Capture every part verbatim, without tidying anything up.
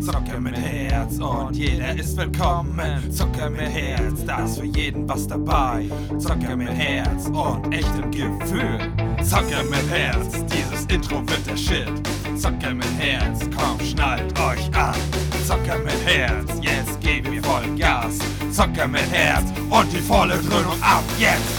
Zocker mit Herz und jeder ist willkommen. Zocker mit Herz, da ist für jeden was dabei. Zocker mit Herz und echtem Gefühl. Zocker mit Herz, dieses Intro wird der Shit. Zocker mit Herz, komm, schnallt euch an. Zocker mit Herz, jetzt geben wir voll Gas. Zocker mit Herz und die volle Dröhnung ab jetzt.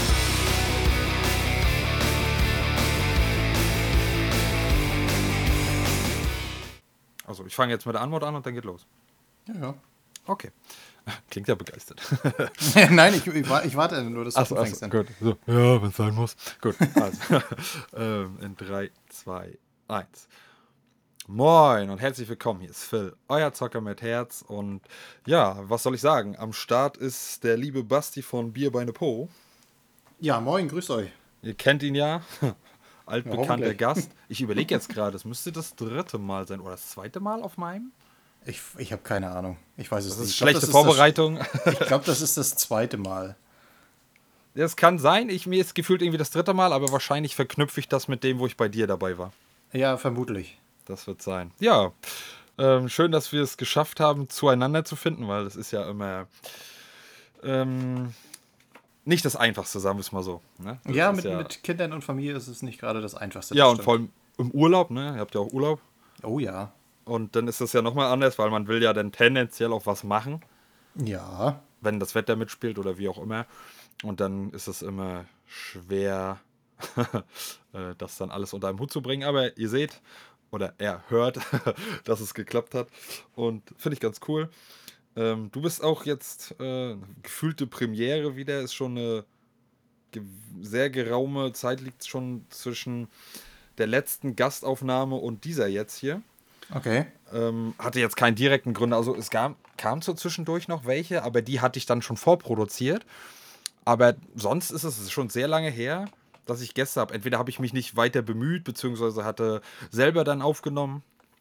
Also, ich fange jetzt mit der Antwort an und dann geht los. Ja, ja. Okay. Klingt ja begeistert. Nein, ich, ich, ich warte nur, dass du achso, fängst. Achso, gut. So. Ja, wenn es sein muss. Gut, also. ähm, in drei, zwei, eins. Moin und herzlich willkommen. Hier ist Phil, euer Zocker mit Herz. Und ja, was soll ich sagen? Am Start ist der liebe Basti von Bierbeine Po. Ja, moin, grüßt euch. Ihr kennt ihn ja. Altbekannter Ja, Gast. Ich überlege jetzt gerade, es müsste das dritte Mal sein oder das zweite Mal auf meinem? Ich, ich habe keine Ahnung. Ich weiß es Das ist nicht. schlechte ich glaub, das Vorbereitung. Ist das, ich glaube, das ist das zweite Mal. Das kann sein. Ich, mir ist gefühlt irgendwie das dritte Mal, aber wahrscheinlich verknüpfe ich das mit dem, wo ich bei dir dabei war. Ja, vermutlich. Das wird sein. Ja, ähm, schön, dass wir es geschafft haben, zueinander zu finden, weil das ist ja immer ähm, nicht das Einfachste, sagen wir es mal so. Ne? Ja mit, ja, mit Kindern und Familie ist es nicht gerade das Einfachste. Ja, das und stimmt. vor allem im Urlaub, ne? Ihr habt ja auch Urlaub. Oh ja. Und dann ist das ja nochmal anders, weil man will ja dann tendenziell auch was machen, Ja. wenn das Wetter mitspielt oder wie auch immer. Und dann ist es immer schwer, das dann alles unter einen Hut zu bringen. Aber ihr seht, oder er hört, dass es geklappt hat. Und finde ich ganz cool. Ähm, du bist auch jetzt äh, gefühlte Premiere wieder. Ist schon eine ge- sehr geraume Zeit, liegt schon zwischen der letzten Gastaufnahme und dieser jetzt hier. Okay. Ähm, hatte jetzt keinen direkten Grund. Also es kam, kam so zwischendurch noch welche, aber die hatte ich dann schon vorproduziert. Aber sonst ist es schon sehr lange her, dass ich Gäste habe. Entweder habe ich mich nicht weiter bemüht, beziehungsweise hatte selber dann aufgenommen.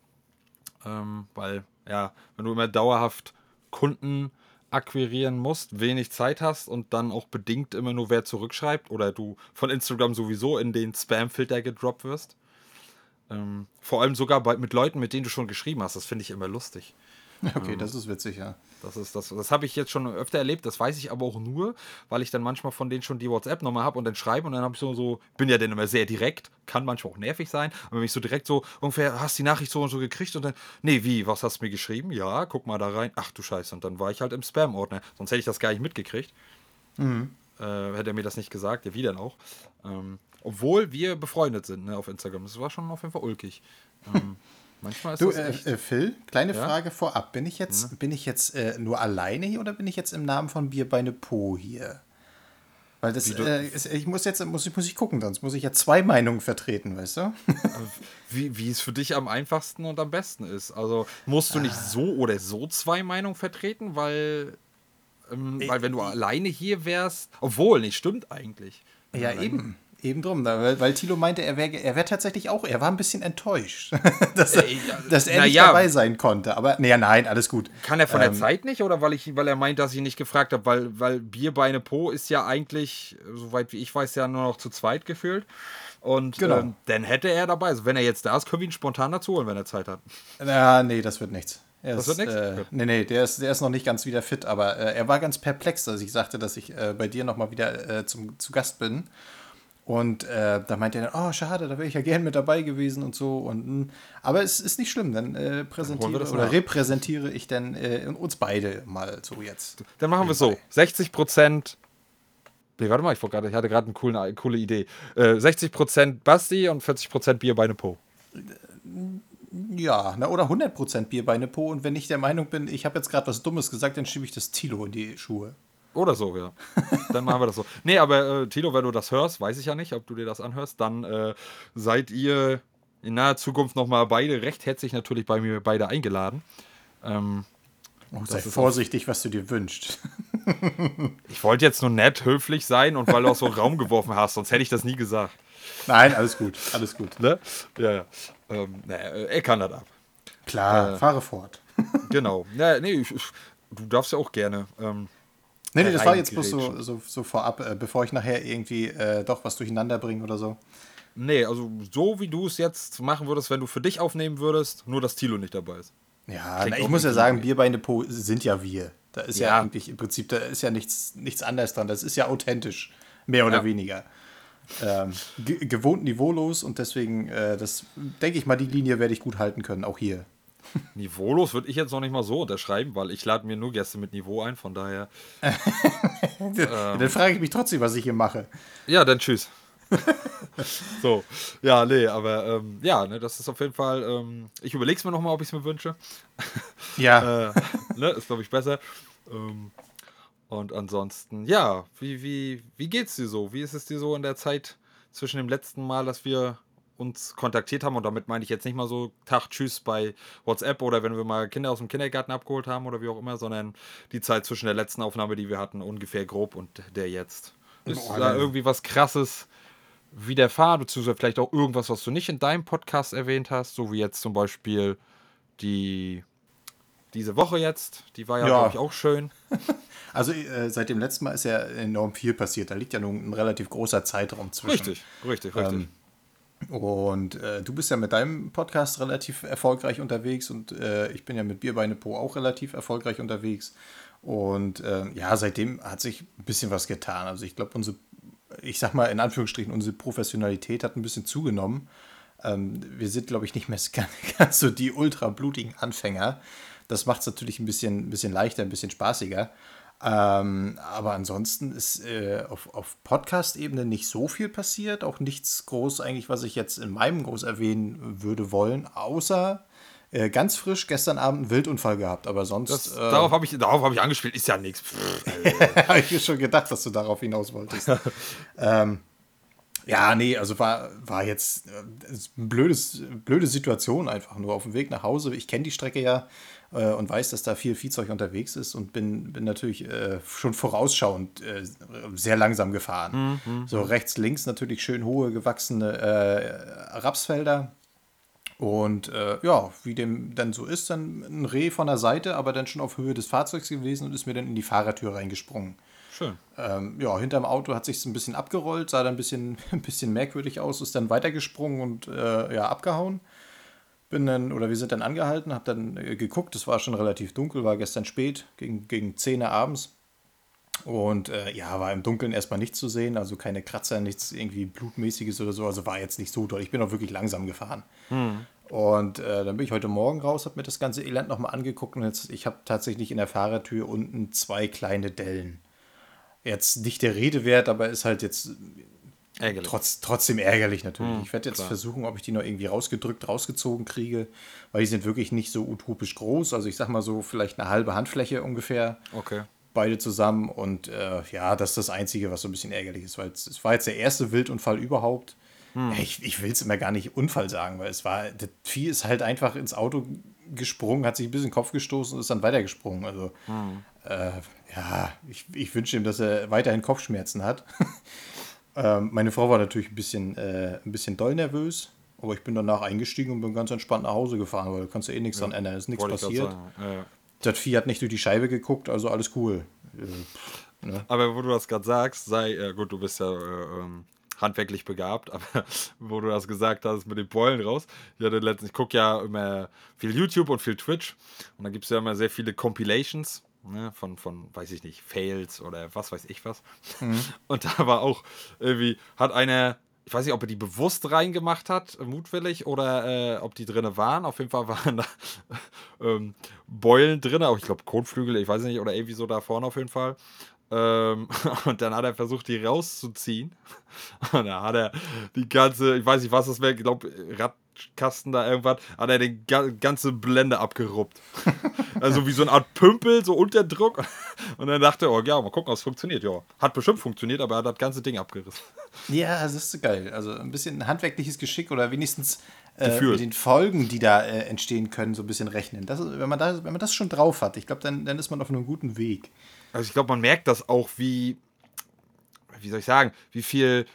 Ähm, weil, ja, wenn du immer dauerhaft Kunden akquirieren musst, wenig Zeit hast und dann auch bedingt immer nur wer zurückschreibt oder du von Instagram sowieso in den Spam-Filter gedroppt wirst. Ähm, vor allem sogar bei, mit Leuten, mit denen du schon geschrieben hast. Das finde ich immer lustig. Okay, Ähm, das ist witzig, ja. Das ist das, das habe ich jetzt schon öfter erlebt, das weiß ich aber auch nur, weil ich dann manchmal von denen schon die WhatsApp-Nummer habe und dann schreibe und dann habe ich so, so, bin ja dann immer sehr direkt, kann manchmal auch nervig sein, aber wenn ich so direkt so, ungefähr, hast die Nachricht so und so gekriegt und dann, nee, wie, was hast du mir geschrieben? Ja, guck mal da rein, ach du Scheiße, und dann war ich halt im Spam-Ordner, sonst hätte ich das gar nicht mitgekriegt. Mhm. Äh, hätte er mir das nicht gesagt, ja, wie denn auch. Ähm, obwohl wir befreundet sind, ne, auf Instagram, das war schon auf jeden Fall ulkig. Ähm, Manchmal ist Du, das äh, echt. äh, Phil, kleine Ja? Frage vorab. Bin ich jetzt, Mhm. bin ich jetzt äh, nur alleine hier oder bin ich jetzt im Namen von Bierbeine Po hier? Weil das, Wie du- äh, ist, ich muss jetzt, muss ich, muss ich gucken, sonst muss ich ja zwei Meinungen vertreten, weißt du? Wie, wie es für dich am einfachsten und am besten ist. Also musst du nicht so oder so zwei Meinungen vertreten, weil, ähm, weil wenn du alleine hier wärst, obwohl, nicht stimmt eigentlich. Wenn Ja, du alleine- eben. Eben drum, da- weil, weil Thilo meinte, er wäre er wär tatsächlich auch, er war ein bisschen enttäuscht, dass, er- Äh, ja, dass er na nicht ja. dabei sein konnte. Aber, naja, nein, alles gut. Kann er von Ähm, der Zeit nicht oder weil ich, weil er meint, dass ich ihn nicht gefragt habe, weil, weil Bierbeine Po ist ja eigentlich, soweit wie ich weiß, ja nur noch zu zweit gefühlt. Und Genau. ähm, dann hätte er dabei. Also wenn er jetzt da ist, können wir ihn spontan dazu holen, wenn er Zeit hat. Na, nee, das wird nichts. Er Das ist, wird nichts? Äh, Gut. nee, nee, der ist, der ist noch nicht ganz wieder fit, aber äh, er war ganz perplex, als ich sagte, dass ich äh, bei dir nochmal wieder äh, zum, zu Gast bin. Und äh, da meinte er dann, oh, schade, da wäre ich ja gern mit dabei gewesen und so. Und, mh. aber es ist nicht schlimm, dann äh, wir präsentiere das oder nach. repräsentiere ich dann äh, uns beide mal so jetzt. Dann machen wir es so. sechzig Prozent. Nee, warte mal, ich, wollte grad- ich hatte gerade eine coole, eine coole Idee. Äh, sechzig Prozent Basti und vierzig Prozent Bierbeine Po. Ja, na, oder hundert Prozent Bierbeine Po. Und wenn ich der Meinung bin, ich habe jetzt gerade was Dummes gesagt, dann schiebe ich das Thilo in die Schuhe. Oder so, ja. Dann machen wir das so. Nee, aber äh, Tilo, wenn du das hörst, weiß ich ja nicht, ob du dir das anhörst, dann äh, seid ihr in naher Zukunft nochmal beide recht herzlich natürlich bei mir beide eingeladen. Ähm, Oh, sei ist vorsichtig, was du dir wünschst. ich wollte jetzt nur nett, höflich sein und weil du auch so einen Raum geworfen hast, sonst hätte ich das nie gesagt. Nein, alles gut, alles gut. Ne? Ja, ja. Ähm, na, er kann das ab. Klar, Äh, fahre fort. Genau. Ja, nee, ich, ich, du darfst ja auch gerne. Ähm, Nee, nee, das war jetzt bloß so, reingerätschen. so, so vorab, äh, bevor ich nachher irgendwie äh, doch was durcheinander bringe oder so. Nee, also so wie du es jetzt machen würdest, wenn du für dich aufnehmen würdest, nur dass Tilo nicht dabei ist. Ja, na, ich muss ja sagen, Bier bei Depot sind ja wir. Da ist ja, ja eigentlich im Prinzip, da ist ja nichts, nichts anderes dran. Das ist ja authentisch, mehr oder ja. weniger. Ähm, ge- gewohnt niveaulos und deswegen, äh, das denke ich mal, die Linie werde ich gut halten können, auch hier. Niveaulos würde ich jetzt noch nicht mal so unterschreiben, weil ich lade mir nur Gäste mit Niveau ein, von daher. ähm, dann frage ich mich trotzdem, was ich hier mache. Ja, dann tschüss. So, ja, nee, aber ähm, ja, ne, das ist auf jeden Fall, ähm, ich überlege es mir nochmal, ob ich es mir wünsche. Ja. äh, ne, ist, glaube ich, besser. Ähm, und ansonsten, ja, wie, wie, wie geht's dir so? Wie ist es dir so in der Zeit zwischen dem letzten Mal, dass wir uns kontaktiert haben, und damit meine ich jetzt nicht mal so Tag, Tschüss bei WhatsApp oder wenn wir mal Kinder aus dem Kindergarten abgeholt haben oder wie auch immer, sondern die Zeit zwischen der letzten Aufnahme, die wir hatten, ungefähr grob, und der jetzt. Ist Boah, da irgendwie was Krasses widerfahren, beziehungsweise vielleicht auch irgendwas, was du nicht in deinem Podcast erwähnt hast, so wie jetzt zum Beispiel die diese Woche jetzt, die war ja, ja. glaube ich, auch schön. Also äh, seit dem letzten Mal ist ja enorm viel passiert, da liegt ja nun ein relativ großer Zeitraum zwischen. Richtig, richtig, richtig. Ähm, und äh, du bist ja mit deinem Podcast relativ erfolgreich unterwegs und äh, ich bin ja mit Bier bei Depot auch relativ erfolgreich unterwegs. Und äh, ja, seitdem hat sich ein bisschen was getan. Also ich glaube, unsere, ich sag mal in Anführungsstrichen, unsere Professionalität hat ein bisschen zugenommen. Ähm, wir sind, glaube ich, nicht mehr ganz so die ultra blutigen Anfänger. Das macht es natürlich ein bisschen, ein bisschen leichter, ein bisschen spaßiger. Ähm, aber ansonsten ist äh, auf, auf Podcast-Ebene nicht so viel passiert. Auch nichts groß eigentlich, was ich jetzt in meinem groß erwähnen würde wollen. Außer äh, ganz frisch gestern Abend einen Wildunfall gehabt. Aber sonst... Das, äh, darauf habe ich, hab ich angespielt. Ist ja nichts. Habe ich mir schon gedacht, dass du darauf hinaus wolltest. ähm, ja, nee, also war, war jetzt äh, eine blödes, blöde Situation einfach nur auf dem Weg nach Hause. Ich kenne die Strecke ja äh, und weiß, dass da viel Viehzeug unterwegs ist und bin, bin natürlich äh, schon vorausschauend äh, sehr langsam gefahren. Mhm, so rechts, links natürlich schön hohe, gewachsene äh, Rapsfelder. Und äh, ja, wie dem dann so ist, dann ein Reh von der Seite, aber dann schon auf Höhe des Fahrzeugs gewesen und ist mir dann in die Fahrertür reingesprungen. Schön. Ähm, ja, hinterm Auto hat sich ein bisschen abgerollt, sah dann ein bisschen, ein bisschen merkwürdig aus, ist dann weitergesprungen und äh, ja, abgehauen. Bin dann, oder wir sind dann angehalten, hab dann äh, geguckt, es war schon relativ dunkel, war gestern spät, gegen, gegen zehn Uhr abends. Und äh, ja, war im Dunkeln erstmal nichts zu sehen, also keine Kratzer, nichts irgendwie Blutmäßiges oder so, also war jetzt nicht so doll. Ich bin auch wirklich langsam gefahren. Hm. Und äh, dann bin ich heute Morgen raus, habe mir das ganze Elend nochmal angeguckt und jetzt, ich habe tatsächlich in der Fahrertür unten zwei kleine Dellen. Jetzt nicht der Rede wert, aber ist halt jetzt ärgerlich. Trotz, trotzdem ärgerlich natürlich. Hm, ich werde jetzt klar. versuchen, ob ich die noch irgendwie rausgedrückt, rausgezogen kriege, weil die sind wirklich nicht so utopisch groß. Also ich sag mal so vielleicht eine halbe Handfläche ungefähr. Okay. Beide zusammen und äh, ja, das ist das Einzige, was so ein bisschen ärgerlich ist, weil es, es war jetzt der erste Wildunfall überhaupt. Hm. Ja, ich ich will es immer gar nicht Unfall sagen, weil es war, das Vieh ist halt einfach ins Auto gesprungen, hat sich ein bisschen den Kopf gestoßen und ist dann weitergesprungen. Also hm. äh, ja, ich, ich wünsche ihm, dass er weiterhin Kopfschmerzen hat. ähm, meine Frau war natürlich ein bisschen, äh, ein bisschen doll nervös, aber ich bin danach eingestiegen und bin ganz entspannt nach Hause gefahren, weil da kannst du eh nichts ja, dran ändern, ist nichts passiert. Ja. Das Vieh hat nicht durch die Scheibe geguckt, also alles cool. Äh, ne? Aber wo du das gerade sagst, sei, äh, gut, du bist ja äh, ähm, handwerklich begabt, aber wo du das gesagt hast mit den Beulen raus, ich, hatte letztens, ich gucke ja immer viel YouTube und viel Twitch und da gibt es ja immer sehr viele Compilations, ne, von, von, weiß ich nicht, Fails oder was weiß ich was. Mhm. Und da war auch irgendwie, hat einer, ich weiß nicht, ob er die bewusst reingemacht hat, mutwillig, oder äh, ob die drinne waren. Auf jeden Fall waren da ähm, Beulen drin, auch ich glaube Kotflügel, ich weiß nicht, oder irgendwie so da vorne auf jeden Fall. Ähm, und dann hat er versucht, die rauszuziehen. Und da hat er die ganze, ich weiß nicht, was das wäre, ich glaube, Radkasten da irgendwas, hat er die ganze Blende abgeruppt. Also wie so eine Art Pümpel, so unter Druck. Und dann dachte er, oh ja, mal gucken, ob es funktioniert. Ja, hat bestimmt funktioniert, aber er hat das ganze Ding abgerissen. Ja, das ist so geil. Also ein bisschen handwerkliches Geschick oder wenigstens äh, mit den Folgen, die da äh, entstehen können, so ein bisschen rechnen. Das, wenn, man da, wenn man das schon drauf hat, ich glaube, dann, dann ist man auf einem guten Weg. Also ich glaube, man merkt das auch, wie, wie soll ich sagen, wie viel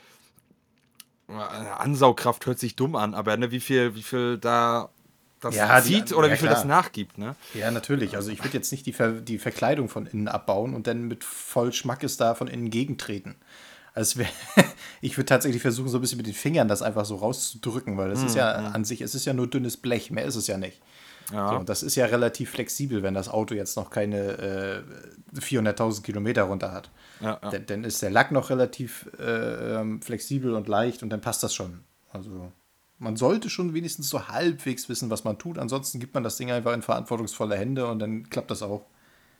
Ansaugkraft hört sich dumm an, aber ne, wie viel, wie viel da das ja, zieht die, oder ja, wie viel klar. das nachgibt, ne? Ja, natürlich. Also ich würde jetzt nicht die, Ver, die Verkleidung von innen abbauen und dann mit voll Schmackes da von innen gegentreten. Also es wär, ich würde tatsächlich versuchen, so ein bisschen mit den Fingern das einfach so rauszudrücken, weil das ist ja an sich, es ist ja nur dünnes Blech, mehr ist es ja nicht. So, Ja, und das ist ja relativ flexibel, wenn das Auto jetzt noch keine äh, vierhunderttausend Kilometer runter hat. ja, ja. Dann, dann ist der Lack noch relativ äh, ähm, flexibel und leicht und dann passt das schon. Also man sollte schon wenigstens so halbwegs wissen, was man tut. Ansonsten gibt man das Ding einfach in verantwortungsvolle Hände und dann klappt das auch.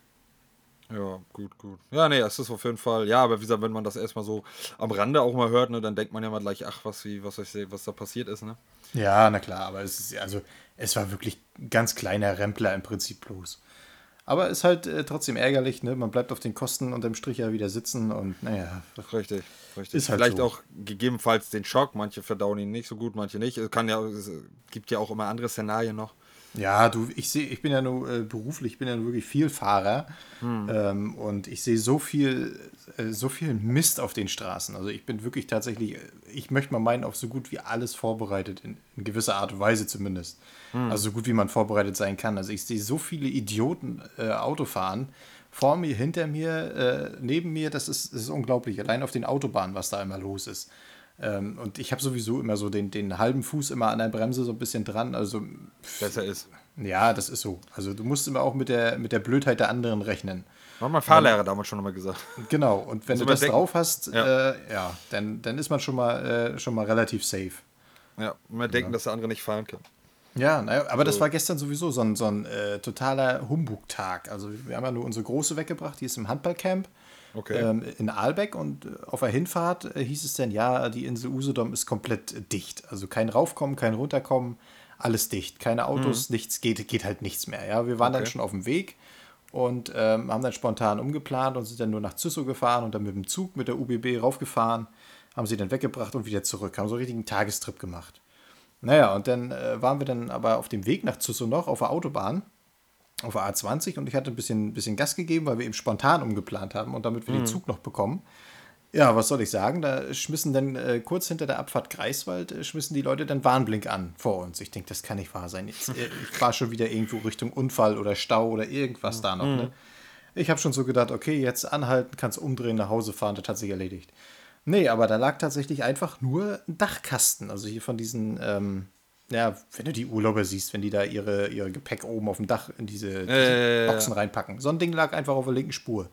Ja, gut, gut. Ja, nee, es ist auf jeden Fall, ja, aber wie gesagt, wenn man das erstmal so am Rande auch mal hört, ne, dann denkt man ja mal gleich, ach, was, wie, was, ich seh- was da passiert ist, ne? Ja, na klar, aber es ist also es war wirklich ein ganz kleiner Rempler im Prinzip bloß. Aber ist halt äh, trotzdem ärgerlich, ne? Man bleibt auf den Kosten unterm Strich ja wieder sitzen und naja, Richtig, richtig. ist halt Vielleicht so. auch gegebenenfalls den Schock, manche verdauen ihn nicht so gut, manche nicht. Es kann ja, es gibt ja auch immer andere Szenarien noch. Ja, du, ich sehe, ich bin ja nur äh, beruflich, ich bin ja nur wirklich Vielfahrer ähm, und ich sehe so viel, äh, so viel Mist auf den Straßen. Also ich bin wirklich tatsächlich, äh, ich möchte mal meinen, auf so gut wie alles vorbereitet, in, in gewisser Art und Weise zumindest. Also so gut wie man vorbereitet sein kann. Also ich sehe so viele Idioten äh, Auto fahren, vor mir, hinter mir, äh, neben mir, das ist, das ist unglaublich. Allein auf den Autobahnen, was da immer los ist. Ähm, und ich habe sowieso immer so den, den halben Fuß immer an der Bremse so ein bisschen dran. Also Besser ist. ja, das ist so. Also du musst immer auch mit der, mit der Blödheit der anderen rechnen. Hat mein Fahrlehrer damals schon immer gesagt. Genau, und wenn Muss du man das denken. drauf hast, Ja. äh, ja, dann, dann ist man schon mal, äh, schon mal relativ safe. Ja, immer denken, dass der andere nicht fahren kann. Ja, naja, aber das So. war gestern sowieso so ein, so ein äh, totaler Humbug-Tag. Also wir haben ja nur unsere Große weggebracht, die ist im Handballcamp Okay. ähm, in Aalbeck und äh, auf der Hinfahrt äh, hieß es dann, ja, die Insel Usedom ist komplett äh, dicht. Also kein Raufkommen, kein Runterkommen, alles dicht. Keine Autos, nichts, geht, geht halt nichts mehr. Ja, wir waren dann Okay. schon auf dem Weg und ähm, haben dann spontan umgeplant und sind dann nur nach Züssow gefahren und dann mit dem Zug mit der U B B raufgefahren, haben sie dann weggebracht und wieder zurück. Haben so einen richtigen Tagestrip gemacht. Naja, und dann äh, waren wir dann aber auf dem Weg nach Züssow noch auf der Autobahn, auf der A zwanzig und ich hatte ein bisschen, bisschen Gas gegeben, weil wir eben spontan umgeplant haben und damit wir den Zug noch bekommen. Ja, was soll ich sagen? Da schmissen dann äh, kurz hinter der Abfahrt Greifswald, äh, schmissen die Leute dann Warnblink an vor uns. Ich denke, das kann nicht wahr sein. Jetzt, äh, ich fahre schon wieder irgendwo Richtung Unfall oder Stau oder irgendwas da noch. Ne? Ich habe schon so gedacht, okay, jetzt anhalten, kannst umdrehen, nach Hause fahren, das hat sich erledigt. Nee, aber da lag tatsächlich einfach nur ein Dachkasten. Also hier von diesen, ähm, ja, wenn du die Urlauber siehst, wenn die da ihre, ihre Gepäck oben auf dem Dach in diese, diese Äh, Boxen reinpacken. So ein Ding lag einfach auf der linken Spur.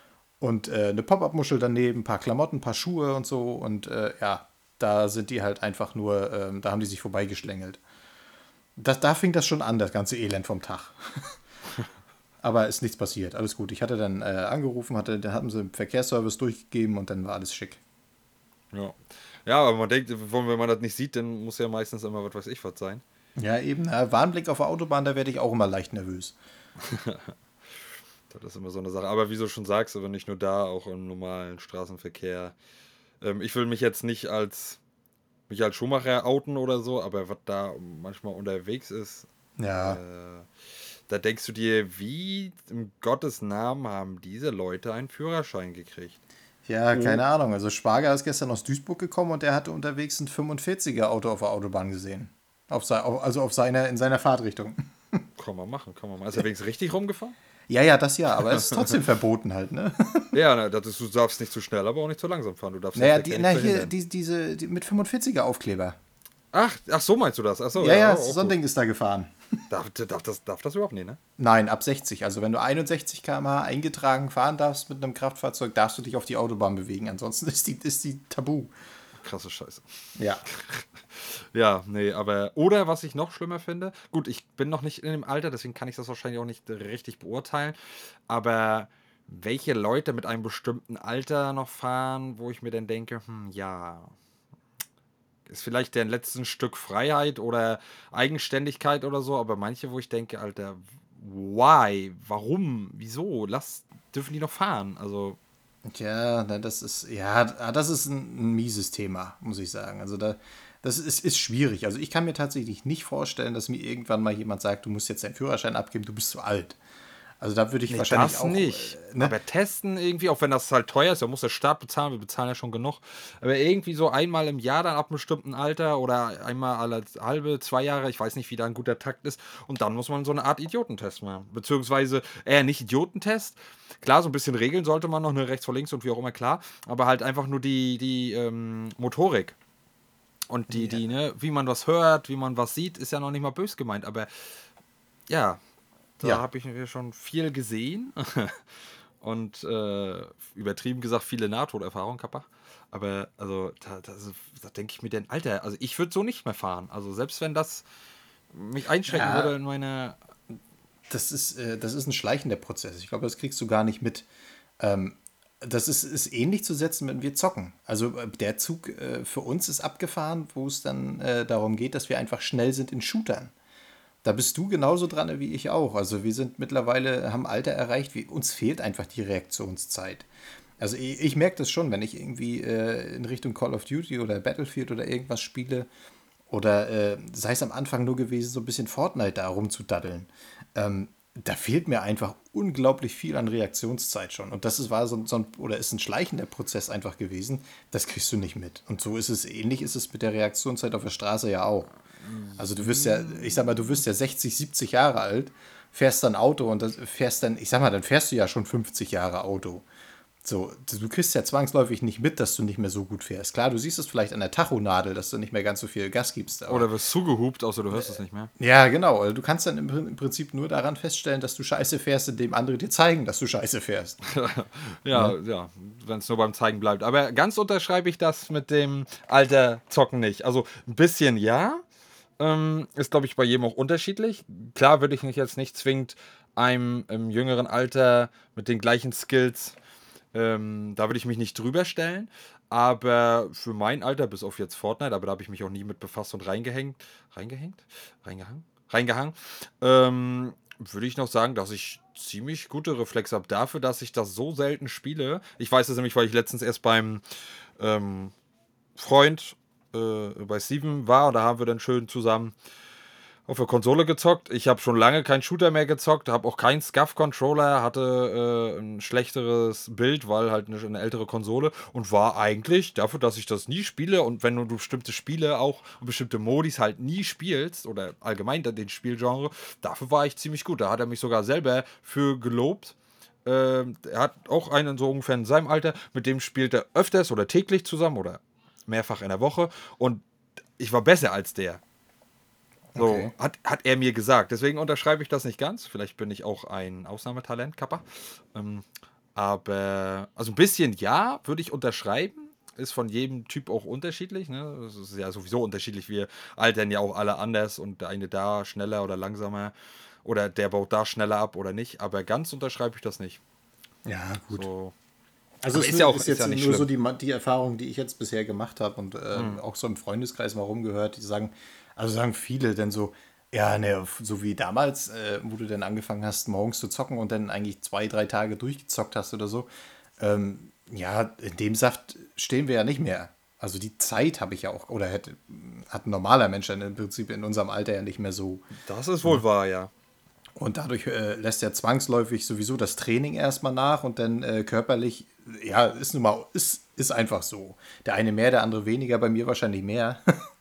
Und äh, eine Pop-Up-Muschel daneben, ein paar Klamotten, ein paar Schuhe und so. Und äh, ja, da sind die halt einfach nur, ähm, da haben die sich vorbeigeschlängelt. Das, da fing das schon an, das ganze Elend vom Tag. Aber ist nichts passiert, alles gut. Ich hatte dann äh, angerufen, hatte, dann hatten sie einen Verkehrsservice durchgegeben und dann war alles schick. ja. Ja, aber man denkt, wenn man das nicht sieht, dann muss ja meistens immer was weiß ich was sein. Ja, eben, äh, Warnblick auf der Autobahn, da werde ich auch immer leicht nervös. Das ist immer so eine Sache. Aber wie du schon sagst, aber nicht nur da, auch im normalen Straßenverkehr. Ähm, ich will mich jetzt nicht als mich als Schuhmacher outen oder so, aber was da manchmal unterwegs ist, Ja, äh, da denkst du dir, wie im Gottes Namen haben diese Leute einen Führerschein gekriegt? ja, Oh, keine Ahnung. Also Sparger ist gestern aus Duisburg gekommen und der hatte unterwegs ein fünfundvierziger Auto auf der Autobahn gesehen. Auf sei, auf, also auf seiner, in seiner Fahrtrichtung. kann man machen, kann man machen. Ist er wenigstens richtig rumgefahren? Ja, ja, das ja, aber es ist trotzdem verboten halt, ne? Ja, na, das ist, du darfst nicht zu schnell, aber auch nicht zu langsam fahren. Du darfst den Naja, Verkehr die, nicht na hier, verhindern. die, diese die, mit fünfundvierziger Aufkleber. Ach, ach, so meinst du das? Ach so, Ja, ja, auch so ein gut. Ding ist da gefahren. Darf, darf, das, darf das überhaupt nicht, ne? Nein, ab sechzig. Also wenn du einundsechzig Kilometer pro Stunde eingetragen fahren darfst mit einem Kraftfahrzeug, darfst du dich auf die Autobahn bewegen. Ansonsten ist die, ist die tabu. Krasse Scheiße. Ja. Ja, nee, aber. Oder was ich noch schlimmer finde, gut, ich bin noch nicht in dem Alter, deswegen kann ich das wahrscheinlich auch nicht richtig beurteilen. Aber welche Leute mit einem bestimmten Alter noch fahren, wo ich mir dann denke, hm, ja, ist vielleicht der letzten Stück Freiheit oder Eigenständigkeit oder so, aber manche, wo ich denke, Alter, why? Warum? Wieso? Lass, dürfen die noch fahren? Also, Tja, na, das ist, ja, das ist ein, ein mieses Thema, muss ich sagen. Also da, das ist, ist schwierig. Also ich kann mir tatsächlich nicht vorstellen, dass mir irgendwann mal jemand sagt, du musst jetzt deinen Führerschein abgeben, du bist zu alt. Also da würde ich Nee, wahrscheinlich das auch, nicht. äh, ne? Aber testen irgendwie, auch wenn das halt teuer ist, da muss der Staat bezahlen, wir bezahlen ja schon genug. Aber irgendwie so einmal im Jahr dann ab einem bestimmten Alter oder einmal alle halbe, zwei Jahre, ich weiß nicht, wie da ein guter Takt ist. Und dann muss man so eine Art Idiotentest machen. Beziehungsweise, eher nicht Idiotentest. Klar, so ein bisschen Regeln sollte man noch, ne, rechts vor links und wie auch immer, klar. Aber halt einfach nur die, die ähm, Motorik. Und die, Ja. die, ne, wie man was hört, wie man was sieht, ist ja noch nicht mal bös gemeint. Aber ja, da Ja. habe ich mir schon viel gesehen und äh, übertrieben gesagt viele Nahtoderfahrungen, Kappa. Aber also da, da, da denke ich mir denn, Alter, also ich würde so nicht mehr fahren. Also selbst wenn das mich einschränken würde Ja, in meine. das ist, äh, das ist ein schleichender Prozess. Ich glaube, das kriegst du gar nicht mit. Ähm, das ist, ist ähnlich zu setzen, wenn wir zocken. Also äh, der Zug äh, für uns ist abgefahren, wo es dann äh, darum geht, dass wir einfach schnell sind in Shootern. Da bist du genauso dran wie ich auch. Also wir sind mittlerweile, haben Alter erreicht, wie, uns fehlt einfach die Reaktionszeit. Also ich, ich merke das schon, wenn ich irgendwie äh, in Richtung Call of Duty oder Battlefield oder irgendwas spiele oder äh, sei es am Anfang nur gewesen, so ein bisschen Fortnite da rumzudaddeln. Ähm, Da fehlt mir einfach unglaublich viel an Reaktionszeit schon. Und das ist, war so, ein- so ein, oder ist ein schleichender Prozess einfach gewesen. Das kriegst du nicht mit. Und so ist es, ähnlich ist es mit der Reaktionszeit auf der Straße ja auch. Also du wirst ja, ich sag mal, du wirst ja sechzig, siebzig Jahre alt, fährst dann Auto und das fährst dann, ich sag mal, dann fährst du ja schon fünfzig Jahre Auto. So, du kriegst ja zwangsläufig nicht mit, dass du nicht mehr so gut fährst. Klar, du siehst es vielleicht an der Tachonadel, dass du nicht mehr ganz so viel Gas gibst, aber Oder wirst zugehupt, außer du hörst es nicht mehr. ja, genau. Also du kannst dann im, Prin- im Prinzip nur daran feststellen, dass du scheiße fährst, indem andere dir zeigen, dass du scheiße fährst. Ja, Ne? ja, wenn es nur beim Zeigen bleibt. Aber ganz unterschreibe ich das mit dem Alter zocken nicht. Also ein bisschen ja. Ähm, ist, glaube ich, bei jedem auch unterschiedlich. Klar würde ich mich jetzt nicht zwingend einem im jüngeren Alter mit den gleichen Skills, ähm, da würde ich mich nicht drüber stellen. Aber für mein Alter, bis auf jetzt Fortnite, aber da habe ich mich auch nie mit befasst und reingehängt. Reingehängt? Reingehangen? Reingehangen. Ähm, würde ich noch sagen, dass ich ziemlich gute Reflexe habe dafür, dass ich das so selten spiele. Ich weiß es nämlich, weil ich letztens erst beim ähm, Freund äh, bei Steven war und da haben wir dann schön zusammen auf der Konsole gezockt. Ich habe schon lange keinen Shooter mehr gezockt, habe auch keinen SCUF-Controller, hatte äh, ein schlechteres Bild, weil halt eine, eine ältere Konsole und war eigentlich dafür, dass ich das nie spiele und wenn du bestimmte Spiele auch und bestimmte Modis halt nie spielst oder allgemein den Spielgenre, dafür war ich ziemlich gut. Da hat er mich sogar selber für gelobt. Ähm, er hat auch einen so ungefähr in seinem Alter, mit dem spielt er öfters oder täglich zusammen oder mehrfach in der Woche und ich war besser als der. So, Okay. hat, hat er mir gesagt. Deswegen unterschreibe ich das nicht ganz. Vielleicht bin ich auch ein Ausnahmetalent, Kappa. Ähm, aber, also ein bisschen ja, würde ich unterschreiben. Ist von jedem Typ auch unterschiedlich. Ne? Es ist ja sowieso unterschiedlich. Wir altern ja auch alle anders und der eine da schneller oder langsamer. Oder der baut da schneller ab oder nicht. Aber ganz unterschreibe ich das nicht. Ja, gut. So. Also Aber es ist ja auch ist ist jetzt ja nicht nur so schlimm. die, Ma- die Erfahrung, die ich jetzt bisher gemacht habe und ähm, auch so im Freundeskreis mal rumgehört, die sagen, also sagen viele dann so, ja, ne, so wie damals, äh, wo du dann angefangen hast, morgens zu zocken und dann eigentlich zwei, drei Tage durchgezockt hast oder so. Ähm, ja, in dem Saft stehen wir ja nicht mehr. Also die Zeit habe ich ja auch, oder hätte, hat ein normaler Mensch dann im Prinzip in unserem Alter ja nicht mehr so. Das ist wohl Ne? wahr, ja. Und dadurch äh, lässt ja zwangsläufig sowieso das Training erstmal nach und dann äh, körperlich, ja, ist nun mal, ist, ist einfach so. Der eine mehr, der andere weniger, bei mir wahrscheinlich mehr.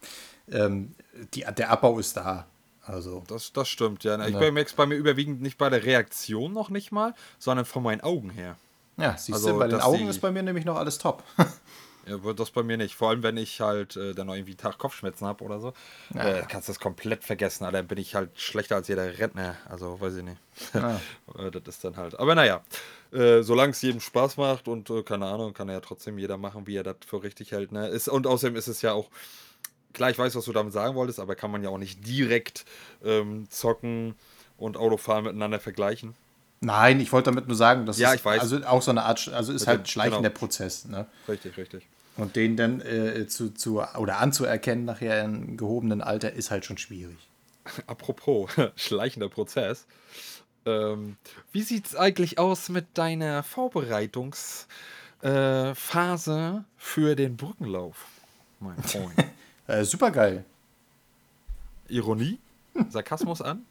ähm, die, der Abbau ist da. Also, Das, das stimmt, ja. Ich ne. merke es bei mir überwiegend nicht bei der Reaktion noch nicht mal, sondern von meinen Augen her. Ja, siehst du, Also, bei den dass Augen ist die, bei mir nämlich noch alles top. ja, wird das bei mir nicht. Vor allem, wenn ich halt äh, dann noch irgendwie Tag Kopfschmerzen habe oder so. Äh, Ja, kannst du das komplett vergessen, Alter. Dann bin ich halt schlechter als jeder Rentner. Also, weiß ich nicht. ja, Äh, das ist dann halt. Aber naja, äh, solange es jedem Spaß macht und äh, keine Ahnung, kann ja trotzdem jeder machen, wie er das für richtig hält. Ne? Ist, und außerdem ist es ja auch, klar, ich weiß, was du damit sagen wolltest, aber kann man ja auch nicht direkt ähm, zocken und Autofahren miteinander vergleichen. nein, ich wollte damit nur sagen, das Ja, ich ist weiß. also auch so eine Art, also ist Mit halt ein dem, schleichender genau. Prozess, ne? Richtig, richtig. Und den dann äh, zu, zu, oder anzuerkennen nachher im gehobenen Alter ist halt schon schwierig. Apropos, schleichender Prozess. Ähm, wie sieht's eigentlich aus mit deiner Vorbereitungsphase äh, Phase für den Brückenlauf, mein Freund? Äh, super geil. Ironie? Sarkasmus an?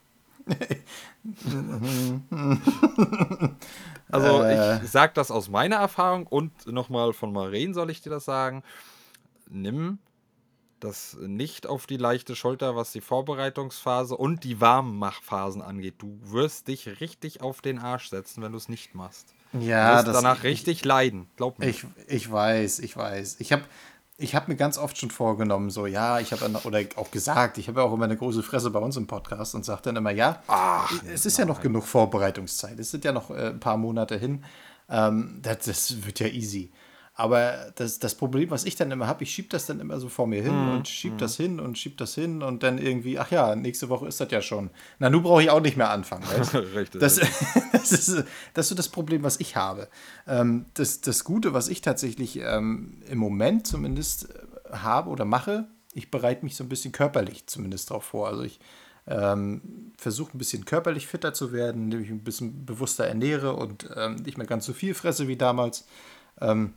Also Äh. ich sag das aus meiner Erfahrung und nochmal von Maren soll ich dir das sagen. Nimm das nicht auf die leichte Schulter, was die Vorbereitungsphase und die Warmmachphasen angeht. Du wirst dich richtig auf den Arsch setzen, wenn du es nicht machst. Du Ja, wirst das, danach ich, richtig leiden, glaub mir. ich, ich weiß, ich weiß. Ich habe ich hab mir ganz oft schon vorgenommen, so, ja, ich habe, oder auch gesagt, ich habe ja auch immer eine große Fresse bei uns im Podcast und sage dann immer, ja, Ach, es ist ja noch genug Vorbereitungszeit, es sind ja noch äh, ein paar Monate hin, ähm, das, das wird ja easy. Aber das, das Problem, was ich dann immer habe, ich schiebe das dann immer so vor mir hin Mhm, und schiebe mhm. das hin und schiebe das hin und dann irgendwie, ach ja, nächste Woche ist das ja schon. Na, nun brauche ich auch nicht mehr anfangen, weißt? Richtig, Das, richtig. das, ist, das ist so das Problem, was ich habe. Ähm, das, das Gute, was ich tatsächlich ähm, im Moment zumindest äh, habe oder mache, ich bereite mich so ein bisschen körperlich zumindest darauf vor. Also ich ähm, versuche ein bisschen körperlich fitter zu werden, indem ich ein bisschen bewusster ernähre und ähm, nicht mehr ganz so viel fresse wie damals. Ähm,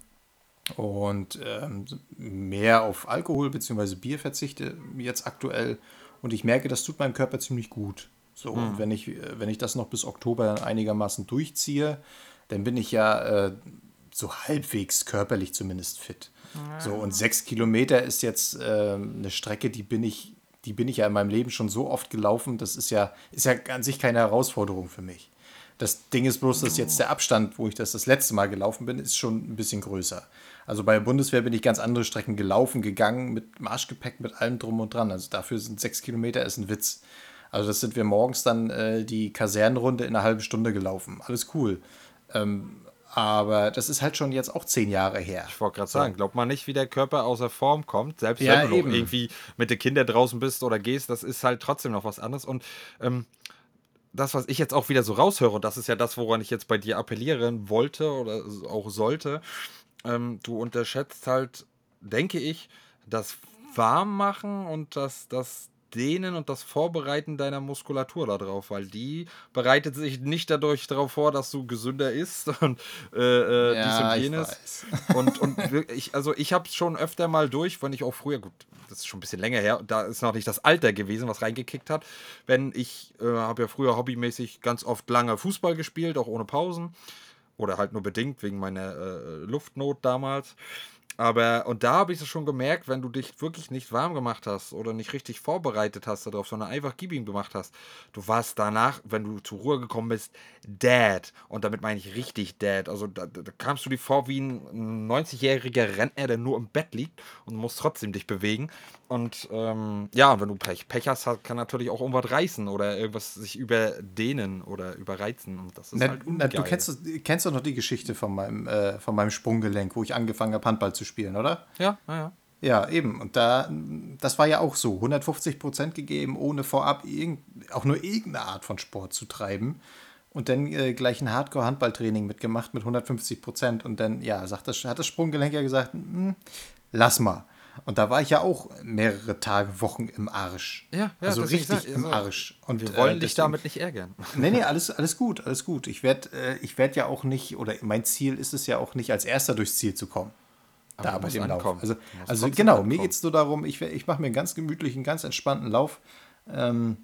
und ähm, mehr auf Alkohol bzw. Bier verzichte jetzt aktuell. Und ich merke, das tut meinem Körper ziemlich gut. So, und Mhm. wenn ich, äh, wenn ich das noch bis Oktober einigermaßen durchziehe, dann bin ich ja äh, so halbwegs körperlich zumindest fit. So, und sechs Kilometer ist jetzt äh, eine Strecke, die bin ich, die bin ich ja in meinem Leben schon so oft gelaufen. Das ist ja, ist ja an sich keine Herausforderung für mich. Das Ding ist bloß, dass jetzt der Abstand, wo ich das das letzte Mal gelaufen bin, ist schon ein bisschen größer. Also bei der Bundeswehr bin ich ganz andere Strecken gelaufen, gegangen, mit Marschgepäck, mit allem drum und dran. Also dafür sind sechs Kilometer ist ein Witz. Also das sind wir morgens dann äh, die Kasernenrunde in einer halben Stunde gelaufen. Alles cool. Ähm, aber das ist halt schon jetzt auch zehn Jahre her. Ich wollte gerade So. sagen, glaub mal nicht, wie der Körper außer Form kommt, selbst wenn Ja, du noch eben. irgendwie mit den Kindern draußen bist oder gehst, das ist halt trotzdem noch was anderes. Und ähm, das, was ich jetzt auch wieder so raushöre, und das ist ja das, woran ich jetzt bei dir appellieren wollte oder auch sollte, ähm, du unterschätzt halt, denke ich, das Warmmachen und das, das Dehnen und das Vorbereiten deiner Muskulatur darauf, weil die bereitet sich nicht dadurch darauf vor, dass du gesünder isst und äh, äh, dies und Ja, ich jenes. weiß. Und, und wirklich, also ich habe es schon öfter mal durch, wenn ich auch früher, gut, das ist schon ein bisschen länger her, da ist noch nicht das Alter gewesen, was reingekickt hat. Wenn ich äh, habe ja früher hobbymäßig ganz oft lange Fußball gespielt, auch ohne Pausen. Oder halt nur bedingt wegen meiner äh, Luftnot damals. Aber, und da habe ich es schon gemerkt, wenn du dich wirklich nicht warm gemacht hast oder nicht richtig vorbereitet hast darauf, sondern einfach Gib ihm gemacht hast, du warst danach, wenn du zur Ruhe gekommen bist, dead. Und damit meine ich richtig dead. Also da, da kamst du dir vor wie ein neunzigjähriger Rentner, der nur im Bett liegt und musst trotzdem dich bewegen. Und ähm, ja, wenn du Pech, Pech hast, kann natürlich auch irgendwas reißen oder irgendwas sich überdehnen oder überreizen. Und das ist Na, halt na, du ungeil. kennst, kennst doch noch die Geschichte von meinem, äh, von meinem Sprunggelenk, wo ich angefangen habe, Handball zu spielen, oder? Ja, naja. Ja, eben. Und da, das war ja auch so, hundertfünfzig Prozent gegeben, ohne vorab irgend, auch nur irgendeine Art von Sport zu treiben. Und dann äh, gleich ein Hardcore-Handballtraining mitgemacht mit hundertfünfzig Prozent. Und dann, ja, sagt das, hat das Sprunggelenk ja gesagt, "Hm, lass mal." Und da war ich ja auch mehrere Tage, Wochen im Arsch. Ja, ja, Also deswegen sag richtig ich, im also, Arsch. Und wir äh, wollen dich deswegen, damit nicht ärgern. nee, nee, alles, alles gut, alles gut. Ich werde äh, ich werd ja auch nicht, oder mein Ziel ist es ja auch nicht, als Erster durchs Ziel zu kommen. Aber Da du bei musst dem Lauf. ankommen. Also, Du musst also trotzdem genau, mir ankommen. geht es nur darum, ich, ich mache mir einen ganz gemütlichen, ganz entspannten Lauf. Ähm,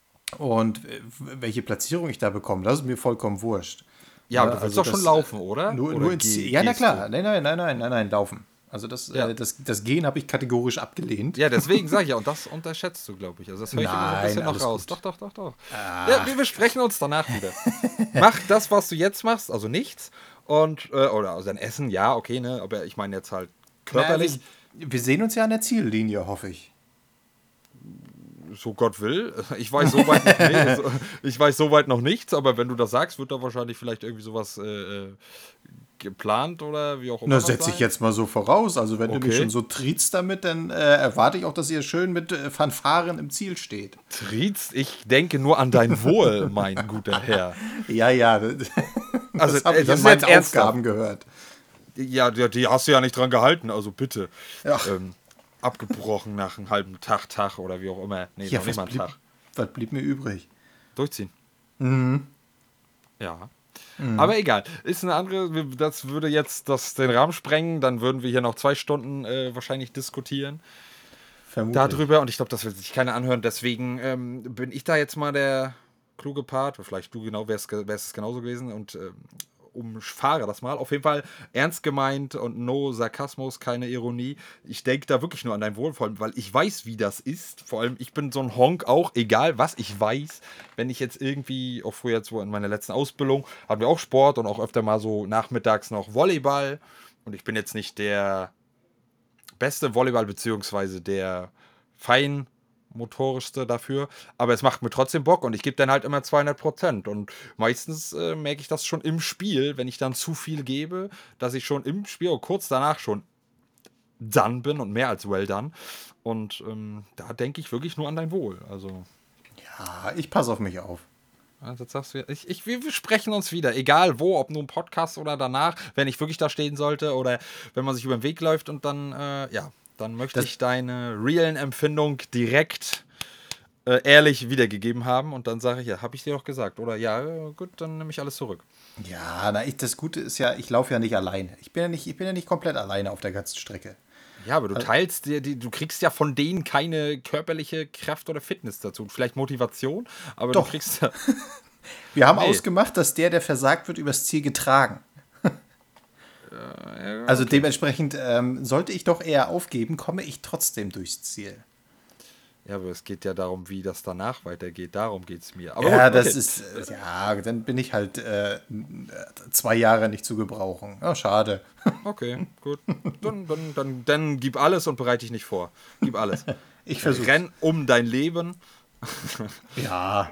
und äh, welche Platzierung ich da bekomme, das ist mir vollkommen wurscht. Ja, Ne? aber du willst Also doch schon das äh, laufen, oder? nur, Oder nur ins Ziel. geh, Ja, na gehst du? klar. Nein, nein, nein, nein, nein, nein, laufen. Also das, Ja. äh, das, das Gehen habe ich kategorisch abgelehnt. Ja, deswegen sage ich ja, und das unterschätzt du, glaube ich. Also das höre ich immer so ein Nein, bisschen noch alles raus. gut. Doch, doch, doch, doch. Ja, Ach, wir besprechen uns danach wieder. Mach das, was du jetzt machst, also nichts. Und, äh, oder also dein Essen, ja, okay, ne? Aber ich meine jetzt halt na, wir, körperlich, wir sehen uns ja an der Ziellinie, hoffe ich. so Gott will. Ich weiß soweit noch, nee, so, ich weiß soweit noch nichts, aber wenn du das sagst, wird da wahrscheinlich vielleicht irgendwie sowas äh, äh, geplant oder wie auch immer Na, was setze ich sein. jetzt mal so voraus. Also, wenn du mich schon Okay. so triezt damit, dann äh, erwarte ich auch, dass ihr schön mit äh, Fanfaren im Ziel steht. Triez, ich denke nur an dein Wohl, mein guter Herr. Ja, ja, das, Also, das habe äh, ich das an ist meinen jetzt ernsthaft. Aufgaben gehört. Ja, die, die hast du ja nicht dran gehalten, also bitte. Ach, Ähm, abgebrochen nach einem halben Tag, Tag oder wie auch immer. Nee, ja, noch nicht was mal einen blieb, Tag. was blieb mir übrig? Durchziehen. Mhm. Ja. Mhm. Aber egal. Ist eine andere, wir- das würde jetzt das, den Rahmen sprengen, dann würden wir hier noch zwei Stunden äh, wahrscheinlich diskutieren Vermutlich. darüber und ich glaube, das wird sich keiner anhören. Deswegen ähm, bin ich da jetzt mal der kluge Part, vielleicht du genau wärst es genauso gewesen und äh, umfahre das mal. Auf jeden Fall ernst gemeint und no Sarkasmus, keine Ironie. Ich denke da wirklich nur an dein Wohl, vor allem, weil ich weiß, wie das ist. Vor allem, ich bin so ein Honk auch, egal was ich weiß. Wenn ich jetzt irgendwie, auch früher jetzt so in meiner letzten Ausbildung, hatten wir auch Sport und auch öfter mal so nachmittags noch Volleyball. Und ich bin jetzt nicht der beste Volleyball, beziehungsweise der fein motorischste dafür, aber es macht mir trotzdem Bock und ich gebe dann halt immer zweihundert Prozent und meistens äh, merke ich das schon im Spiel, wenn ich dann zu viel gebe, dass ich schon im Spiel und kurz danach schon done bin und mehr als well done und ähm, da denke ich wirklich nur an dein Wohl, also ja, ich passe auf mich auf. also jetzt sagst du, ich, ich, wir sprechen uns wieder, egal wo, ob nur im Podcast oder danach, wenn ich wirklich da stehen sollte oder wenn man sich über den Weg läuft und dann, äh, ja, dann möchte das ich deine realen Empfindung direkt äh, ehrlich wiedergegeben haben und dann sage ich, ja, habe ich dir doch gesagt. Oder ja, gut, dann nehme ich alles zurück. Ja, na, ich, das Gute ist ja, ich laufe ja nicht alleine. Ich bin ja nicht, ich bin ja nicht komplett alleine auf der ganzen Strecke. Ja, aber du teilst dir, die, du kriegst ja von denen keine körperliche Kraft oder Fitness dazu. Vielleicht Motivation, aber doch. Du kriegst ja. Wir haben nee. ausgemacht, dass der, der versagt wird, übers Ziel getragen. Okay. Also dementsprechend ähm, sollte ich doch eher aufgeben, komme ich trotzdem durchs Ziel. Ja, aber es geht ja darum, wie das danach weitergeht. Darum geht es mir. Aber ja, gut, das okay. ist, äh, ja, dann bin ich halt äh, zwei Jahre nicht zu gebrauchen. Oh, schade. Okay, gut. Dann, dann, dann, dann gib alles und bereite dich nicht vor. Gib alles. Ich versuche. Renn um dein Leben. Ja.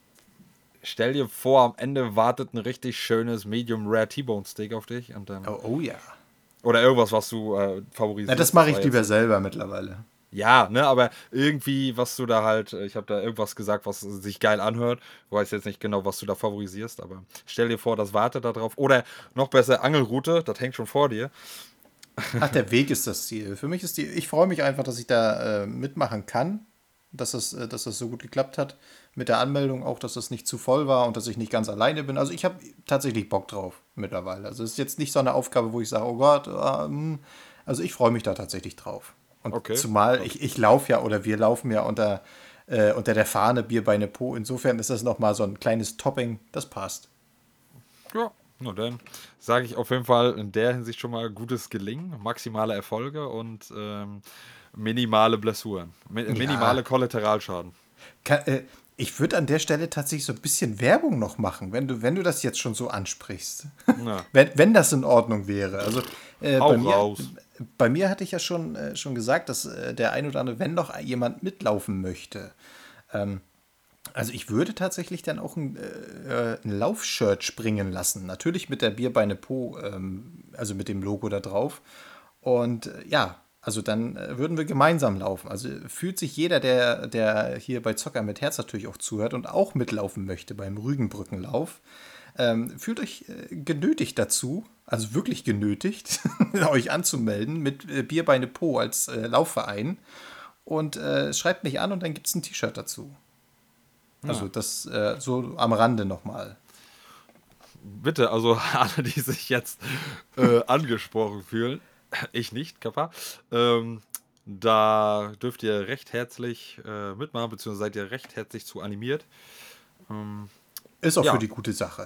Stell dir vor, am Ende wartet ein richtig schönes Medium Rare T-Bone Steak auf dich. Und dann oh, oh ja. Oder irgendwas, was du äh, favorisierst. Na, das mache ich lieber selber mittlerweile. Ja, ne, aber irgendwie, was du da halt, ich habe da irgendwas gesagt, was sich geil anhört. Ich weiß jetzt nicht genau, was du da favorisierst, aber stell dir vor, das wartet da drauf. Oder noch besser, Angelroute, das hängt schon vor dir. Ach, der Weg ist das Ziel. Für mich ist die, ich freue mich einfach, dass ich da äh, mitmachen kann, dass es, äh, dass das so gut geklappt hat. Mit der Anmeldung auch, dass das nicht zu voll war und dass ich nicht ganz alleine bin. Also ich habe tatsächlich Bock drauf mittlerweile. Also es ist jetzt nicht so eine Aufgabe, wo ich sage, oh Gott, ähm, also ich freue mich da tatsächlich drauf. Und okay. zumal ich, ich laufe ja oder wir laufen ja unter, äh, unter der Fahne Bierbeine Po. Insofern ist das nochmal so ein kleines Topping, das passt. Ja, nur dann sage ich auf jeden Fall in der Hinsicht schon mal gutes Gelingen, maximale Erfolge und ähm, minimale Blessuren, Mi- Ja. minimale Kollateralschaden. Kann, äh, ich würde an der Stelle tatsächlich so ein bisschen Werbung noch machen, wenn du, wenn du das jetzt schon so ansprichst. Ja. wenn, wenn das in Ordnung wäre. Also äh, Hau bei, mir, raus. bei mir hatte ich ja schon, äh, schon gesagt, dass äh, der ein oder andere, wenn noch jemand mitlaufen möchte, ähm, also ich würde tatsächlich dann auch ein, äh, ein Laufshirt springen lassen. Natürlich mit der Bierbeine Po, ähm, also mit dem Logo da drauf. Und äh, ja, also dann äh, würden wir gemeinsam laufen. Also fühlt sich jeder, der, der hier bei Zocker mit Herz natürlich auch zuhört und auch mitlaufen möchte beim Rügenbrückenlauf, ähm, fühlt euch äh, genötigt dazu, also wirklich genötigt, euch anzumelden mit äh, Bierbeine Po als äh, Laufverein und äh, schreibt mich an und dann gibt es ein T-Shirt dazu. Ja. Also das äh, so am Rande nochmal. Bitte, also alle, die sich jetzt äh, angesprochen fühlen, ich nicht, Kappa. Ähm, da dürft ihr recht herzlich äh, mitmachen, beziehungsweise seid ihr recht herzlich zu animiert. Ähm, ist auch ja. für die gute Sache.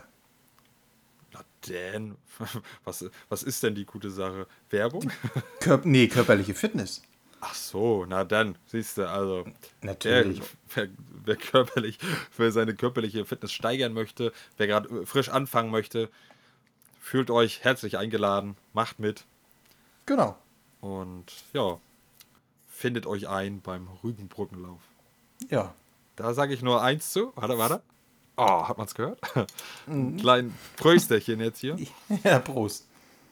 Na denn, was, was ist denn die gute Sache? Werbung? Kör- nee, körperliche Fitness. Ach so, na dann, siehst du, also natürlich. Wer, wer, wer körperlich, wer seine körperliche Fitness steigern möchte, wer gerade frisch anfangen möchte, fühlt euch herzlich eingeladen, macht mit. Genau. Und ja, findet euch ein beim Rügenbrückenlauf. Ja. Da sage ich nur eins zu. Warte, warte. Oh, hat man es gehört? Ein kleines Prösterchen jetzt hier. Ja, Prost.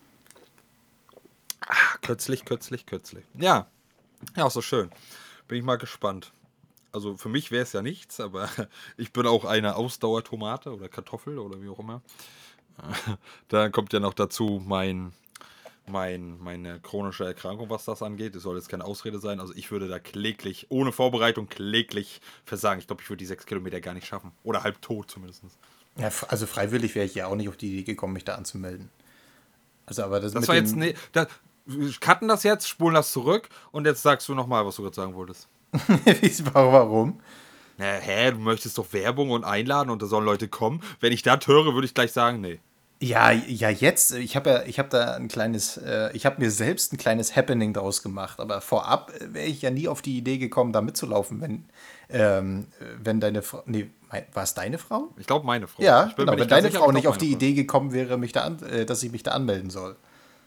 Ah, kürzlich, kürzlich, kürzlich. Ja, ja, auch so schön. Bin ich mal gespannt. Also für mich wäre es ja nichts, aber ich bin auch eine Ausdauertomate oder Kartoffel oder wie auch immer. Dann kommt ja noch dazu mein... Mein, meine chronische Erkrankung, was das angeht. Das soll jetzt keine Ausrede sein. Also ich würde da kläglich, ohne Vorbereitung, kläglich versagen. Ich glaube, ich würde die sechs Kilometer gar nicht schaffen. Oder halb tot zumindest. Ja, also freiwillig wäre ich ja auch nicht auf die Idee gekommen, mich da anzumelden. Also aber das, das mit war dem jetzt, nee, da, wir cutten das jetzt, spulen das zurück und jetzt sagst du nochmal, was du gerade sagen wolltest. Warum? na, hä, du möchtest doch Werbung und einladen und da sollen Leute kommen. Wenn ich das höre, würde ich gleich sagen, nee. Ja, ja, jetzt, ich habe ja, ich habe da ein kleines, äh, ich habe mir selbst ein kleines Happening draus gemacht, aber vorab wäre ich ja nie auf die Idee gekommen, da mitzulaufen, wenn, ähm, wenn deine Frau, nee, war es deine Frau? Ich glaube, meine Frau. Ja, Ich bin genau, mir wenn nicht ganz deine sicher, Frau aber ich nicht glaub, auf die meine Frau. Idee gekommen wäre, mich da an, äh, dass ich mich da anmelden soll.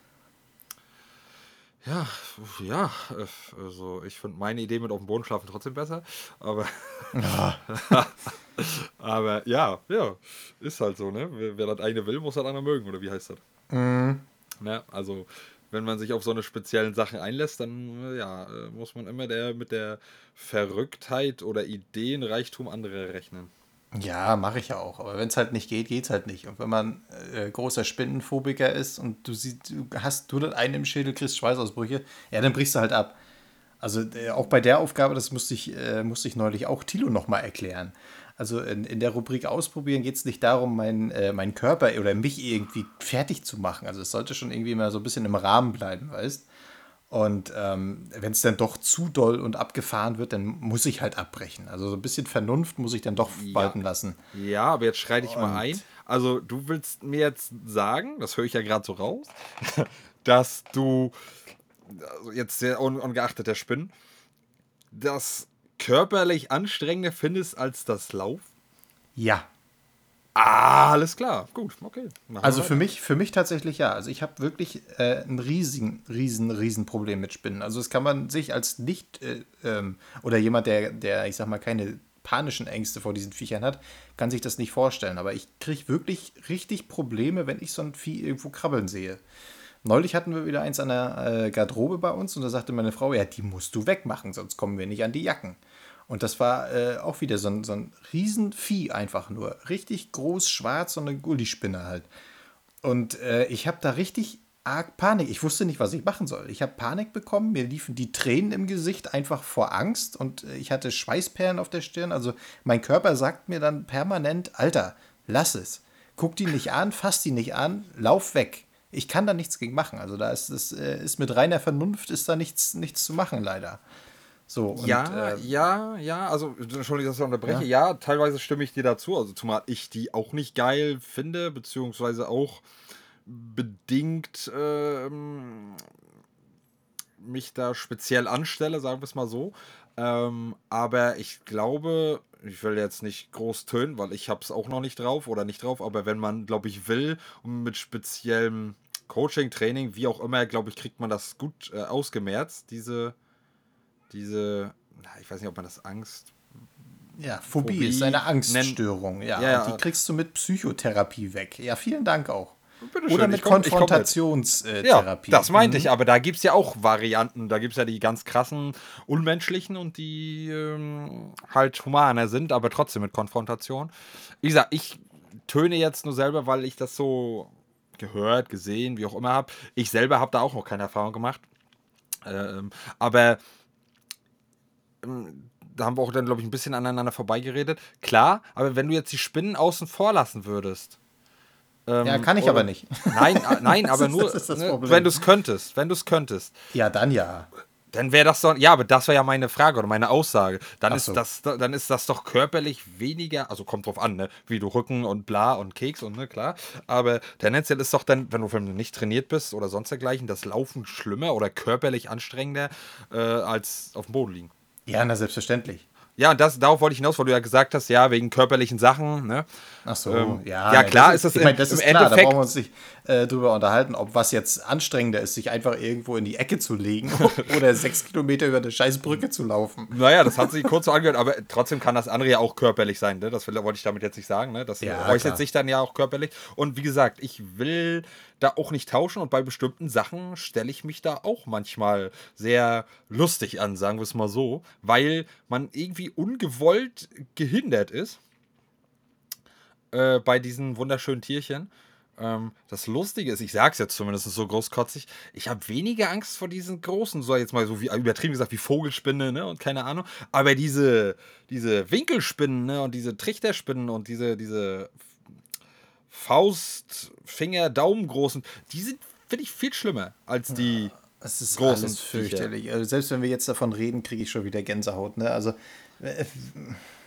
Ja, ja, äh, also ich finde meine Idee mit auf dem Boden schlafen trotzdem besser, aber aber ja, ja, ist halt so, ne? Wer, wer das eine will, muss das andere mögen, oder wie heißt das? Ne? Also, wenn man sich auf so eine speziellen Sachen einlässt, dann äh, ja, äh, muss man immer der mit der Verrücktheit oder Ideenreichtum anderer rechnen. Ja, mache ich ja auch. Aber wenn es halt nicht geht, geht's halt nicht. Und wenn man äh, großer Spinnenphobiker ist und du siehst, du hast du das eine im Schädel, kriegst Schweißausbrüche, ja, dann brichst du halt ab. Also äh, auch bei der Aufgabe, das musste ich, äh, musste ich neulich auch Thilo nochmal erklären. Also in, in der Rubrik Ausprobieren geht es nicht darum, meinen äh, meinen Körper oder mich irgendwie fertig zu machen. Also es sollte schon irgendwie mal so ein bisschen im Rahmen bleiben, weißt? Und ähm, wenn es dann doch zu doll und abgefahren wird, dann muss ich halt abbrechen. Also so ein bisschen Vernunft muss ich dann doch Ja, walten lassen. ja, aber jetzt schreite ich mal Und ein. Also, du willst mir jetzt sagen, das höre ich ja gerade so raus, dass du, also jetzt sehr un ungeachtet der Spinnen, das körperlich anstrengender findest als das Lauf? ja, Ah, alles klar. Gut, okay. Machen wir also für weiter. mich, für mich tatsächlich ja. Also ich habe wirklich äh, ein riesen, riesen, riesen Problem mit Spinnen. Also das kann man sich als nicht äh, ähm, oder jemand, der, der, ich sag mal, keine panischen Ängste vor diesen Viechern hat, kann sich das nicht vorstellen. Aber ich kriege wirklich richtig Probleme, wenn ich so ein Vieh irgendwo krabbeln sehe. Neulich hatten wir wieder eins an der äh, Garderobe bei uns und da sagte meine Frau, ja, die musst du wegmachen, sonst kommen wir nicht an die Jacken. Und das war äh, auch wieder so ein, so ein Riesenvieh einfach nur. Richtig groß, schwarz, so eine Gullispinne halt. Und äh, ich habe da richtig arg Panik. Ich wusste nicht, was ich machen soll. Ich habe Panik bekommen, mir liefen die Tränen im Gesicht einfach vor Angst und äh, ich hatte Schweißperlen auf der Stirn. Also mein Körper sagt mir dann permanent, Alter, lass es. Guck die nicht an, fass die nicht an, lauf weg. Ich kann da nichts gegen machen. Also da ist es äh, ist mit reiner Vernunft ist da nichts, nichts zu machen, leider. So, und Ja, äh, ja, ja, also, Entschuldigung, dass ich unterbreche. ja. Ja, teilweise stimme ich dir dazu. Also, zumal ich die auch nicht geil finde, beziehungsweise auch bedingt ähm, mich da speziell anstelle, sagen wir es mal so. Ähm, aber ich glaube, ich will jetzt nicht groß tönen, weil ich habe es auch noch nicht drauf oder nicht drauf, aber wenn man, glaube ich, will und mit speziellem Coaching, Training, wie auch immer, glaube ich, kriegt man das gut äh, ausgemerzt, diese, diese, na, ich weiß nicht, ob man das Angst, Ja, Phobie ist Phobie eine nennt. Angststörung, ja, Ja, und die ja, kriegst du mit Psychotherapie weg. Ja, vielen Dank auch. Oder bitteschön, ich mit komme ich komm mit. Ja, Konfrontationstherapie. das meinte ich, aber da gibt es ja auch Varianten. Da gibt es ja die ganz krassen, unmenschlichen und die ähm, halt humaner sind, aber trotzdem mit Konfrontation. Wie gesagt, ich töne jetzt nur selber, weil ich das so gehört, gesehen, wie auch immer habe. Ich selber habe da auch noch keine Erfahrung gemacht. Ähm, aber ähm, da haben wir auch dann, glaube ich, ein bisschen aneinander vorbeigeredet. Klar, aber wenn du jetzt die Spinnen außen vor lassen würdest, Ja, ähm, kann ich aber oder, nicht. nein, äh, nein, Das aber ist, das nur, ist das ne, wenn du Problem. es könntest, wenn du es könntest. Ja, dann ja. Dann wäre das doch, ja, aber das wäre ja meine Frage oder meine Aussage. Dann Ach ist so. das, dann ist das doch körperlich weniger, also kommt drauf an, ne, wie du Rücken und bla und Keks und ne, klar. Aber tendenziell ist doch dann, wenn du, wenn du nicht trainiert bist oder sonst dergleichen, das Laufen schlimmer oder körperlich anstrengender äh, als auf dem Boden liegen. Ja, na, selbstverständlich. Ja, und das, darauf wollte ich hinaus, weil du ja gesagt hast, ja, wegen körperlichen Sachen, ne? Ach so, Ähm, ja, ja, ne, das klar ist ist, es ich im, meine, das im ist klar, da brauchen wir Endeffekt. uns nicht äh, drüber unterhalten, ob was jetzt anstrengender ist, sich einfach irgendwo in die Ecke zu legen oder sechs Kilometer über eine scheiß Brücke zu laufen. Naja, das hat sich kurz so angehört, aber trotzdem kann das andere ja auch körperlich sein, ne? Das will, wollte ich damit jetzt nicht sagen, ne? Das äh, Ja, äußert klar. sich dann ja auch körperlich. Und wie gesagt, ich will da auch nicht tauschen und bei bestimmten Sachen stelle ich mich da auch manchmal sehr lustig an, sagen wir es mal so, weil man irgendwie ungewollt gehindert ist äh, bei diesen wunderschönen Tierchen. Ähm, das Lustige ist, ich sag's jetzt zumindest so großkotzig, ich habe weniger Angst vor diesen großen, so jetzt mal so wie übertrieben gesagt, wie Vogelspinne, ne, und keine Ahnung. Aber diese, diese Winkelspinnen, ne, und diese Trichterspinnen und diese, diese Faust, Finger, Daumen großen, die sind, finde ich, viel schlimmer als die Es ist großen alles Viecher. fürchterlich. Also selbst wenn wir jetzt davon reden, kriege ich schon wieder Gänsehaut. Ne? Also, äh,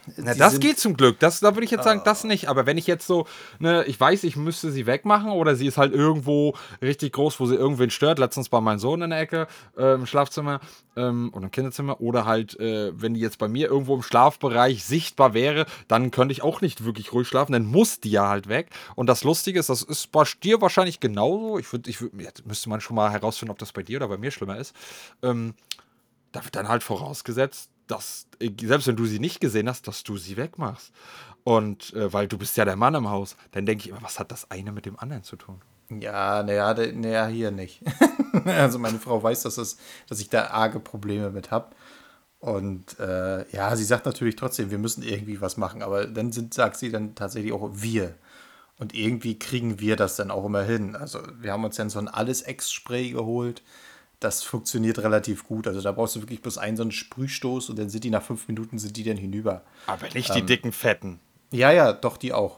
Na, die das sind, geht zum Glück. Das, da würde ich jetzt sagen, das nicht. Aber wenn ich jetzt so, ne, ich weiß, ich müsste sie wegmachen oder sie ist halt irgendwo richtig groß, wo sie irgendwen stört. Letztens bei meinem Sohn in der Ecke äh, im Schlafzimmer ähm, oder im Kinderzimmer. Oder halt, äh, wenn die jetzt bei mir irgendwo im Schlafbereich sichtbar wäre, dann könnte ich auch nicht wirklich ruhig schlafen. Dann muss die ja halt weg. Und das Lustige ist, das ist bei dir wahrscheinlich genauso. Ich würde, ich würd, jetzt müsste man schon mal herausfinden, ob das bei dir oder bei mir schlimmer ist. Ähm, Da wird dann halt vorausgesetzt, dass, äh, selbst wenn du sie nicht gesehen hast, dass du sie wegmachst. Und äh, weil du bist ja der Mann im Haus, dann denke ich immer, was hat das eine mit dem anderen zu tun? ja, naja, naja, hier nicht. Also meine Frau weiß, dass, das, dass ich da arge Probleme mit habe. Und äh, ja, sie sagt natürlich trotzdem, wir müssen irgendwie was machen. Aber dann sind, sagt sie dann tatsächlich auch wir. Und irgendwie kriegen wir das dann auch immer hin. Also wir haben uns dann so ein Alles-Ex-Spray geholt. Das funktioniert relativ gut. Also da brauchst du wirklich bloß einen so einen Sprühstoß und dann sind die nach fünf Minuten sind die dann hinüber. Aber nicht die dicken Fetten. Ja, ja, doch, die auch.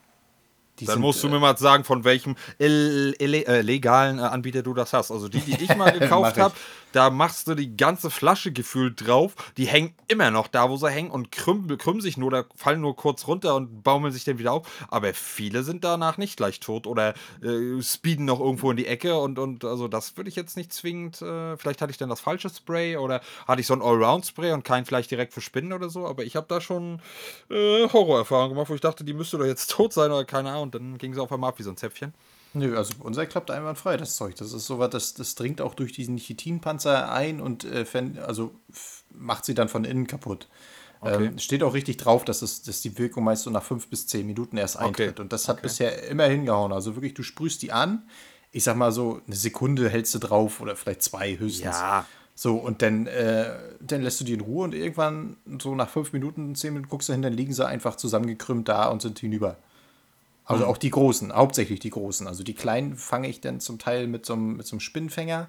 Die Dann sind, musst du äh, mir mal sagen, von welchem ill- ille- äh, legalen äh, Anbieter du das hast. Also die, die ich mal gekauft Mach ich. habe, da machst du die ganze Flasche gefühlt drauf. Die hängen immer noch da, wo sie hängen und krümmen, krümmen sich nur, oder fallen nur kurz runter und baumeln sich dann wieder auf. Aber viele sind danach nicht gleich tot oder äh, speeden noch irgendwo in die Ecke. Und, und also das würde ich jetzt nicht zwingend. Äh, vielleicht hatte ich dann das falsche Spray oder hatte ich so ein Allround-Spray und keinen vielleicht direkt für Spinnen oder so. Aber ich habe da schon äh, Horrorerfahrungen gemacht, wo ich dachte, die müsste doch jetzt tot sein oder keine Ahnung. Und dann ging sie auf einmal ab wie so ein Zäpfchen. Nö, also unser klappt einwandfrei, das Zeug. Das ist sowas, das, das dringt auch durch diesen Chitinpanzer ein und äh, fen- also f- macht sie dann von innen kaputt. Okay. Ähm, steht auch richtig drauf, dass, es, dass die Wirkung meist so nach fünf bis zehn Minuten erst eintritt. Und das hat Okay. bisher immer hingehauen. Also wirklich, du sprühst die an, ich sag mal so, eine Sekunde hältst du drauf oder vielleicht zwei höchstens. Ja. So, und dann, äh, dann lässt du die in Ruhe und irgendwann, so nach fünf Minuten, zehn Minuten guckst du hin, dann liegen sie einfach zusammengekrümmt da und sind hinüber. Also auch die großen, hauptsächlich die großen. Also die kleinen fange ich dann zum Teil mit so einem, mit so einem Spinnenfänger,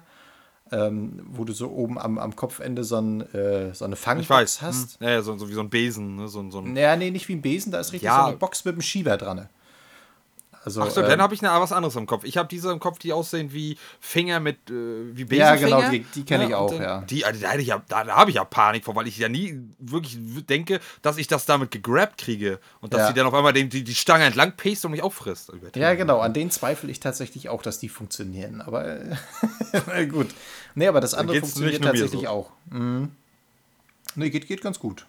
ähm, wo du so oben am, am Kopfende so, ein, äh, so eine Ich Fangbox weiß. hast. Hm. Ja, ja, so, so wie so ein Besen. Ne? So, ein- so ein Naja, nee, nicht wie ein Besen, da ist richtig Ja. so eine Box mit einem Schieber dran. Also, Ach so, ähm, dann habe ich eine, was anderes im Kopf. Ich habe diese im Kopf, die aussehen wie Finger mit, äh, wie Ja, Besenfinger. genau, die- die kenn ich und auch, dann- ja. Die, also, da hätte ich ja, da, da habe ich ja Panik vor, weil ich ja nie wirklich denke, dass ich das damit gegrabt kriege. Und dass Ja. die dann auf einmal den, die, die Stange entlang pest und mich auffrisst. ja, genau, an denen zweifle ich tatsächlich auch, dass die funktionieren. Aber äh, gut. Nee, aber das andere geht's funktioniert nicht nur mir tatsächlich so. auch. Mhm. Nee, geht, geht ganz gut.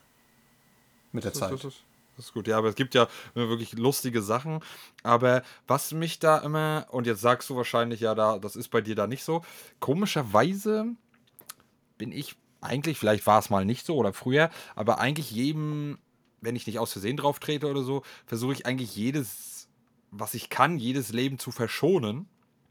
Mit der Das, Zeit. das, das, das ist gut, ja, aber es gibt ja immer wirklich lustige Sachen. Aber was mich da immer, und jetzt sagst du wahrscheinlich, ja, da, das ist bei dir da nicht so, komischerweise bin ich eigentlich, vielleicht war es mal nicht so oder früher, aber eigentlich jedem, wenn ich nicht aus Versehen drauf trete oder so, versuche ich eigentlich jedes, was ich kann, jedes Leben zu verschonen.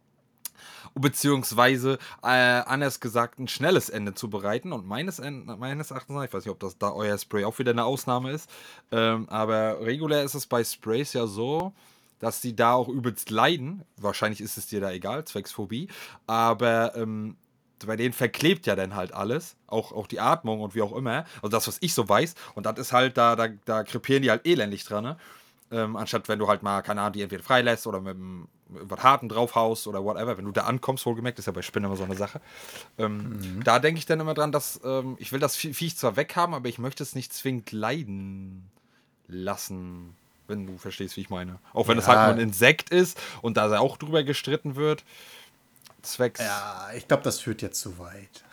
Beziehungsweise, äh, anders gesagt, ein schnelles Ende zu bereiten. Und meines, En- meines Erachtens, ich weiß nicht, ob das da euer Spray auch wieder eine Ausnahme ist, ähm, aber regulär ist es bei Sprays ja so, dass die da auch übelst leiden. Wahrscheinlich ist es dir da egal, zwecks Phobie. Aber ähm, bei denen verklebt ja dann halt alles. Auch, auch die Atmung und wie auch immer. Also das, was ich so weiß. Und das ist halt, da, da, da krepieren die halt elendig dran, ne? Ähm, anstatt wenn du halt mal, keine Ahnung, die entweder freilässt oder mit, dem- mit was Harten draufhaust oder whatever. Wenn du da ankommst, wohlgemerkt, ist ja bei Spinnen immer so eine Sache. Ähm, Da denke ich dann immer dran, dass ähm, ich will das Vie- Viech zwar weghaben, aber ich möchte es nicht zwingend leiden lassen. Wenn du verstehst, wie ich meine. Auch wenn es Ja. halt nur ein Insekt ist und da auch drüber gestritten wird. Zwecks. Ja, ich glaube, das führt jetzt zu weit.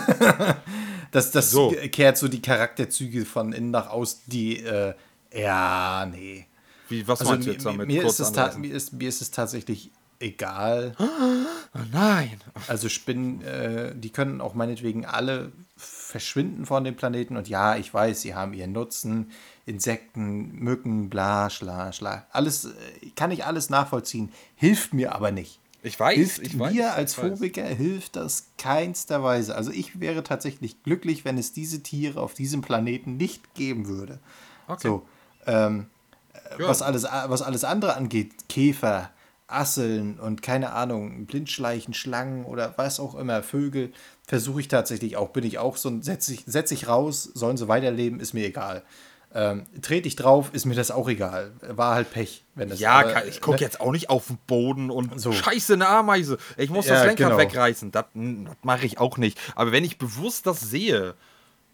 das das So. kehrt so die Charakterzüge von innen nach außen, die, äh, ja, nee. Wie, was Also meinst du mir, jetzt damit? mir, Kurz ist es ta- anreißen. mir, ist, mir ist es tatsächlich egal. Oh nein. Also Spinnen, äh, die können auch meinetwegen alle verschwinden von dem Planeten. Und ja, ich weiß, sie haben ihren Nutzen. Insekten, Mücken, bla, schla, schla. Alles, äh, kann ich alles nachvollziehen. Hilft mir aber nicht. Ich weiß, Hilft ich mir weiß. als ich weiß. Phobiker, hilft das keinster Weise. Also ich wäre tatsächlich glücklich, wenn es diese Tiere auf diesem Planeten nicht geben würde. Okay. So, ähm, Ja. was, alles, was alles andere angeht, Käfer, Asseln und keine Ahnung, Blindschleichen, Schlangen oder was auch immer, Vögel, versuche ich tatsächlich auch, bin ich auch so, setze ich, setz ich raus, sollen sie weiterleben, ist mir egal. Ähm, trete ich drauf, ist mir das auch egal. War halt Pech. Wenn das, Ja, aber, kann, ich gucke ne? jetzt auch nicht auf den Boden und So. scheiße, eine Ameise. Ich muss Ja, das Lenkrad genau. wegreißen. Das, das mache ich auch nicht. Aber wenn ich bewusst das sehe,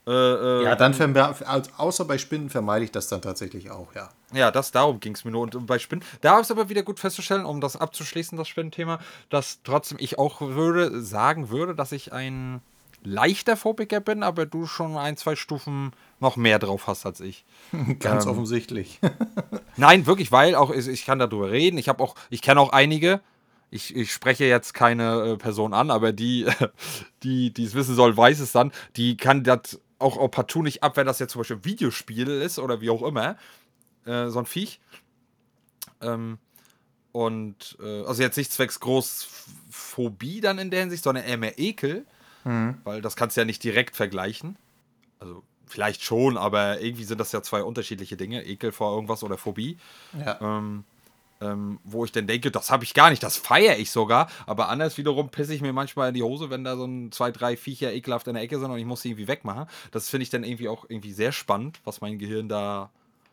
Äh, äh, Ja, dann verme- also außer bei Spinnen vermeide ich das dann tatsächlich auch, ja. Ja, das, darum ging es mir nur. Und bei Spinnen, da ist aber wieder gut festzustellen, um das abzuschließen, das Spinnenthema, dass trotzdem ich auch würde sagen würde, dass ich ein leichter Phobiker bin, aber du schon ein, zwei Stufen noch mehr drauf hast als ich. Ganz Ähm, offensichtlich. nein, wirklich, weil auch ich, ich kann darüber reden. Ich habe auch, ich kenne auch einige. Ich, ich spreche jetzt keine äh, Person an, aber die, die, die es wissen soll, weiß es dann. Die kann das auch, auch partout nicht ab, wenn das jetzt zum Beispiel ein Videospiel ist oder wie auch immer. Äh, so ein Viech. Ähm, und äh, also jetzt nicht zwecks groß Phobie dann in der Hinsicht, sondern eher mehr Ekel, Mhm. weil das kannst du ja nicht direkt vergleichen. Also vielleicht schon, aber irgendwie sind das ja zwei unterschiedliche Dinge, Ekel vor irgendwas oder Phobie. Ja. Ähm, ähm, wo ich dann denke, das habe ich gar nicht, das feiere ich sogar, aber anders wiederum pisse ich mir manchmal in die Hose, wenn da so ein zwei, drei Viecher ekelhaft in der Ecke sind und ich muss sie irgendwie wegmachen. Das finde ich dann irgendwie auch irgendwie sehr spannend, was mein Gehirn da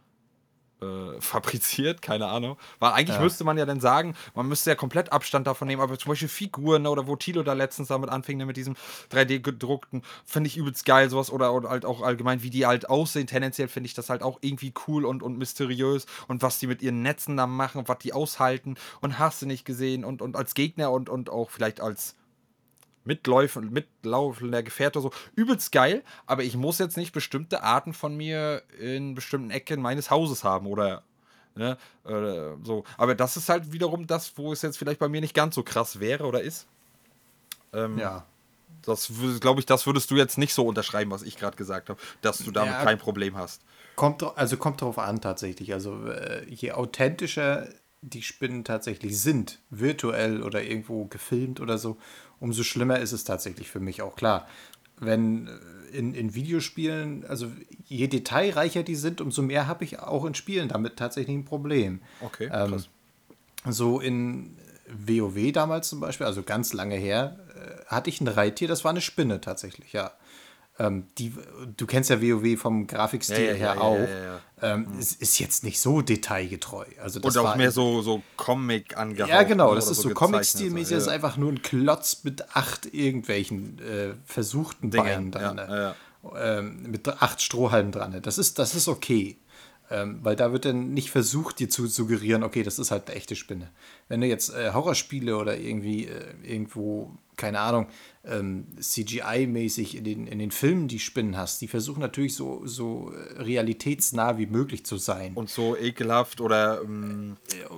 äh, fabriziert, keine Ahnung. Weil eigentlich Ja. müsste man ja dann sagen, man müsste ja komplett Abstand davon nehmen, aber zum Beispiel Figuren, ne, oder wo Tilo da letztens damit anfing, ne, mit diesem drei D gedruckten, finde ich übelst geil, sowas, oder, oder halt auch allgemein, wie die halt aussehen, tendenziell finde ich das halt auch irgendwie cool und, und mysteriös und was die mit ihren Netzen da machen, was die aushalten und hast du nicht gesehen und, und als Gegner und, und auch vielleicht als Mitläufer, mitlaufender Gefährte so, übelst geil, aber ich muss jetzt nicht bestimmte Arten von mir in bestimmten Ecken meines Hauses haben oder ne, äh, so. Aber das ist halt wiederum das, wo es jetzt vielleicht bei mir nicht ganz so krass wäre oder ist. Ähm, Ja. das glaube ich, das würdest du jetzt nicht so unterschreiben, was ich gerade gesagt habe, dass du damit Ja, kein Problem hast. kommt, dra- also kommt darauf an tatsächlich. Also äh, je authentischer die Spinnen tatsächlich sind, virtuell oder irgendwo gefilmt oder so, umso schlimmer ist es tatsächlich für mich auch klar. Wenn äh, in, in Videospielen, also je detailreicher die sind, umso mehr habe ich auch in Spielen damit tatsächlich ein Problem. Okay, Ähm, krass. so in WoW damals zum Beispiel, also ganz lange her, äh, hatte ich ein Reittier, das war eine Spinne tatsächlich, ja. Ähm, die, du kennst ja WoW vom Ja, ja, Grafikstil ja, her ja, ja, auch. ja. Ja. Ähm, es ist jetzt nicht so detailgetreu. Also Und das auch war mehr so, so Comic ja, angehaucht, genau, ne? das Oder ist so so gezeichnet. So. Comic-Stilmäßig, das ist Ja. einfach nur ein Klotz mit acht irgendwelchen äh, versuchten Dinge, Beinen ja, dran. Ne? ja, ja. Ähm, mit acht Strohhalmen dran. Ne? Das ist, das ist okay. Ähm, weil da wird dann nicht versucht, dir zu suggerieren, okay, das ist halt eine echte Spinne. Wenn du jetzt äh, Horrorspiele oder irgendwie äh, irgendwo, keine Ahnung, ähm, C G I-mäßig in den, in den Filmen die Spinnen hast, die versuchen natürlich so, so äh, realitätsnah wie möglich zu sein. Und so ekelhaft oder ähm,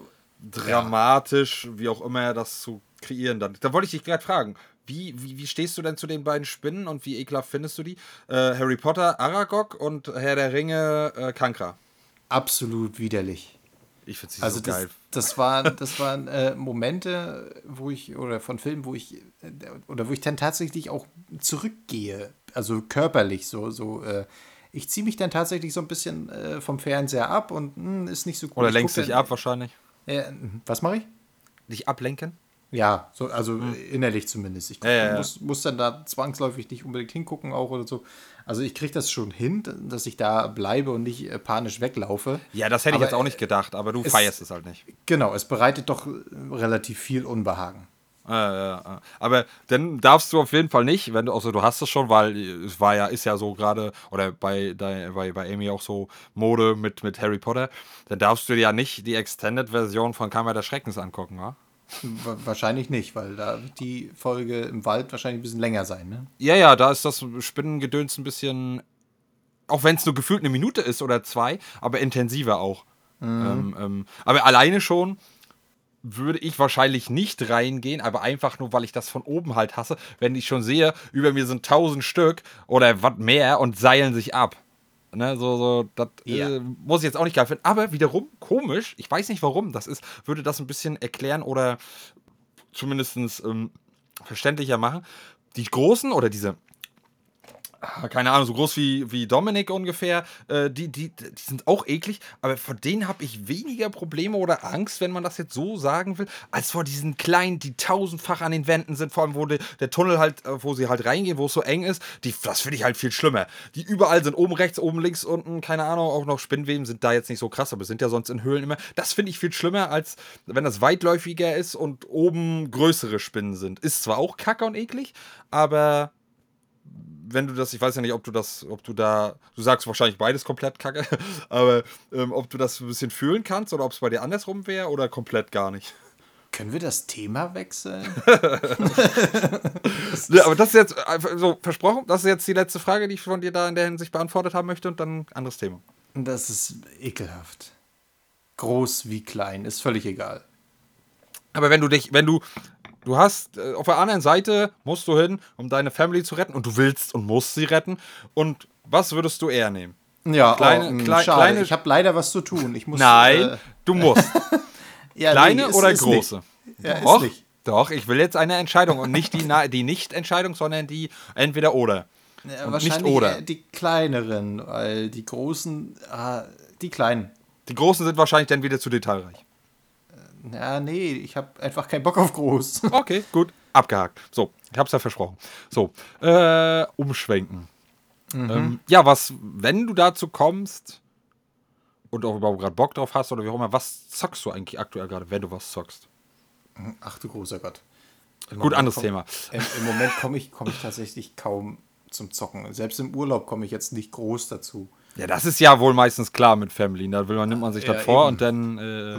Ja, dramatisch, wie auch immer, das zu kreieren. Dann. Da wollte ich dich gerade fragen, wie, wie, wie stehst du denn zu den beiden Spinnen und wie ekelhaft findest du die? Äh, Harry Potter, Aragog und Herr der Ringe, äh, Kankra. absolut widerlich. Ich finde sie so Also das, geil. das waren, das waren äh, Momente, wo ich, oder von Filmen, wo ich, äh, oder wo ich dann tatsächlich auch zurückgehe, also körperlich so, so, äh, ich ziehe mich dann tatsächlich so ein bisschen äh, vom Fernseher ab und mh, ist nicht so cool. Oder Ich lenkst gucke dich dann, ab wahrscheinlich. äh, was mache ich? Dich ablenken? Ja, so, also innerlich zumindest. Ich Ja, guck, ja, ja. muss, muss dann da zwangsläufig nicht unbedingt hingucken auch oder so. Also ich kriege das schon hin, dass ich da bleibe und nicht äh, panisch weglaufe. Ja, das hätte ich Aber jetzt auch äh, nicht gedacht, aber du es, feierst es halt nicht. genau, es bereitet doch äh, relativ viel Unbehagen. Äh, äh, äh. Aber dann darfst du auf jeden Fall nicht, wenn du, also du hast es schon, weil es war ja, ist ja so gerade, oder bei, bei, bei Amy auch so Mode mit, mit Harry Potter, dann darfst du dir ja nicht die Extended-Version von Kammer des Schreckens angucken, wa? Wa- Wahrscheinlich nicht, weil da wird die Folge im Wald wahrscheinlich ein bisschen länger sein, ne? Ja, ja, da ist das Spinnengedöns ein bisschen, auch wenn es nur gefühlt eine Minute ist oder zwei, aber intensiver auch. Ähm, ähm, aber alleine schon würde ich wahrscheinlich nicht reingehen, aber einfach nur, weil ich das von oben halt hasse, wenn ich schon sehe, über mir sind tausend Stück oder was mehr und seilen sich ab. Ne, so, so, das Ja. äh, muss ich jetzt auch nicht geil finden. Aber wiederum, komisch, ich weiß nicht warum, das ist, würde das ein bisschen erklären oder zumindest ähm, verständlicher machen. Die großen oder diese keine Ahnung, so groß wie, wie Dominik ungefähr, äh, die, die, die sind auch eklig, aber vor denen habe ich weniger Probleme oder Angst, wenn man das jetzt so sagen will, als vor diesen kleinen, die tausendfach an den Wänden sind, vor allem wo die, der Tunnel halt, äh, wo sie halt reingehen, wo es so eng ist, die, das finde ich halt viel schlimmer. Die überall sind, oben rechts, oben links, unten, keine Ahnung, auch noch Spinnweben sind da jetzt nicht so krass, aber sind ja sonst in Höhlen immer. Das finde ich viel schlimmer, als wenn das weitläufiger ist und oben größere Spinnen sind. Ist zwar auch kacke und eklig, aber wenn du das, ich weiß ja nicht, ob du das, ob du da, du sagst wahrscheinlich beides komplett kacke, aber ähm, ob du das ein bisschen fühlen kannst oder ob es bei dir andersrum wäre oder komplett gar nicht. Können wir das Thema wechseln? Ja, aber das ist jetzt einfach so versprochen, das ist jetzt die letzte Frage, die ich von dir da in der Hinsicht beantwortet haben möchte und dann ein anderes Thema. Das ist ekelhaft. Groß wie klein, ist völlig egal. Aber wenn du dich, wenn du, du hast, äh, auf der anderen Seite musst du hin, um deine Family zu retten und du willst und musst sie retten und was würdest du eher nehmen? Ja, Kleine, oh, mh, klei- schade. kleine, Ich habe leider was zu tun. Ich muss, nein, äh, du musst. ja, Kleine nee, ist- oder ist große? Nicht. Ja, ist Doch, nicht. doch, ich will jetzt eine Entscheidung und nicht die, Na- die Nicht-Entscheidung, sondern die entweder oder. Ja, Und wahrscheinlich nicht oder. eher die kleineren, weil die großen, ah, die kleinen. Die Großen sind wahrscheinlich dann wieder zu detailreich. Ja, nee, ich habe einfach keinen Bock auf groß. Okay, gut, abgehakt. So, ich hab's ja versprochen. So, äh, umschwenken. Ähm, ja, was, wenn du dazu kommst und auch überhaupt gerade Bock drauf hast oder wie auch immer, was zockst du eigentlich aktuell gerade, wenn du was zockst? Ach du großer Gott. Im Gut, Moment anderes komm, Thema. Im, im Moment komme ich, komm ich tatsächlich kaum zum Zocken. Selbst im Urlaub komme ich jetzt nicht groß dazu. Ja, das ist ja wohl meistens klar mit Family. Da will man, nimmt man sich Ja, das vor eben. und dann äh,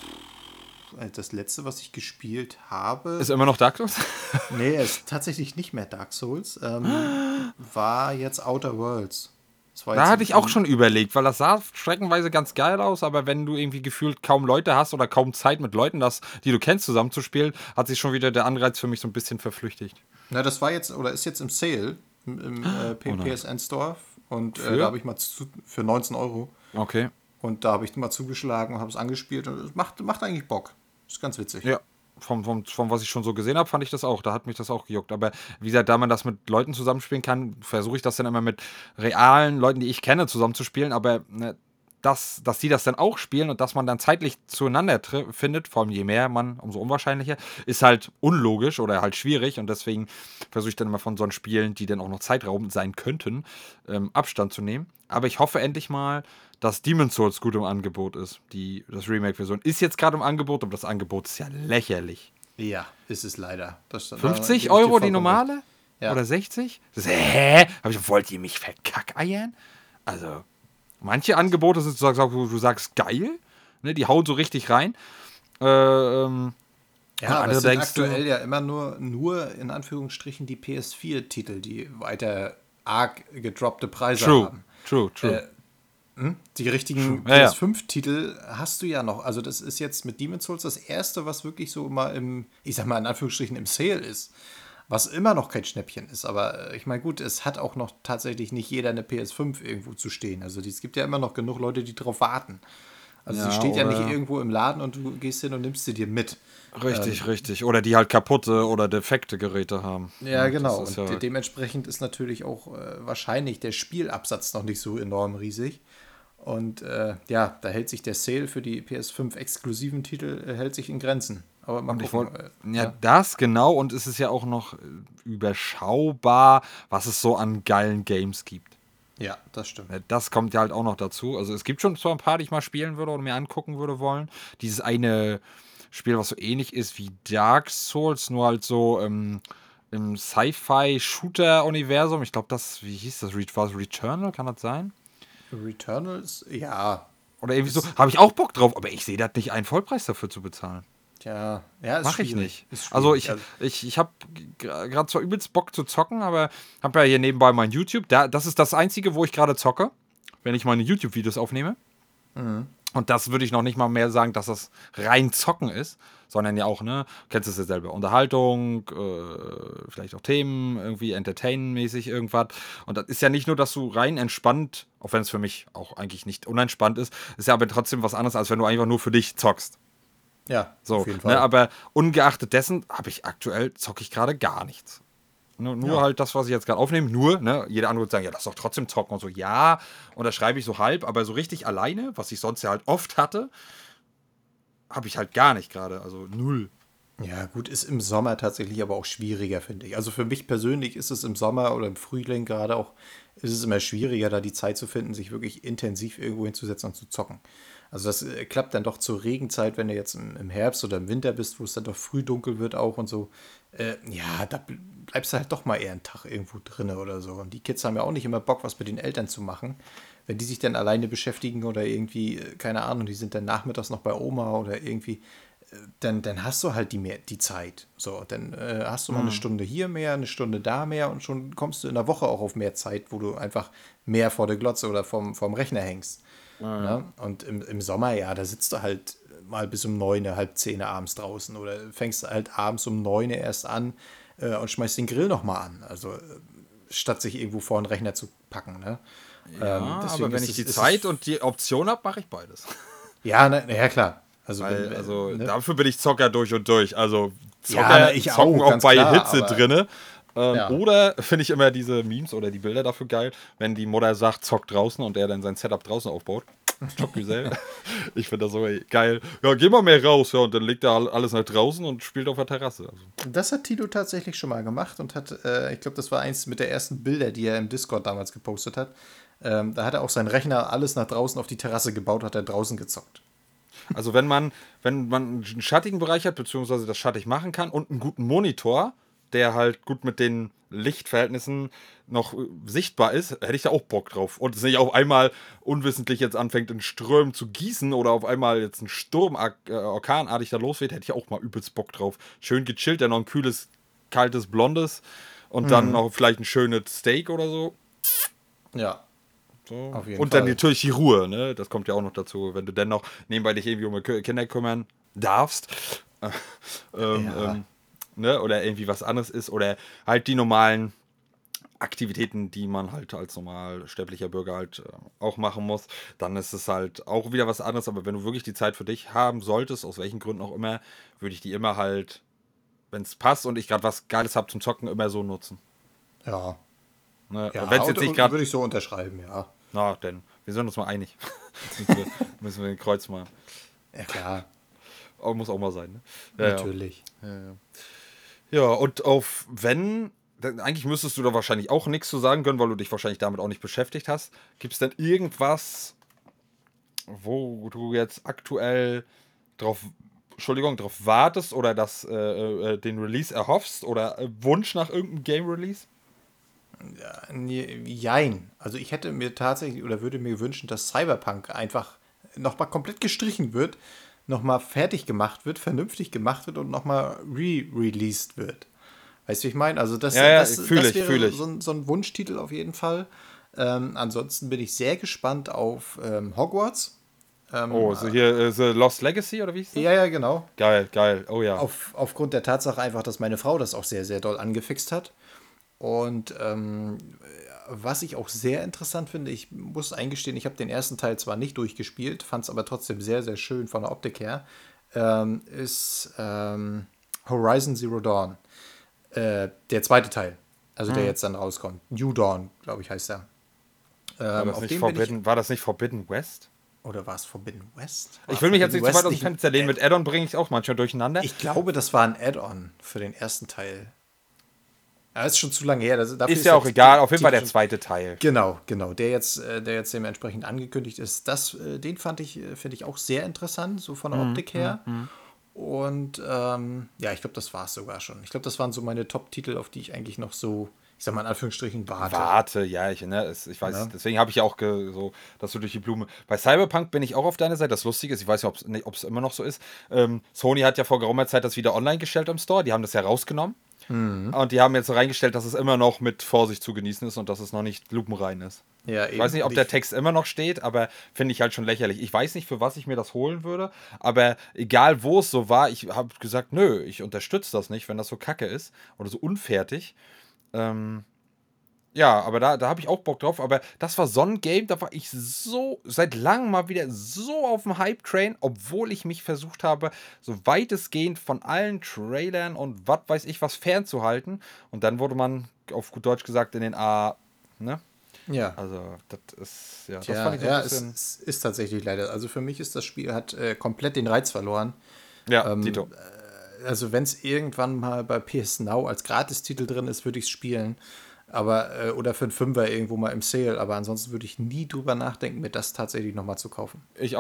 Das letzte, was ich gespielt habe, ist immer noch Dark Souls. nee, es ist tatsächlich nicht mehr Dark Souls, ähm, war jetzt Outer Worlds. Das war Da jetzt hatte ich auch im- schon überlegt, weil das sah streckenweise ganz geil aus, aber wenn du irgendwie gefühlt kaum Leute hast oder kaum Zeit mit Leuten, das, die du kennst, zusammenzuspielen, hat sich schon wieder der Anreiz für mich so ein bisschen verflüchtigt. Na, das war jetzt, oder ist jetzt im Sale, im, im äh, P- Oh nein. P S N Store. Und äh, Für? da habe ich mal zu, für neunzehn Euro. Okay. Und da habe ich mal zugeschlagen und habe es angespielt. Und es macht, macht eigentlich Bock. Ist ganz witzig. Ja, vom, vom, vom was ich schon so gesehen habe, fand ich das auch. Da hat mich das auch gejuckt. Aber wie gesagt, da man das mit Leuten zusammenspielen kann, versuche ich das dann immer mit realen Leuten, die ich kenne, zusammenzuspielen. Aber ne, dass, dass die das dann auch spielen und dass man dann zeitlich zueinander tri- findet, vor allem je mehr man, umso unwahrscheinlicher, ist halt unlogisch oder halt schwierig. Und deswegen versuche ich dann immer von so Spielen, die dann auch noch zeitraubend sein könnten, ähm, Abstand zu nehmen. Aber ich hoffe endlich mal, dass Demon's Souls gut im Angebot ist. Die, das Remake-Version ist jetzt gerade im Angebot, aber das Angebot ist ja lächerlich. Ja, ist es leider. Das, da gebe fünfzig ich dir Euro die vollkommen normale? recht. Ja. Oder sechzig? Das, hä? Hab ich, wollt ihr mich verkackeiern? Also, manche Angebote sind, du sagst, du sagst geil, ne, die hauen so richtig rein. Äh, ähm, Ja, und aber andere es sind denkst du- aktuell ja immer nur, nur in Anführungsstrichen die P S vier Titel, die weiter arg gedroppte Preise True, haben. true, true. Äh, Die richtigen Ja, ja. P S fünf Titel hast du ja noch. Also das ist jetzt mit Demon's Souls das erste, was wirklich so mal im, ich sag mal in Anführungsstrichen im Sale ist. Was immer noch kein Schnäppchen ist. Aber äh, ich meine, gut, es hat auch noch tatsächlich nicht jeder eine P S fünf irgendwo zu stehen. Also die- es gibt ja immer noch genug Leute, die drauf warten. Also Ja, sie steht ja oder- nicht irgendwo im Laden und du gehst hin und nimmst sie dir mit. Richtig, richtig. Oder die halt kaputte oder defekte Geräte haben. Ja, das genau. ist Und ja- de dementsprechend ist natürlich auch äh, wahrscheinlich der Spielabsatz noch nicht so enorm riesig. Und äh, ja, da hält sich der Sale für die P S fünf exklusiven Titel äh, hält sich in Grenzen. Aber mal Und ich gucken. wollte, äh, ja, das genau, und es ist ja auch noch äh, überschaubar, was es so an geilen Games gibt. ja, das stimmt. Ja, das kommt ja halt auch noch dazu. Also es gibt schon zwar ein paar, die ich mal spielen würde oder mir angucken würde wollen. Dieses eine Spiel, was so ähnlich ist wie Dark Souls, nur halt so ähm, im Sci-Fi-Shooter-Universum. Ich glaube, das, wie hieß das? Re- War es Returnal? Kann das sein? Returnals, ja. Oder irgendwie so. Habe ich auch Bock drauf, aber ich sehe das nicht, einen Vollpreis dafür zu bezahlen. Tja, ja, ist Mach ich schwierig. nicht. Ist Also schwierig. ich, ich, ich habe gerade zwar übelst Bock zu zocken, aber habe ja hier nebenbei mein YouTube. Da, das ist das Einzige, wo ich gerade zocke, wenn ich meine YouTube-Videos aufnehme. Und das würde ich noch nicht mal mehr sagen, dass das rein Zocken ist, sondern ja auch, ne, kennst du es ja selber, Unterhaltung, äh, vielleicht auch Themen, irgendwie entertainmenmäßig irgendwas. Und das ist ja nicht nur, dass du rein entspannt, auch wenn es für mich auch eigentlich nicht unentspannt ist, ist ja aber trotzdem was anderes, als wenn du einfach nur für dich zockst. Ja, So, auf jeden Fall. ne, aber ungeachtet dessen habe ich aktuell, zocke ich gerade gar nichts. Nur, nur Ja. halt das, was ich jetzt gerade aufnehme, nur, ne, jeder andere wird sagen, ja, lass doch trotzdem zocken und so, ja, und das schreibe ich so halb, aber so richtig alleine, was ich sonst ja halt oft hatte, habe ich halt gar nicht gerade, also null. Ja, gut, ist im Sommer tatsächlich aber auch schwieriger, finde ich. Also für mich persönlich ist es im Sommer oder im Frühling gerade auch, ist es immer schwieriger, da die Zeit zu finden, sich wirklich intensiv irgendwo hinzusetzen und zu zocken. Also das äh, klappt dann doch zur Regenzeit, wenn du jetzt im, im Herbst oder im Winter bist, wo es dann doch früh dunkel wird auch und so. Äh, ja, da bl- bleibst du halt doch mal eher einen Tag irgendwo drinne oder so. Und die Kids haben ja auch nicht immer Bock, was mit den Eltern zu machen. Wenn die sich dann alleine beschäftigen oder irgendwie, äh, keine Ahnung, die sind dann nachmittags noch bei Oma oder irgendwie, äh, dann, dann hast du halt die, mehr, die Zeit. So, dann äh, hast du mal eine Stunde hier mehr, eine Stunde da mehr und schon kommst du in der Woche auch auf mehr Zeit, wo du einfach mehr vor der Glotze oder vorm, vorm Rechner hängst. Ne? Und im, im Sommer, ja, da sitzt du halt mal bis um neun, halb zehn abends draußen oder fängst halt abends um neun erst an äh, und schmeißt den Grill nochmal an. Also äh, statt sich irgendwo vor den Rechner zu packen. Ne? Ja, Ähm, deswegen aber wenn ist ich es- die ist Zeit es, und die Option habe, mache ich beides. ja, na, na ja, klar. Also, Weil, wenn, also ne? dafür bin ich Zocker durch und durch. Also Ja, Zocker na, ich zocken auch, auch ganz bei klar, Hitze aber drinne. Ähm, ja. oder finde ich immer diese Memes oder die Bilder dafür geil, wenn die Mutter sagt, zock draußen und er dann sein Setup draußen aufbaut. Jobgesell. Ich finde das so ey, geil. Ja, geh mal mehr raus. Ja, und dann legt er all- alles nach draußen und spielt auf der Terrasse. Also, Das hat Tilo tatsächlich schon mal gemacht und hat, äh, ich glaube, das war eins mit der ersten Bilder, die er im Discord damals gepostet hat. Ähm, da hat er auch seinen Rechner alles nach draußen auf die Terrasse gebaut, hat er draußen gezockt. also wenn man, wenn man einen schattigen Bereich hat, beziehungsweise das schattig machen kann und einen guten Monitor, der halt gut mit den Lichtverhältnissen noch äh, sichtbar ist, hätte ich da auch Bock drauf. Und es nicht auf einmal unwissentlich jetzt anfängt in Strömen zu gießen oder auf einmal jetzt ein Sturm äh, orkanartig da losgeht, hätte ich auch mal übelst Bock drauf. Schön gechillt, dann noch ein kühles, kaltes, blondes und dann noch vielleicht ein schönes Steak oder so. Ja, So. auf jeden Und dann Fall. natürlich die Ruhe, ne? Das kommt ja auch noch dazu, wenn du dann noch nebenbei dich irgendwie um die Ki- Kinder kümmern darfst. Äh, ähm, Ja. ähm, ne? Oder irgendwie was anderes ist. Oder halt die normalen Aktivitäten, die man halt als normal sterblicher Bürger halt äh, auch machen muss. Dann ist es halt auch wieder was anderes. Aber wenn du wirklich die Zeit für dich haben solltest, aus welchen Gründen auch immer, würde ich die immer halt, wenn es passt und ich gerade was Geiles habe zum Zocken, immer so nutzen. Ja. Ne? Ja, Wenn es und, jetzt nicht und gerade. würde ich so unterschreiben, ja. Na, denn wir sind uns mal einig. müssen, wir, müssen wir den Kreuz machen. Ja, klar, Aber muss auch mal sein, ne? Ja, ja. natürlich. Ja, und auf wenn, dann, eigentlich müsstest du da wahrscheinlich auch nichts zu sagen können, weil du dich wahrscheinlich damit auch nicht beschäftigt hast. Gibt es denn irgendwas, wo du jetzt aktuell drauf, Entschuldigung, drauf wartest oder das, äh, äh, den Release erhoffst oder äh, Wunsch nach irgendeinem Game-Release? Ja, nee, jein. Also ich hätte mir tatsächlich oder würde mir wünschen, dass Cyberpunk einfach nochmal komplett gestrichen wird, nochmal fertig gemacht wird, vernünftig gemacht wird und nochmal re-released wird. Weißt du, wie ich meine? Also das, Ja, ja, das, fühl das ich, wäre fühl ich. so ein, so ein Wunschtitel auf jeden Fall. Ähm, ansonsten bin ich sehr gespannt auf ähm, Hogwarts. Ähm, Oh, so hier äh, The Lost Legacy oder wie hieß das? ja, ja, genau. Geil, geil, oh ja. Auf, aufgrund der Tatsache einfach, dass meine Frau das auch sehr, sehr doll angefixt hat. Und ähm, was ich auch sehr interessant finde, ich muss eingestehen, ich habe den ersten Teil zwar nicht durchgespielt, fand es aber trotzdem sehr, sehr schön von der Optik her, ähm, ist ähm, Horizon Zero Dawn. Äh, der zweite Teil, also der jetzt dann rauskommt. New Dawn, glaube ich, heißt er. War Ähm, das, auf nicht den bin ich, Forbidden, war das nicht Forbidden West? oder war es Forbidden West? War Ich will mich jetzt Forbidden nicht zu weit West aus dem Fenster lehnen. ein Mit Add-on bringe ich auch manchmal durcheinander. Ich glaube, das war ein Add-on für den ersten Teil. Ja, ist schon zu lange her. Das, dafür Ist ja auch der egal, Ti- auf jeden Fall Titel der schon- zweite Teil. Genau, genau. Der jetzt, äh, der jetzt dementsprechend angekündigt ist. Das, äh, den fand ich, äh, finde ich auch sehr interessant, so von der Optik her. Und ähm, ja, ich glaube, das war es sogar schon. Ich glaube, das waren so meine Top-Titel, auf die ich eigentlich noch so, ich sag mal in Anführungsstrichen, warte. Warte, ja, ich, ne, es, ich weiß, Ja. deswegen habe ich ja auch ge, so, dass du durch die Blume. Bei Cyberpunk bin ich auch auf deiner Seite. Das Lustige ist, ich weiß nicht, ob es immer noch so ist. Ähm, Sony hat ja vor geraumer Zeit das wieder online gestellt im Store. Die haben das ja rausgenommen. Und die haben jetzt so reingestellt, dass es immer noch mit Vorsicht zu genießen ist und dass es noch nicht lupenrein ist. Ja, Ich weiß nicht, ob Und der ich- Text immer noch steht, aber finde ich halt schon lächerlich. Ich weiß nicht, für was ich mir das holen würde, aber egal wo es so war, ich habe gesagt, nö, ich unterstütze das nicht, wenn das so kacke ist oder so unfertig. Ähm, ja, aber da, da habe ich auch Bock drauf. Aber das war so ein Game, da war ich so seit langem mal wieder so auf dem Hype-Train, obwohl ich mich versucht habe, so weitestgehend von allen Trailern und was weiß ich was fernzuhalten. Und dann wurde man, auf gut Deutsch gesagt, in den A, ne? Ja. Also, das ist, ja, das Ja, fand ich so ja ein es, bisschen. es ist tatsächlich leider. Also für mich ist das Spiel, hat äh, komplett den Reiz verloren. Ja, ähm, Tito. Also wenn es irgendwann mal bei P S Now als Gratistitel drin ist, würde ich es spielen. Aber, äh, oder für einen Fünfer irgendwo mal im Sale. Aber ansonsten würde ich nie drüber nachdenken, mir das tatsächlich nochmal zu kaufen. Ich auch nicht.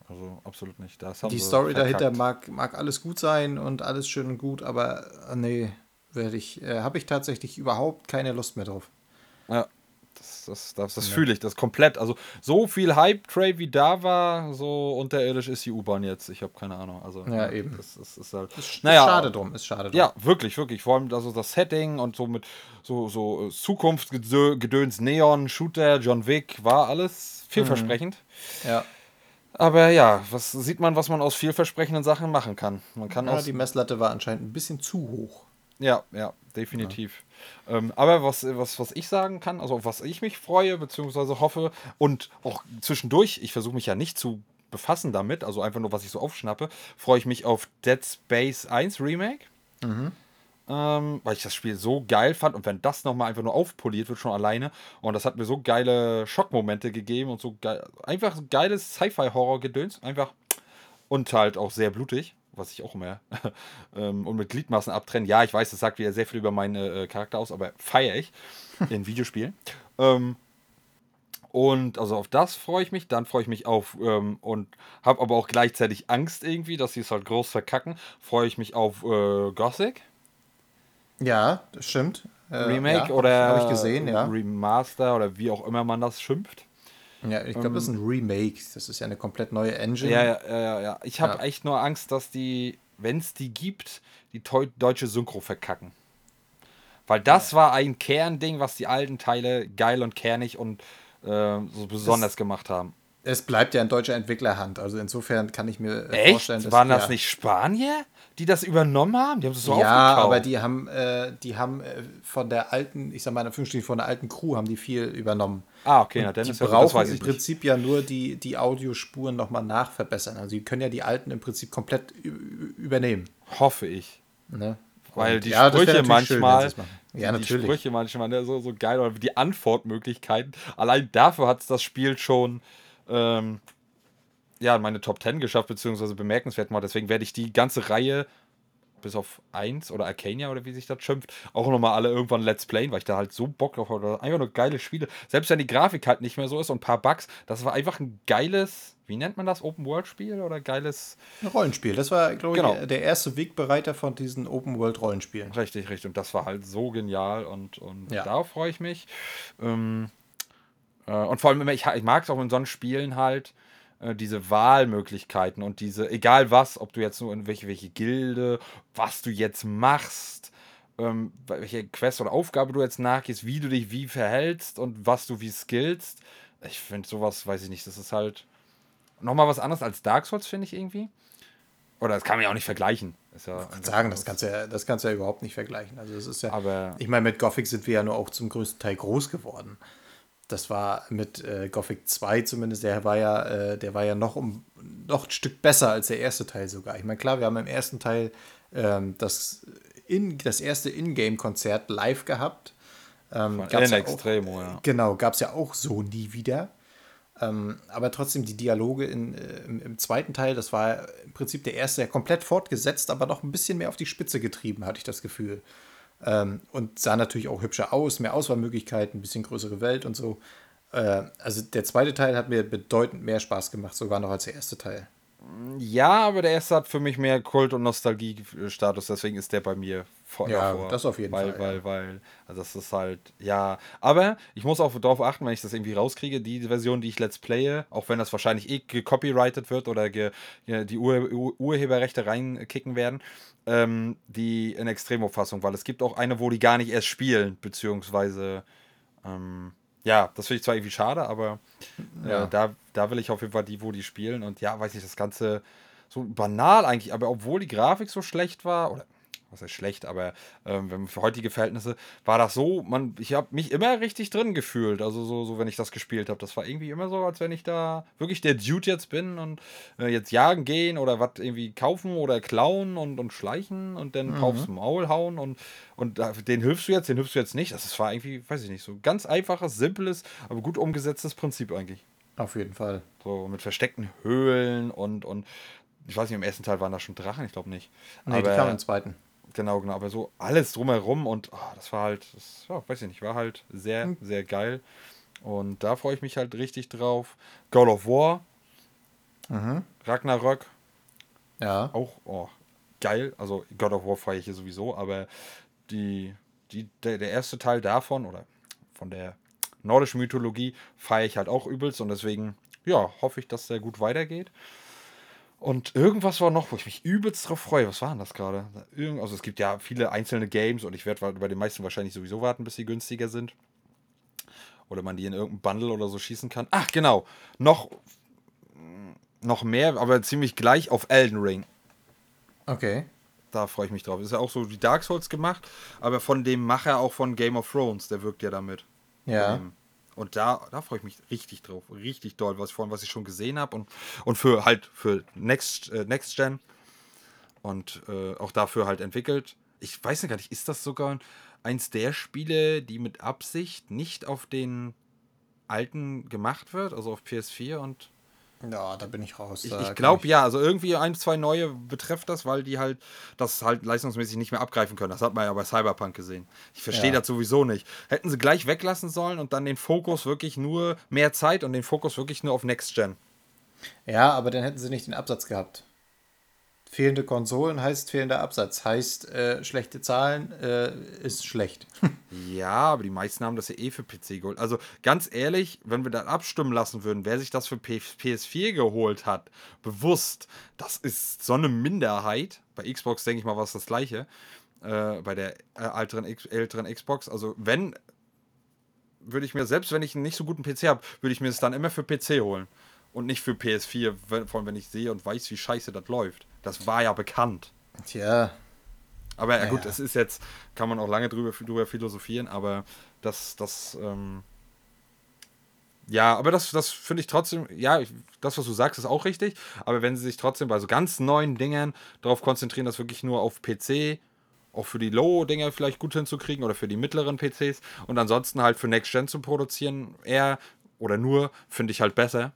Also absolut nicht. Das haben Die sie Story verkackt. dahinter mag, mag alles gut sein und alles schön und gut, aber äh, nee, werde ich, äh, habe ich tatsächlich überhaupt keine Lust mehr drauf. Ja, das, das, das, das Ne? fühle ich, das komplett. Also so viel Hype-Tray wie da war, so unterirdisch ist die U-Bahn jetzt. Ich habe keine Ahnung. Also, Ja, ja, eben. das, das ist halt. Ist, ist Naja, schade drum, ist schade drum. ja, wirklich, wirklich. Vor allem also das Setting und so mit so, so äh, Zukunftsgedöns, Neon, Shooter, John Wick, war alles Mhm. vielversprechend. Ja. Aber ja, was sieht man, was man aus vielversprechenden Sachen machen kann? Man kann ja, aus. die Messlatte war anscheinend ein bisschen zu hoch. Ja, ja, Ja. definitiv. Ähm, aber was, was, was ich sagen kann, also auf was ich mich freue, beziehungsweise hoffe und auch zwischendurch, ich versuche mich ja nicht zu befassen damit, also einfach nur, was ich so aufschnappe, freue ich mich auf Dead Space eins Remake, Mhm. ähm, weil ich das Spiel so geil fand und wenn das nochmal einfach nur aufpoliert wird, schon alleine, und das hat mir so geile Schockmomente gegeben und so geil, einfach so geiles Sci-Fi-Horror-Gedöns, einfach und halt auch sehr blutig, was ich auch immer. ähm, und mit Gliedmaßen abtrennen. Ja, ich weiß, das sagt wieder sehr viel über meinen äh, Charakter aus, aber feiere ich in Videospielen. Ähm, und also auf das freue ich mich. Dann freue ich mich auf ähm, und habe aber auch gleichzeitig Angst irgendwie, dass sie es halt groß verkacken. Freue ich mich auf äh, Gothic Ja, das stimmt. Äh, Remake ja, habe ich, hab ich oder gesehen, ja. Remaster oder wie auch immer man das schimpft. Ja, ich glaube, das ist Ähm, ein Remake. Das ist ja eine komplett neue Ja, Engine. ja, ja, ja. ja. Ich habe Ja. echt nur Angst, dass die, wenn es die gibt, die teu- deutsche Synchro verkacken. Weil das war ein Kernding, was die alten Teile geil und kernig und äh, so besonders Es, gemacht haben. es bleibt ja in deutscher Entwicklerhand. Also insofern kann ich mir äh, vorstellen, Echt? dass, Waren das ja. nicht Spanier, die das übernommen haben? Die haben es so Ja, aber aufgekauft. die haben, äh, die haben äh, von der alten, ich sag mal in Anführungsstrichen, von der alten Crew haben die viel übernommen. Ah, okay, na Und dann die ist ja gut, das brauchen weiß im ich nicht. Prinzip ja nur die, die Audiospuren nochmal nachverbessern. Also die können ja die alten im Prinzip komplett ü- übernehmen. Hoffe ich. Ne? Weil Und die ja, das wäre Sprüche natürlich schön, wenn sie manchmal, es machen. die, Ja, die natürlich. Sprüche manchmal ne, so, so geil, oder die Antwortmöglichkeiten. Allein dafür hat es das Spiel schon ähm, ja, in meine Top zehn geschafft, beziehungsweise bemerkenswert mal. Deswegen werde ich die ganze Reihe, bis auf eins oder Arcania oder wie sich das schimpft, auch nochmal alle irgendwann Let's Playen, weil ich da halt so Bock drauf habe. Einfach nur geile Spiele. Selbst wenn die Grafik halt nicht mehr so ist und ein paar Bugs, das war einfach ein geiles, wie nennt man das, Open-World-Spiel oder geiles. Ein Rollenspiel. Das war, glaube ich, Genau, der erste Wegbereiter von diesen Open-World-Rollenspielen. richtig, richtig. Und das war halt so genial und, und Ja. darauf freue ich mich. Ähm, Äh, und vor allem, immer, ich, ich mag es auch in solchen Spielen halt, äh, diese Wahlmöglichkeiten und diese, egal was, ob du jetzt nur in welche, welche Gilde, was du jetzt machst, ähm, welche Quest oder Aufgabe du jetzt nachgehst, wie du dich wie verhältst und was du wie skillst. Ich finde sowas, weiß ich nicht, das ist halt nochmal was anderes als Dark Souls, finde ich irgendwie. Oder das kann man ja auch nicht vergleichen. Ist ja Ich kann was sagen, das anderes. kannst, du ja, das kannst du ja überhaupt nicht vergleichen. Also es ist ja, Aber ich meine, mit Gothic sind wir ja nur auch zum größten Teil groß geworden. Das war mit äh, Gothic zwei zumindest, der war ja, äh, der war ja noch um noch ein Stück besser als der erste Teil sogar. Ich meine, klar, wir haben im ersten Teil ähm, das, in, das erste Ingame-Konzert live gehabt. Ähm, von gab's in ja auch, Extremo, äh, ja. genau, gab es ja auch so nie wieder. Ähm, aber trotzdem, die Dialoge in, äh, im, im zweiten Teil, das war im Prinzip der erste, der komplett fortgesetzt, aber noch ein bisschen mehr auf die Spitze getrieben, hatte ich das Gefühl. Ähm, und sah natürlich auch hübscher aus, mehr Auswahlmöglichkeiten, ein bisschen größere Welt und so. Äh, also der zweite Teil hat mir bedeutend mehr Spaß gemacht, sogar noch als der erste Teil. Ja, aber der erste hat für mich mehr Kult- und Nostalgie-Status, deswegen ist der bei mir vor, Ja, davor. das auf jeden Weil, Fall, ja. weil, weil, also das ist halt, ja. Aber ich muss auch darauf achten, wenn ich das irgendwie rauskriege, die Version, die ich Let's Playe, auch wenn das wahrscheinlich eh gecopyrightet wird oder ge, ja, die Ur, Ur, Urheberrechte reinkicken werden, ähm, die in Extremo-Fassung, weil es gibt auch eine, wo die gar nicht erst spielen, beziehungsweise, ähm, ja, das finde ich zwar irgendwie schade, aber äh, Ja. da, da will ich auf jeden Fall die, wo die spielen. Und ja, weiß nicht, das Ganze so banal eigentlich, aber obwohl die Grafik so schlecht war, oder was heißt schlecht, aber ähm, wenn für heutige Verhältnisse war das so, man, ich habe mich immer richtig drin gefühlt, also so, so wenn ich das gespielt habe. Das war irgendwie immer so, als wenn ich da wirklich der Dude jetzt bin und äh, jetzt jagen gehen oder was irgendwie kaufen oder klauen und, und schleichen und dann aufs Mhm. Maul hauen und, und da, den hilfst du jetzt, den hilfst du jetzt nicht. Das war irgendwie, weiß ich nicht, so ganz einfaches, simples, aber gut umgesetztes Prinzip eigentlich. Auf jeden Fall. So mit versteckten Höhlen und, und ich weiß nicht, im ersten Teil waren da schon Drachen, ich glaube nicht. Nee, die kam im Aber zweiten. genau, genau, aber so alles drumherum und oh, das war halt, das, ja, weiß ich nicht, war halt sehr, Hm. sehr geil. Und da freue ich mich halt richtig drauf. God of War, Mhm. Ragnarök, Ja. auch oh, geil. Also God of War feiere ich hier sowieso, aber die, die, der, der erste Teil davon oder von der nordischen Mythologie feiere ich halt auch übelst und deswegen, ja, hoffe ich, dass der gut weitergeht. Und irgendwas war noch, wo ich mich übelst drauf freue. Was war denn das gerade? Irgend- Also es gibt ja viele einzelne Games und ich werde bei den meisten wahrscheinlich sowieso warten, bis sie günstiger sind. Oder man die in irgendeinem Bundle oder so schießen kann. Ach, genau. Noch, noch mehr, aber ziemlich gleich auf Elden Ring. Okay. Da freue ich mich drauf. Ist ja auch so wie Dark Souls gemacht, aber von dem Macher auch von Game of Thrones, der wirkt ja damit. Von Ja. dem. Und da, da freue ich mich richtig drauf. Richtig doll, was von was ich schon gesehen habe. Und, und für halt für Next, äh, Next Gen. Und äh, auch dafür halt entwickelt. Ich weiß gar nicht, ist das sogar eins der Spiele, die mit Absicht nicht auf den alten gemacht wird, also auf P S vier und Ja, da bin ich raus. ich, Da ich kann glaube ich. ja, also irgendwie ein, zwei neue betrifft das, weil die halt das halt leistungsmäßig nicht mehr abgreifen können. Das hat man ja bei Cyberpunk gesehen. Ich verstehe Ja. das sowieso nicht. Hätten sie gleich weglassen sollen und dann den Fokus wirklich nur mehr Zeit und den Fokus wirklich nur auf Next Gen. Ja, aber dann hätten sie nicht den Absatz gehabt. Fehlende Konsolen heißt fehlender Absatz. Heißt, äh, schlechte Zahlen äh, ist schlecht. Ja, aber die meisten haben das ja eh für P C geholt. Also ganz ehrlich, wenn wir dann abstimmen lassen würden, wer sich das für P S vier geholt hat, bewusst, das ist so eine Minderheit. Bei Xbox denke ich mal, war es das gleiche. Äh, bei der äh, älteren, X- älteren Xbox. Also wenn, würde ich mir, selbst wenn ich einen nicht so guten P C habe, würde ich mir es dann immer für P C holen. Und nicht für P S vier, wenn- vor allem wenn ich sehe und weiß, wie scheiße das läuft. Das war ja bekannt. Tja, Aber ja gut, naja. es ist jetzt, kann man auch lange drüber, drüber philosophieren, aber das, das, ähm, ja, aber das, das finde ich trotzdem, ja, ich, das, was du sagst, ist auch richtig, aber wenn sie sich trotzdem bei so ganz neuen Dingen darauf konzentrieren, das wirklich nur auf P C, auch für die Low-Dinger vielleicht gut hinzukriegen oder für die mittleren P Cs und ansonsten halt für Next Gen zu produzieren, eher oder nur, finde ich halt besser.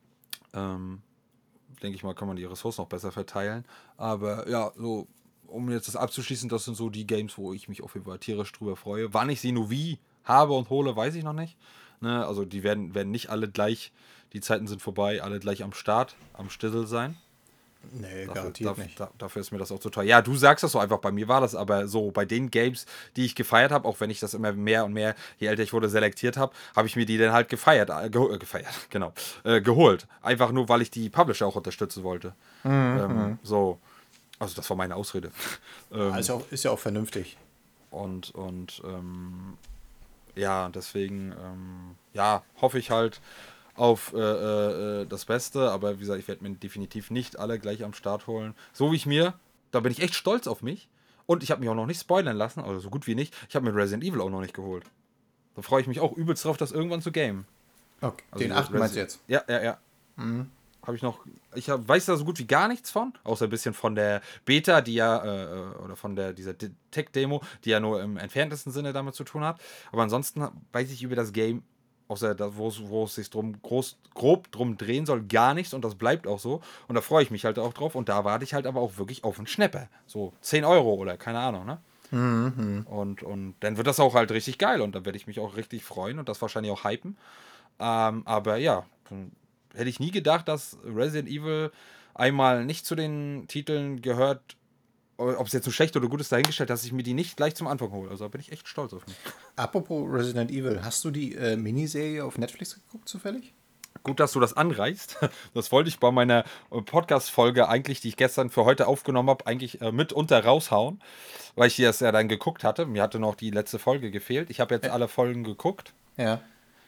Ähm, denke ich mal, kann man die Ressourcen noch besser verteilen. Aber ja, so, um jetzt das abzuschließen, das sind so die Games, wo ich mich auf jeden Fall tierisch drüber freue. Wann ich sie nur wie habe und hole, weiß ich noch nicht. Ne? Also die werden, werden nicht alle gleich, die Zeiten sind vorbei, alle gleich am Start, am Stissel sein. Nee, Dafür, garantiert dafür, nicht. dafür ist mir das auch zu teuer. Ja, du sagst das so einfach, bei mir war das aber so, bei den Games, die ich gefeiert habe, auch wenn ich das immer mehr und mehr, je älter ich wurde, selektiert habe, habe ich mir die dann halt gefeiert, äh, geho- äh, gefeiert, genau, äh, geholt. Einfach nur, weil ich die Publisher auch unterstützen wollte. Ähm, so, also das war meine Ausrede. Ja, ist ähm, ja auch, ist ja auch vernünftig. und und ähm, ja, deswegen, ähm, ja, hoffe ich halt auf äh, äh, äh, das Beste, aber wie gesagt, ich werde mir definitiv nicht alle gleich am Start holen. So wie ich mir, da bin ich echt stolz auf mich. Und ich habe mich auch noch nicht spoilern lassen, also so gut wie nicht. Ich habe mir Resident Evil auch noch nicht geholt. Da freue ich mich auch übelst drauf, das irgendwann zu gamen. Okay, Also den diese achten meinst du Resi jetzt? ja, ja, ja. Habe ich noch. Ich hab, weiß da so gut wie gar nichts von, außer ein bisschen von der Beta, die ja, äh, äh, oder von der dieser De- Tech-Demo, die ja nur im entferntesten Sinne damit zu tun hat. Aber ansonsten weiß ich über das Game, außer da, wo es wo es sich drum groß, grob drum drehen soll, gar nichts und das bleibt auch so. Und da freue ich mich halt auch drauf. Und da warte ich halt aber auch wirklich auf einen Schnäpper. So zehn Euro oder keine Ahnung, ne? Mhm. Und, und dann wird das auch halt richtig geil und dann werde ich mich auch richtig freuen und das wahrscheinlich auch hypen. Ähm, aber ja, hätte ich nie gedacht, dass Resident Evil einmal nicht zu den Titeln gehört, ob es jetzt so schlecht oder gut ist, dahingestellt, dass ich mir die nicht gleich zum Anfang hole. Also da bin ich echt stolz auf mich. Apropos Resident Evil, hast du die äh, Miniserie auf Netflix geguckt zufällig? Gut, dass du das anreißt. Das wollte ich bei meiner äh, Podcast-Folge eigentlich, die ich gestern für heute aufgenommen habe, eigentlich äh, mitunter raushauen, weil ich das ja dann geguckt hatte. Mir hatte noch die letzte Folge gefehlt. Ich habe jetzt Ja. alle Folgen geguckt. Ja.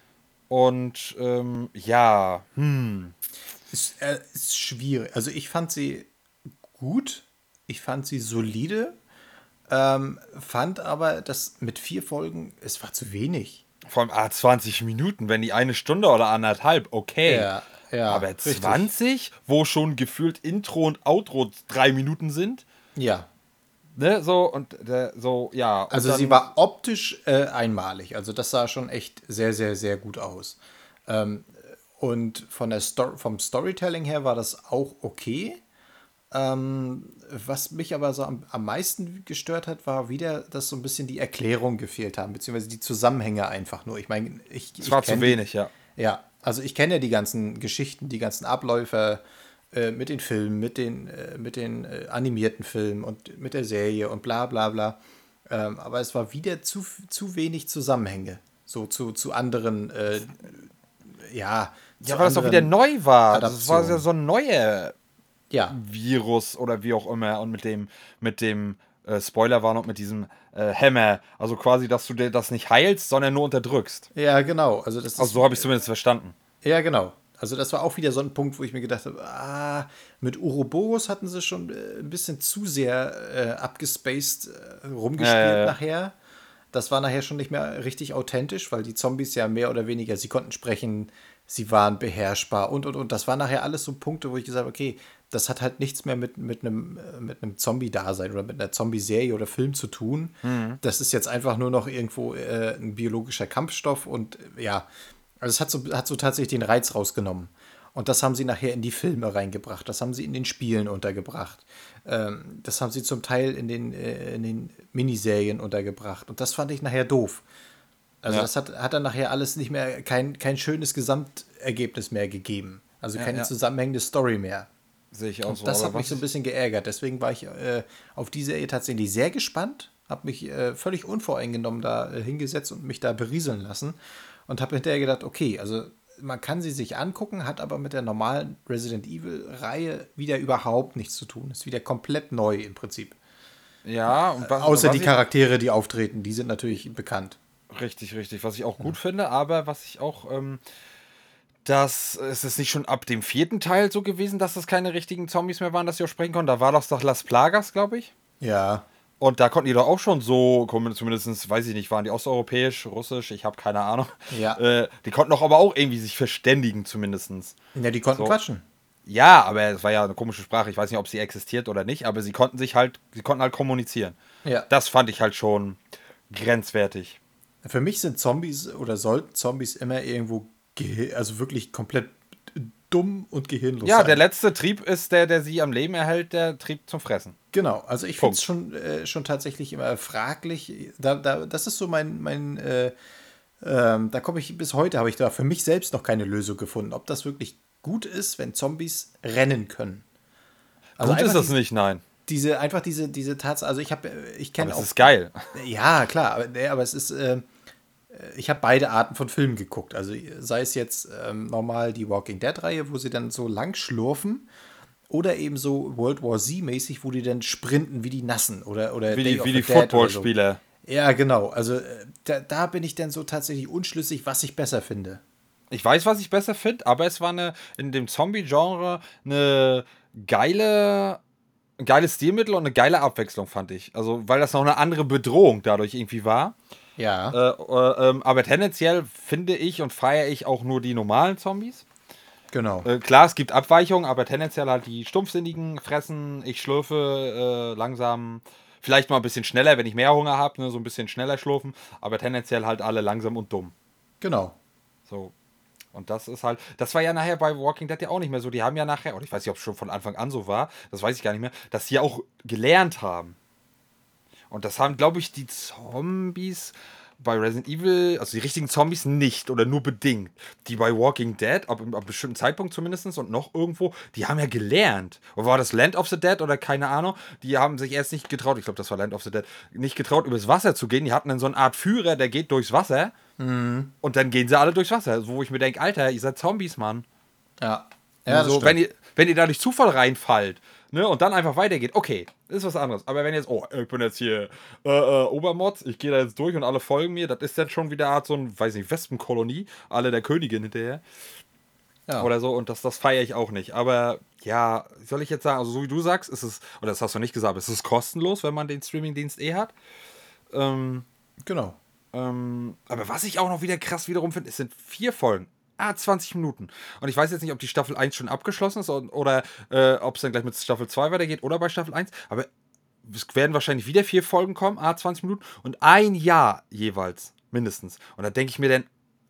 Und ähm, ja, hm, Ist, äh, ist schwierig. Also ich fand sie gut, ich fand sie solide, ähm, fand aber, dass mit vier Folgen, es war zu wenig. vor allem ah, zwanzig Minuten, wenn die eine Stunde oder anderthalb, okay. Ja, ja, Aber richtig. zwanzig, wo schon gefühlt Intro und Outro drei Minuten sind, Ja, ne, so und äh, so, ja, und also sie dann, war optisch äh, einmalig. Also das sah schon echt sehr, sehr, sehr gut aus. Ähm, und von der Sto vom Storytelling her war das auch okay. Ähm, was mich aber so am, am meisten gestört hat, war wieder, dass so ein bisschen die Erklärung gefehlt haben, beziehungsweise die Zusammenhänge einfach nur. Ich meine, ich, es ich war zu kenne die, wenig, ja. ja, Also ich kenne ja die ganzen Geschichten, die ganzen Abläufe äh, mit den Filmen, mit den, äh, mit den äh, animierten Filmen und mit der Serie und bla bla bla. Ähm, aber es war wieder zu, zu wenig Zusammenhänge. So zu, zu anderen, äh, ja, Ja, zu weil das auch wieder anderen neu war. Das war ja Adaptionen. so ein neuer Ja, Virus oder wie auch immer. Und mit dem, mit dem äh, Spoiler war noch mit diesem äh, Hammer. Also quasi, dass du dir das nicht heilst, sondern nur unterdrückst. ja, genau. Also das Also ist, so habe ich es zumindest verstanden. ja, genau. Also das war auch wieder so ein Punkt, wo ich mir gedacht habe, ah, mit Ouroboros hatten sie schon äh, ein bisschen zu sehr äh, abgespaced äh, rumgespielt Äh, nachher. Das war nachher schon nicht mehr richtig authentisch, weil die Zombies ja mehr oder weniger, sie konnten sprechen, sie waren beherrschbar und und und. Das waren nachher alles so Punkte, wo ich gesagt habe, okay, das hat halt nichts mehr mit, mit einem, äh, mit einem Zombie-Dasein oder mit einer Zombie-Serie oder Film zu tun. mhm. Das ist jetzt einfach nur noch irgendwo äh, ein biologischer Kampfstoff und äh, ja, also es hat so, hat so tatsächlich den Reiz rausgenommen. Und das haben sie nachher in die Filme reingebracht. Das haben sie in den Spielen untergebracht. Ähm, das haben sie zum Teil in den, äh, in den Miniserien untergebracht. Und das fand ich nachher doof. Also Ja. das hat, hat dann nachher alles nicht mehr, kein, kein schönes Gesamtergebnis mehr gegeben. Also Ja, keine ja. zusammenhängende Story mehr. Sehe ich auch Und so. das Aber hat mich was so ein bisschen geärgert. Deswegen war ich äh, auf die Serie tatsächlich sehr gespannt. Habe mich äh, völlig unvoreingenommen da äh, hingesetzt und mich da berieseln lassen. Und habe hinterher gedacht, okay, also man kann sie sich angucken, hat aber mit der normalen Resident Evil-Reihe wieder überhaupt nichts zu tun. Ist wieder komplett neu im Prinzip. ja, und was, Außer was die ich, Charaktere, die auftreten, die sind natürlich bekannt. richtig, richtig, was ich auch gut finde, aber was ich auch, ähm, dass es ist nicht schon ab dem vierten Teil so gewesen, dass das keine richtigen Zombies mehr waren, dass sie auch sprechen konnten. Da war das doch Las Plagas, glaube ich. Ja, Und da konnten die doch auch schon so, zumindest, weiß ich nicht, waren die osteuropäisch, russisch, ich habe keine Ahnung. ja. Äh, die konnten doch aber auch irgendwie sich verständigen, zumindest. Ja, die konnten So. quatschen. Ja, aber es war ja eine komische Sprache. Ich weiß nicht, ob sie existiert oder nicht, aber sie konnten sich halt, sie konnten halt kommunizieren. Ja. Das fand ich halt schon grenzwertig. Für mich sind Zombies oder sollten Zombies immer irgendwo, gehi- also wirklich komplett dumm und gehirnlos Ja, sein. der letzte Trieb ist der, der sie am Leben erhält, der Trieb zum Fressen. Genau, also ich finde Punkt. es schon, äh, schon tatsächlich immer fraglich. Da, da, das ist so mein, mein äh, ähm, da komme ich bis heute, habe ich da für mich selbst noch keine Lösung gefunden, ob das wirklich gut ist, wenn Zombies rennen können. Also Gut ist einfach das die, nicht, nein. diese, einfach diese, diese Tatsache, also ich habe, ich Aber kenne es auch, ist geil. ja klar, aber, nee, aber es ist, äh, ich habe beide Arten von Filmen geguckt. Also sei es jetzt ähm, normal die Walking Dead-Reihe, wo sie dann so lang schlurfen, oder eben so World War Z-mäßig, wo die dann sprinten wie die Nassen oder, oder Wie Day die, of wie the die Dead oder so. Footballspieler. Ja, genau. Also äh, da, da bin ich dann so tatsächlich unschlüssig, was ich besser finde. Ich weiß, was ich besser finde, aber es war eine in dem Zombie-Genre eine geile, ein geiles Stilmittel und eine geile Abwechslung, fand ich. Also, weil das noch eine andere Bedrohung dadurch irgendwie war. Äh, Ja, äh, ähm, aber tendenziell finde ich und feiere ich auch nur die normalen Zombies. genau. Äh, klar, es gibt Abweichungen, aber tendenziell halt die stumpfsinnigen fressen, ich schlürfe äh, langsam, vielleicht mal ein bisschen schneller, wenn ich mehr Hunger habe, ne, so ein bisschen schneller schlurfen, aber tendenziell halt alle langsam und dumm. Genau. So. Und das ist halt, das war ja nachher bei Walking Dead ja auch nicht mehr so. Die haben ja nachher, oder ich weiß nicht, ob es schon von Anfang an so war, das weiß ich gar nicht mehr, dass sie auch gelernt haben. Und das haben, glaube ich, die Zombies bei Resident Evil, also die richtigen Zombies nicht oder nur bedingt. Die bei Walking Dead, ab, ab einem bestimmten Zeitpunkt zumindest und noch irgendwo, die haben ja gelernt. Oder war das Land of the Dead oder keine Ahnung? Die haben sich erst nicht getraut, ich glaube, das war Land of the Dead, nicht getraut, übers Wasser zu gehen. Die hatten dann so eine Art Führer, der geht durchs Wasser. Und dann gehen sie alle durchs Wasser. So, wo ich mir denke, Alter, ihr seid Zombies, Mann. Ja. Ja, das so, stimmt. wenn ihr, wenn ihr da durch Zufall reinfallt, ne, und dann einfach weitergeht, okay, ist was anderes. Aber wenn jetzt, oh, ich bin jetzt hier äh, äh, Obermotz, ich gehe da jetzt durch und alle folgen mir, das ist dann schon wieder Art so ein, weiß nicht, Wespenkolonie, alle der Königin hinterher. Ja. Oder so, und das, das feiere ich auch nicht. Aber ja, soll ich jetzt sagen, also so wie du sagst, ist es, oder das hast du nicht gesagt, ist es kostenlos, wenn man den Streamingdienst eh hat. Ähm, Genau. ähm, aber was ich auch noch wieder krass wiederum finde, es sind vier Folgen. Ah, zwanzig Minuten. Und ich weiß jetzt nicht, ob die Staffel eins schon abgeschlossen ist oder, oder äh, ob es dann gleich mit Staffel zwei weitergeht oder bei Staffel eins. Aber es werden wahrscheinlich wieder vier Folgen kommen, ah, zwanzig Minuten und ein Jahr jeweils, mindestens. Und da denke ich mir dann,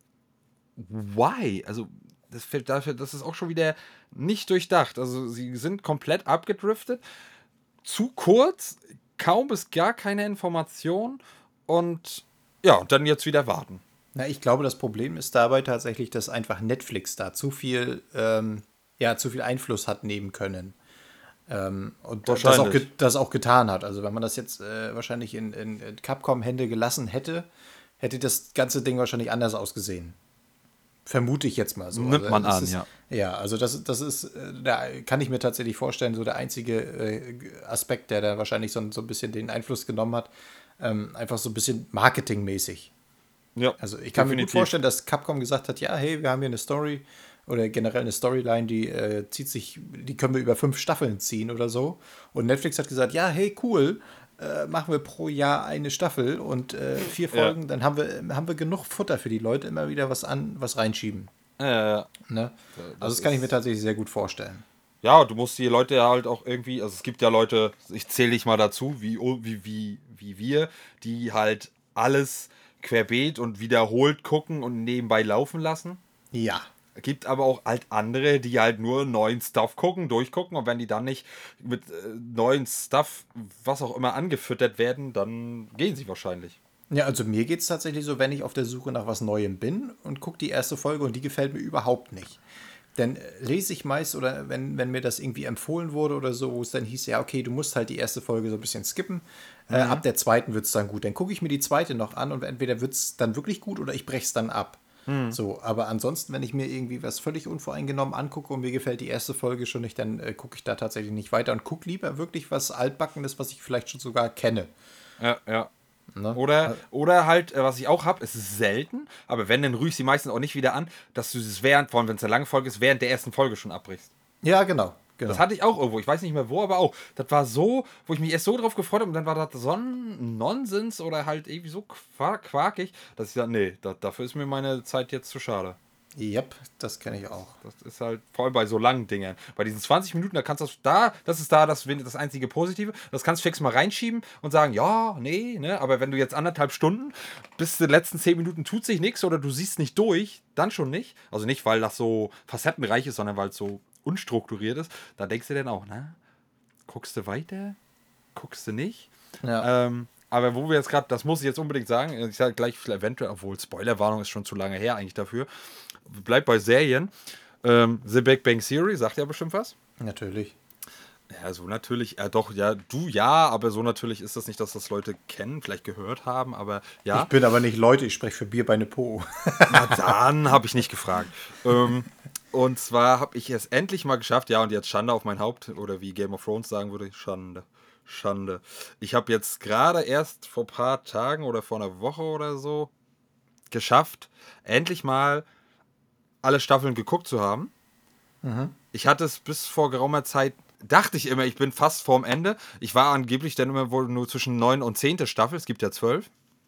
why? Also, das, fällt dafür, das ist auch schon wieder nicht durchdacht. Also, sie sind komplett abgedriftet. Zu kurz, kaum bis gar keine Information und ja, und dann jetzt wieder warten. Na, ich glaube, das Problem ist dabei tatsächlich, dass einfach Netflix da zu viel, ähm, ja, zu viel Einfluss hat nehmen können. Ähm, und das auch, Wahrscheinlich. ge- das auch getan hat. Also wenn man das jetzt äh, wahrscheinlich in, in, in Capcom-Hände gelassen hätte, hätte das ganze Ding wahrscheinlich anders ausgesehen. Vermute ich jetzt mal so. Also Nimmt man das an, ist, ja. ja, also das, das ist, äh, da kann ich mir tatsächlich vorstellen, so der einzige äh, Aspekt, der da wahrscheinlich so, ein- so ein bisschen den Einfluss genommen hat, ähm, einfach so ein bisschen marketingmäßig. Ja, Also ich kann mir gut definitiv. vorstellen, dass Capcom gesagt hat, ja, hey, wir haben hier eine Story oder generell eine Storyline, die äh, zieht sich, die können wir über fünf Staffeln ziehen oder so. Und Netflix hat gesagt, ja, hey, cool, äh, machen wir pro Jahr eine Staffel und äh, vier Ja. Folgen, dann haben wir, haben wir genug Futter für die Leute, immer wieder was an, was reinschieben. Äh, Ne? Also das das kann ich mir ist. tatsächlich sehr gut vorstellen. Ja, du musst die Leute ja halt auch irgendwie, also es gibt ja Leute, ich zähle dich mal dazu, wie, wie, wie, wie wir, die halt alles querbeet und wiederholt gucken und nebenbei laufen lassen. Ja. Gibt aber auch halt andere, die halt nur neuen Stuff gucken, durchgucken und wenn die dann nicht mit äh, neuen Stuff, was auch immer, angefüttert werden, dann gehen sie wahrscheinlich. Ja, also mir geht es tatsächlich so, wenn ich auf der Suche nach was Neuem bin und gucke die erste Folge und die gefällt mir überhaupt nicht. Dann äh, lese ich meist oder wenn, wenn mir das irgendwie empfohlen wurde oder so, wo es dann hieß, ja, okay, du musst halt die erste Folge so ein bisschen skippen. Äh, ab Mhm. der zweiten wird es dann gut. Dann gucke ich mir die zweite noch an und entweder wird es dann wirklich gut oder ich breche es dann ab. Mhm. So, aber ansonsten, wenn ich mir irgendwie was völlig unvoreingenommen angucke und mir gefällt die erste Folge schon nicht, dann äh, gucke ich da tatsächlich nicht weiter und gucke lieber wirklich was Altbackenes, was ich vielleicht schon sogar kenne. Ja, ja. Ne? Oder, oder halt, äh, was ich auch habe, es ist selten, aber wenn, dann rühre ich sie meistens auch nicht wieder an, dass du es während, vor allem wenn es eine lange Folge ist, während der ersten Folge schon abbrichst. Ja, genau, Das genau. hatte ich auch irgendwo, ich weiß nicht mehr wo, aber auch. Das war so, wo ich mich erst so drauf gefreut habe und dann war das so ein Nonsens oder halt irgendwie so quark, quakig, dass ich sage, nee, da, dafür ist mir meine Zeit jetzt zu schade. Yep, das kenne ich auch. Das ist halt voll bei so langen Dingen. Bei diesen zwanzig Minuten, da kannst du das da, das ist da das, das einzige Positive. Das kannst du fix mal reinschieben und sagen, ja, nee, ne. Aber wenn du jetzt anderthalb Stunden bis zu den letzten zehn Minuten tut sich nichts oder du siehst nicht durch, dann schon nicht. Also nicht, weil das so facettenreich ist, sondern weil es so unstrukturiert ist. Da denkst du dann auch, ne? Guckst du weiter? Guckst du nicht? Ja. Ähm, aber wo wir jetzt gerade, das muss ich jetzt unbedingt sagen, ich sage gleich eventuell, obwohl Spoilerwarnung ist schon zu lange her eigentlich dafür. Bleibt bei Serien. Ähm, The Big Bang Theory, sagt ja bestimmt was. Natürlich. Ja, so natürlich, äh, doch, ja, du ja, aber so natürlich ist das nicht, dass das Leute kennen, vielleicht gehört haben, aber Ich ja. bin aber nicht Leute, ich spreche für Bier bei Po. Na dann habe ich nicht gefragt. Ähm, und zwar habe ich es endlich mal geschafft, ja, und jetzt Schande auf mein Haupt, oder wie Game of Thrones sagen würde, Schande. Schande. Ich habe jetzt gerade erst vor ein paar Tagen oder vor einer Woche oder so geschafft, endlich mal alle Staffeln geguckt zu haben. Mhm. Ich hatte es bis vor geraumer Zeit, dachte ich immer, ich bin fast vorm Ende. Ich war angeblich dann immer wohl nur zwischen neun und zehnte Staffel, es gibt ja zwölf.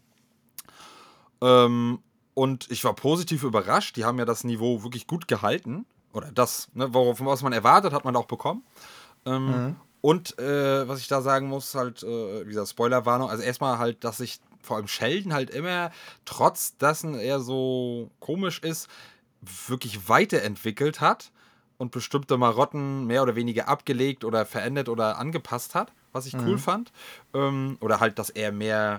Ähm, und ich war positiv überrascht. Die haben ja das Niveau wirklich gut gehalten. Oder das, ne, worauf, was man erwartet, hat man auch bekommen. Ähm, Mhm. und äh, was ich da sagen muss, halt, äh, wie gesagt, Spoilerwarnung, also erstmal halt, dass sich vor allem Sheldon halt immer, trotz dessen er so komisch ist, wirklich weiterentwickelt hat und bestimmte Marotten mehr oder weniger abgelegt oder verändert oder angepasst hat, was ich cool Mhm. fand. Ähm, oder halt, dass er mehr,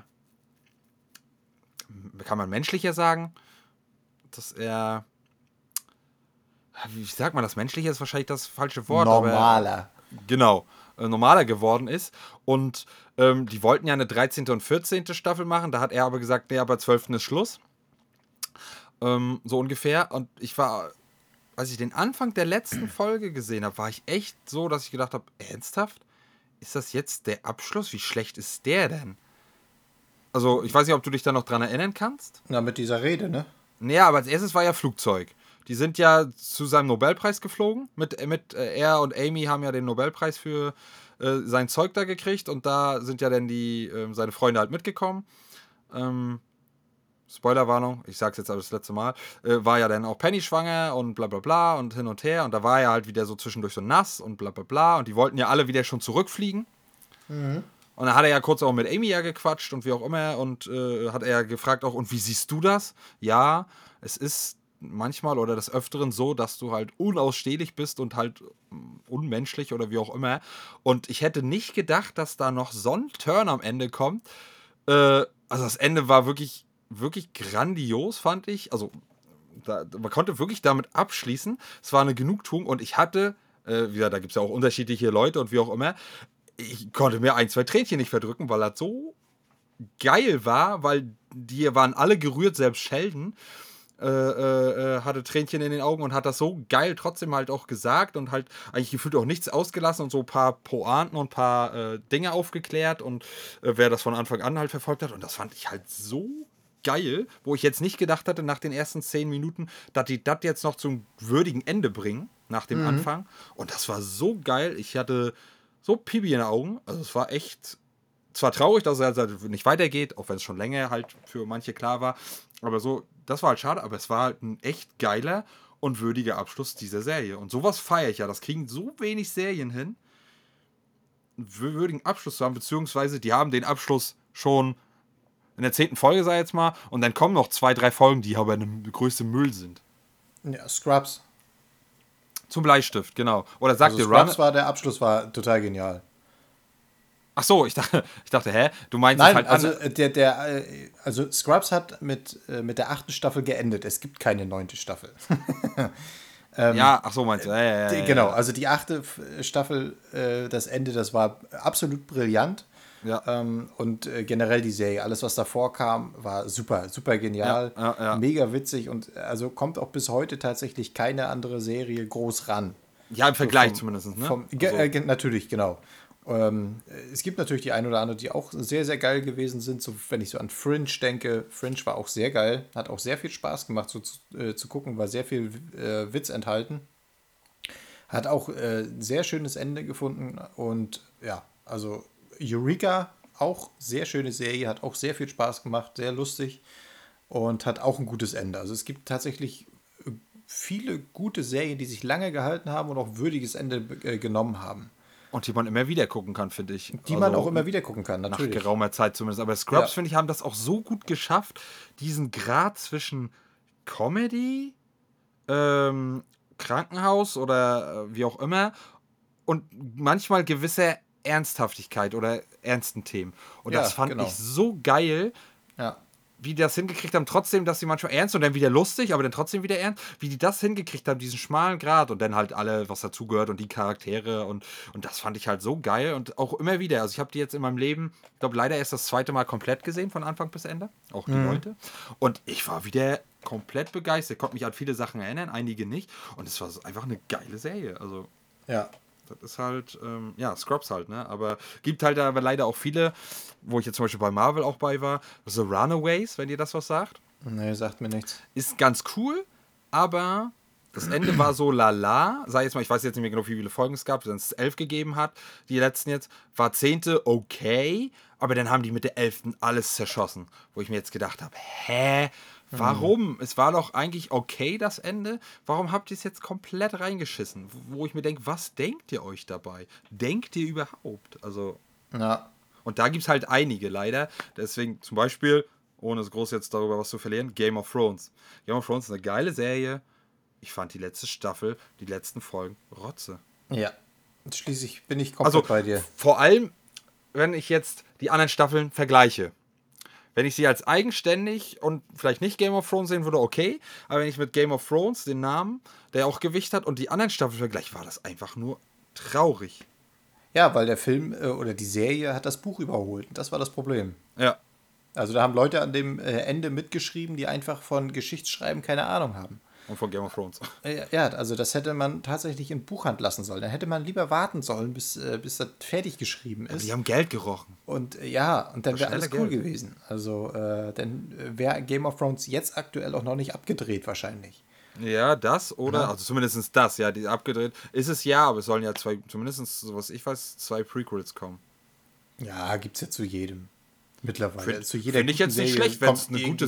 kann man menschlicher sagen, dass er, wie sagt man das, menschlicher ist wahrscheinlich das falsche Wort, aber Normaler. genau, äh, normaler geworden ist. Und ähm, die wollten ja eine dreizehnte und vierzehnte Staffel machen, da hat er aber gesagt, nee, aber zwölfte ist Schluss. Ähm, so ungefähr. Und ich war, als ich den Anfang der letzten Folge gesehen habe, war ich echt so, dass ich gedacht habe, ernsthaft? Ist das jetzt der Abschluss? Wie schlecht ist der denn? Also, ich weiß nicht, ob du dich da noch dran erinnern kannst. Na, mit dieser Rede, ne? Naja, aber als erstes war ja Flugzeug. Die sind ja zu seinem Nobelpreis geflogen. Mit, äh, mit äh, er und Amy haben ja den Nobelpreis für äh, sein Zeug da gekriegt. Und da sind ja dann die, äh, seine Freunde halt mitgekommen. Ähm, Spoilerwarnung, ich sag's jetzt aber das letzte Mal, äh, war ja dann auch Penny schwanger und bla bla bla und hin und her. Und da war er halt wieder so zwischendurch so nass und bla bla bla. Und die wollten ja alle wieder schon zurückfliegen. Mhm. Und dann hat er ja kurz auch mit Amy ja gequatscht und wie auch immer. Und äh, hat er ja gefragt auch, und wie siehst du das? Ja, es ist manchmal oder des Öfteren so, dass du halt unausstehlich bist und halt mm, unmenschlich oder wie auch immer. Und ich hätte nicht gedacht, dass da noch so ein Turn am Ende kommt. Äh, also das Ende war wirklich wirklich grandios, fand ich. Also, da, man konnte wirklich damit abschließen. Es war eine Genugtuung und ich hatte, äh, wie gesagt, da gibt es ja auch unterschiedliche Leute und wie auch immer, ich konnte mir ein, zwei Tränchen nicht verdrücken, weil das so geil war, weil die waren alle gerührt, selbst Sheldon. Äh, äh, hatte Tränchen in den Augen und hat das so geil trotzdem halt auch gesagt und halt eigentlich gefühlt auch nichts ausgelassen und so ein paar Pointen und ein paar äh, Dinge aufgeklärt und äh, wer das von Anfang an halt verfolgt hat und das fand ich halt so geil, wo ich jetzt nicht gedacht hatte nach den ersten zehn Minuten, dass die das jetzt noch zum würdigen Ende bringen, nach dem Mhm. Anfang und das war so geil, ich hatte so Pipi in den Augen, also es war echt zwar traurig, dass er halt nicht weitergeht, auch wenn es schon länger halt für manche klar war, aber so, das war halt schade, aber es war halt ein echt geiler und würdiger Abschluss dieser Serie. Und sowas feiere ich ja. Das kriegen so wenig Serien hin, einen würdigen Abschluss zu haben, beziehungsweise die haben den Abschluss schon in der zehnten Folge, sag ich jetzt mal, und dann kommen noch zwei, drei Folgen, die aber eine größte Müll sind. Ja, Scrubs. Zum Bleistift, genau. Oder sagt Also ihr Run. Scrubs war, der Abschluss war total genial. Ach so, ich dachte, ich dachte, hä? Du meinst es Nein, halt also an. äh, der, der, äh, also Scrubs hat mit, äh, mit der achten Staffel geendet. Es gibt keine neunte Staffel. Ja, ach so, meinst du. Ja, ja, ja, Die, ja, genau, ja. also die achte F- Staffel, äh, das Ende, das war absolut brillant. Ja, Ähm, und äh, generell die Serie, alles was davor kam, war super, super ja, genial, ja, ja. mega witzig und äh, also kommt auch bis heute tatsächlich keine andere Serie groß ran. Ja, im So Vergleich vom, zumindest, ne? vom, ge, Also, äh, ge- natürlich, genau. Ähm, es gibt natürlich die ein oder andere, die auch sehr, sehr geil gewesen sind. So, wenn ich so an Fringe denke, Fringe war auch sehr geil, hat auch sehr viel Spaß gemacht, so zu, äh, zu gucken, war sehr viel äh, Witz enthalten. Hat auch äh, ein sehr schönes Ende gefunden und ja, also Eureka, auch sehr schöne Serie, hat auch sehr viel Spaß gemacht, sehr lustig und hat auch ein gutes Ende. Also es gibt tatsächlich äh, viele gute Serien, die sich lange gehalten haben und auch würdiges Ende äh, genommen haben. und die man immer wieder gucken kann, finde ich. Die man auch Also immer wieder gucken kann, nach natürlich. geraumer Zeit zumindest. Aber Ja. Scrubs, finde ich, haben das auch so gut geschafft, diesen Grad zwischen Comedy, ähm, Krankenhaus oder äh, wie auch immer und manchmal gewisser Ernsthaftigkeit oder ernsten Themen. Und das Ja, fand ich genau. so geil, Ja. wie die das hingekriegt haben, trotzdem, dass sie manchmal ernst und dann wieder lustig, aber dann trotzdem wieder ernst, wie die das hingekriegt haben, diesen schmalen Grat und dann halt alle, was dazugehört und die Charaktere und, und das fand ich halt so geil und auch immer wieder. Also ich habe die jetzt in meinem Leben, ich glaube leider erst das zweite Mal komplett gesehen, von Anfang bis Ende, auch die Mhm. Leute. Und ich war wieder komplett begeistert, konnte mich an viele Sachen erinnern, einige nicht. Und es war so einfach eine geile Serie. Also Ja. das ist halt, ähm, ja, Scrubs halt, ne? Aber gibt halt aber leider auch viele, wo ich jetzt zum Beispiel bei Marvel auch bei war, The Runaways, wenn ihr das was sagt. Nee, sagt mir nichts. Ist ganz cool, aber das Ende war so lala. Sag jetzt mal, ich weiß jetzt nicht mehr genau, wie viele Folgen es gab, wenn es elf gegeben hat. Die letzten jetzt. War zehnte okay, aber dann haben die mit der elften alles zerschossen. Wo ich mir jetzt gedacht habe, hä? Warum? Es war doch eigentlich okay, das Ende. Warum habt ihr es jetzt komplett reingeschissen? Wo ich mir denke, was denkt ihr euch dabei? Denkt ihr überhaupt? Also, Ja. und da gibt es halt einige leider. Deswegen zum Beispiel, ohne es groß jetzt darüber was zu verlieren, Game of Thrones. Game of Thrones ist eine geile Serie. Ich fand die letzte Staffel, die letzten Folgen Rotze. Ja. Schließlich bin ich Also komplett bei dir. vor allem, wenn ich jetzt die anderen Staffeln vergleiche. Wenn ich sie als eigenständig und vielleicht nicht Game of Thrones sehen würde, okay. Aber wenn ich mit Game of Thrones den Namen, der auch Gewicht hat, und die anderen Staffeln vergleiche, war das einfach nur traurig. Ja, weil der Film äh, oder die Serie hat das Buch überholt. Das war das Problem. Ja. Also da haben Leute an dem äh, Ende mitgeschrieben, die einfach von Geschichtsschreiben keine Ahnung haben. Und von Game of Thrones. Äh, ja, also das hätte man tatsächlich in Buchhand lassen sollen. Dann hätte man lieber warten sollen, bis, äh, bis das fertig geschrieben ist. Die haben Geld gerochen. Und äh, ja, und dann wäre alles Schneller cool Geld. gewesen. Also äh, dann wäre Game of Thrones jetzt aktuell auch noch nicht abgedreht wahrscheinlich. Ja, das oder, Ja. also zumindest das, ja, die abgedreht. Ist es ja, aber es sollen ja zwei, zumindest, so was ich weiß, zwei Prequels kommen. Ja, gibt's ja zu jedem. Mittlerweile. Finde zu jeder find ich guten jetzt nicht Serie schlecht, wenn es kommt eine irgendwie- gute,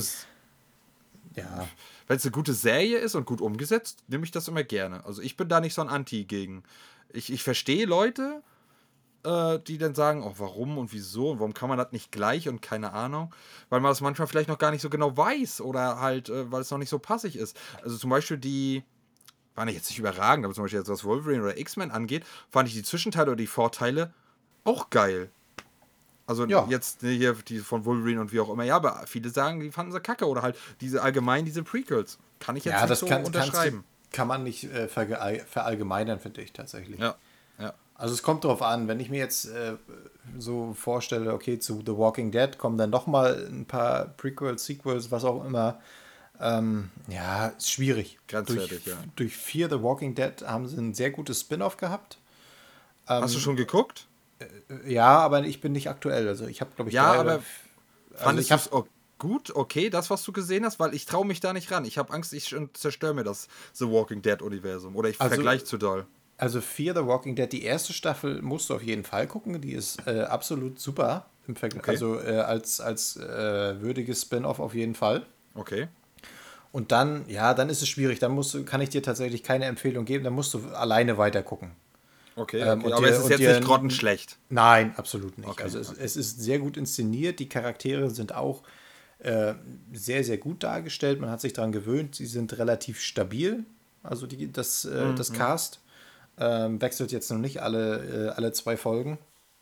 Ja, wenn es eine gute Serie ist und gut umgesetzt, nehme ich das immer gerne. Also ich bin da nicht so ein Anti gegen. Ich, ich verstehe Leute, äh, die dann sagen, oh, warum und wieso und warum kann man das nicht gleich und keine Ahnung, weil man das manchmal vielleicht noch gar nicht so genau weiß oder halt, äh, weil es noch nicht so passig ist. Also zum Beispiel die, waren jetzt nicht überragend, aber zum Beispiel jetzt was Wolverine oder X-Men angeht, fand ich die Zwischenteile oder die Vorteile auch geil. Also Ja. jetzt ne, hier die von Wolverine und wie auch immer. Ja, aber viele sagen, die fanden sie kacke. Oder halt diese allgemein, diese Prequels. Kann ich jetzt Ja, nicht das so kann, unterschreiben. kannst du, kann man nicht äh, verge- verallgemeinern, finde ich tatsächlich. Ja, ja. Also es kommt drauf an, wenn ich mir jetzt äh, so vorstelle, okay, zu The Walking Dead kommen dann noch mal ein paar Prequels, Sequels, was auch immer. Ähm, ja, ist schwierig. Grenzwertig, durch, ja. Durch Fear the Walking Dead haben sie ein sehr gutes Spin-off gehabt. Hast du schon geguckt? Ja, aber ich bin nicht aktuell. Also ich habe, glaube ich, Ja, drei aber oder... Also fandest ich du habe es o- gut, okay, das, was du gesehen hast? Weil ich traue mich da nicht ran. Ich habe Angst, ich zerstöre mir das The Walking Dead-Universum. Oder ich Also- vergleiche zu doll. Also Fear the Walking Dead, die erste Staffel musst du auf jeden Fall gucken. Die ist äh, absolut super im Vergleich. Okay. Also äh, als, als äh, würdiges Spin-off auf jeden Fall. Okay. Und dann, ja, dann ist es schwierig. Dann musst du, kann ich dir tatsächlich keine Empfehlung geben. Dann musst du alleine weiter gucken. Okay, Ähm, okay. und aber dir- es ist und jetzt dir- nicht grottenschlecht. Nein, absolut nicht. Okay, also es, okay. es ist sehr gut inszeniert. Die Charaktere sind auch äh, sehr, sehr gut dargestellt. Man hat sich daran gewöhnt. Sie sind relativ stabil. Also die, das, äh, Mhm. das Cast ähm, wechselt jetzt noch nicht alle, äh, alle zwei Folgen.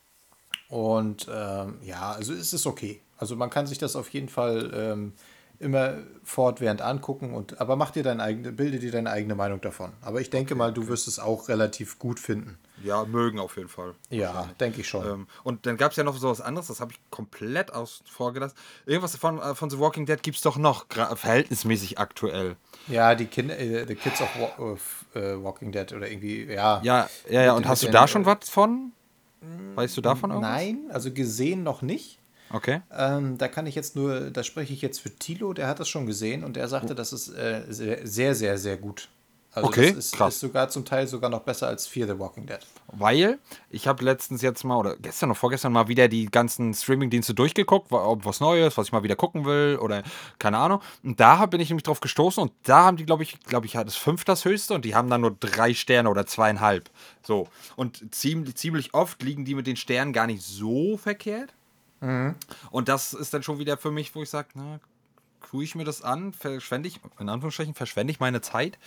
Und ähm, ja, also es ist okay. Also man kann sich das auf jeden Fall ähm, immer fortwährend angucken. Und, aber mach dir deine eigene, bilde dir deine eigene Meinung davon. Aber ich denke Okay, mal, du okay. wirst es auch relativ gut finden. Ja, mögen auf jeden Fall. Ja, Wahrscheinlich. denke ich schon. Ähm, und dann gab es ja noch so was anderes, das habe ich komplett aus vorgelassen. Irgendwas von, äh, von The Walking Dead gibt es doch noch, gra- verhältnismäßig aktuell. Ja, die Kinder, äh, The Kids of Wa of, äh, Walking Dead oder irgendwie, ja. Ja, ja, ja. Mit- Und hast mit du den, da schon äh, was von? Weißt du davon irgendwas? Nein, also gesehen noch nicht. Okay. Ähm, da kann ich jetzt nur, da spreche ich jetzt für Thilo, der hat das schon gesehen und der sagte, das ist äh, sehr, sehr, sehr, sehr gut. Also Okay, das ist, krass. ist sogar zum Teil sogar noch besser als Fear the Walking Dead. Weil ich habe letztens jetzt mal, oder gestern oder vorgestern mal wieder die ganzen Streaming-Dienste durchgeguckt, wa- ob was Neues, was ich mal wieder gucken will oder keine Ahnung. Und da hab- bin ich nämlich drauf gestoßen und da haben die, glaube ich, glaube ich, hat das fünf das höchste und die haben dann nur drei Sterne oder zweieinhalb. So. Und ziemlich, ziemlich oft liegen die mit den Sternen gar nicht so verkehrt. Und das ist dann schon wieder für mich, wo ich sage, na, tue ich mir das an, verschwende ich, in Anführungsstrichen, verschwende ich meine Zeit.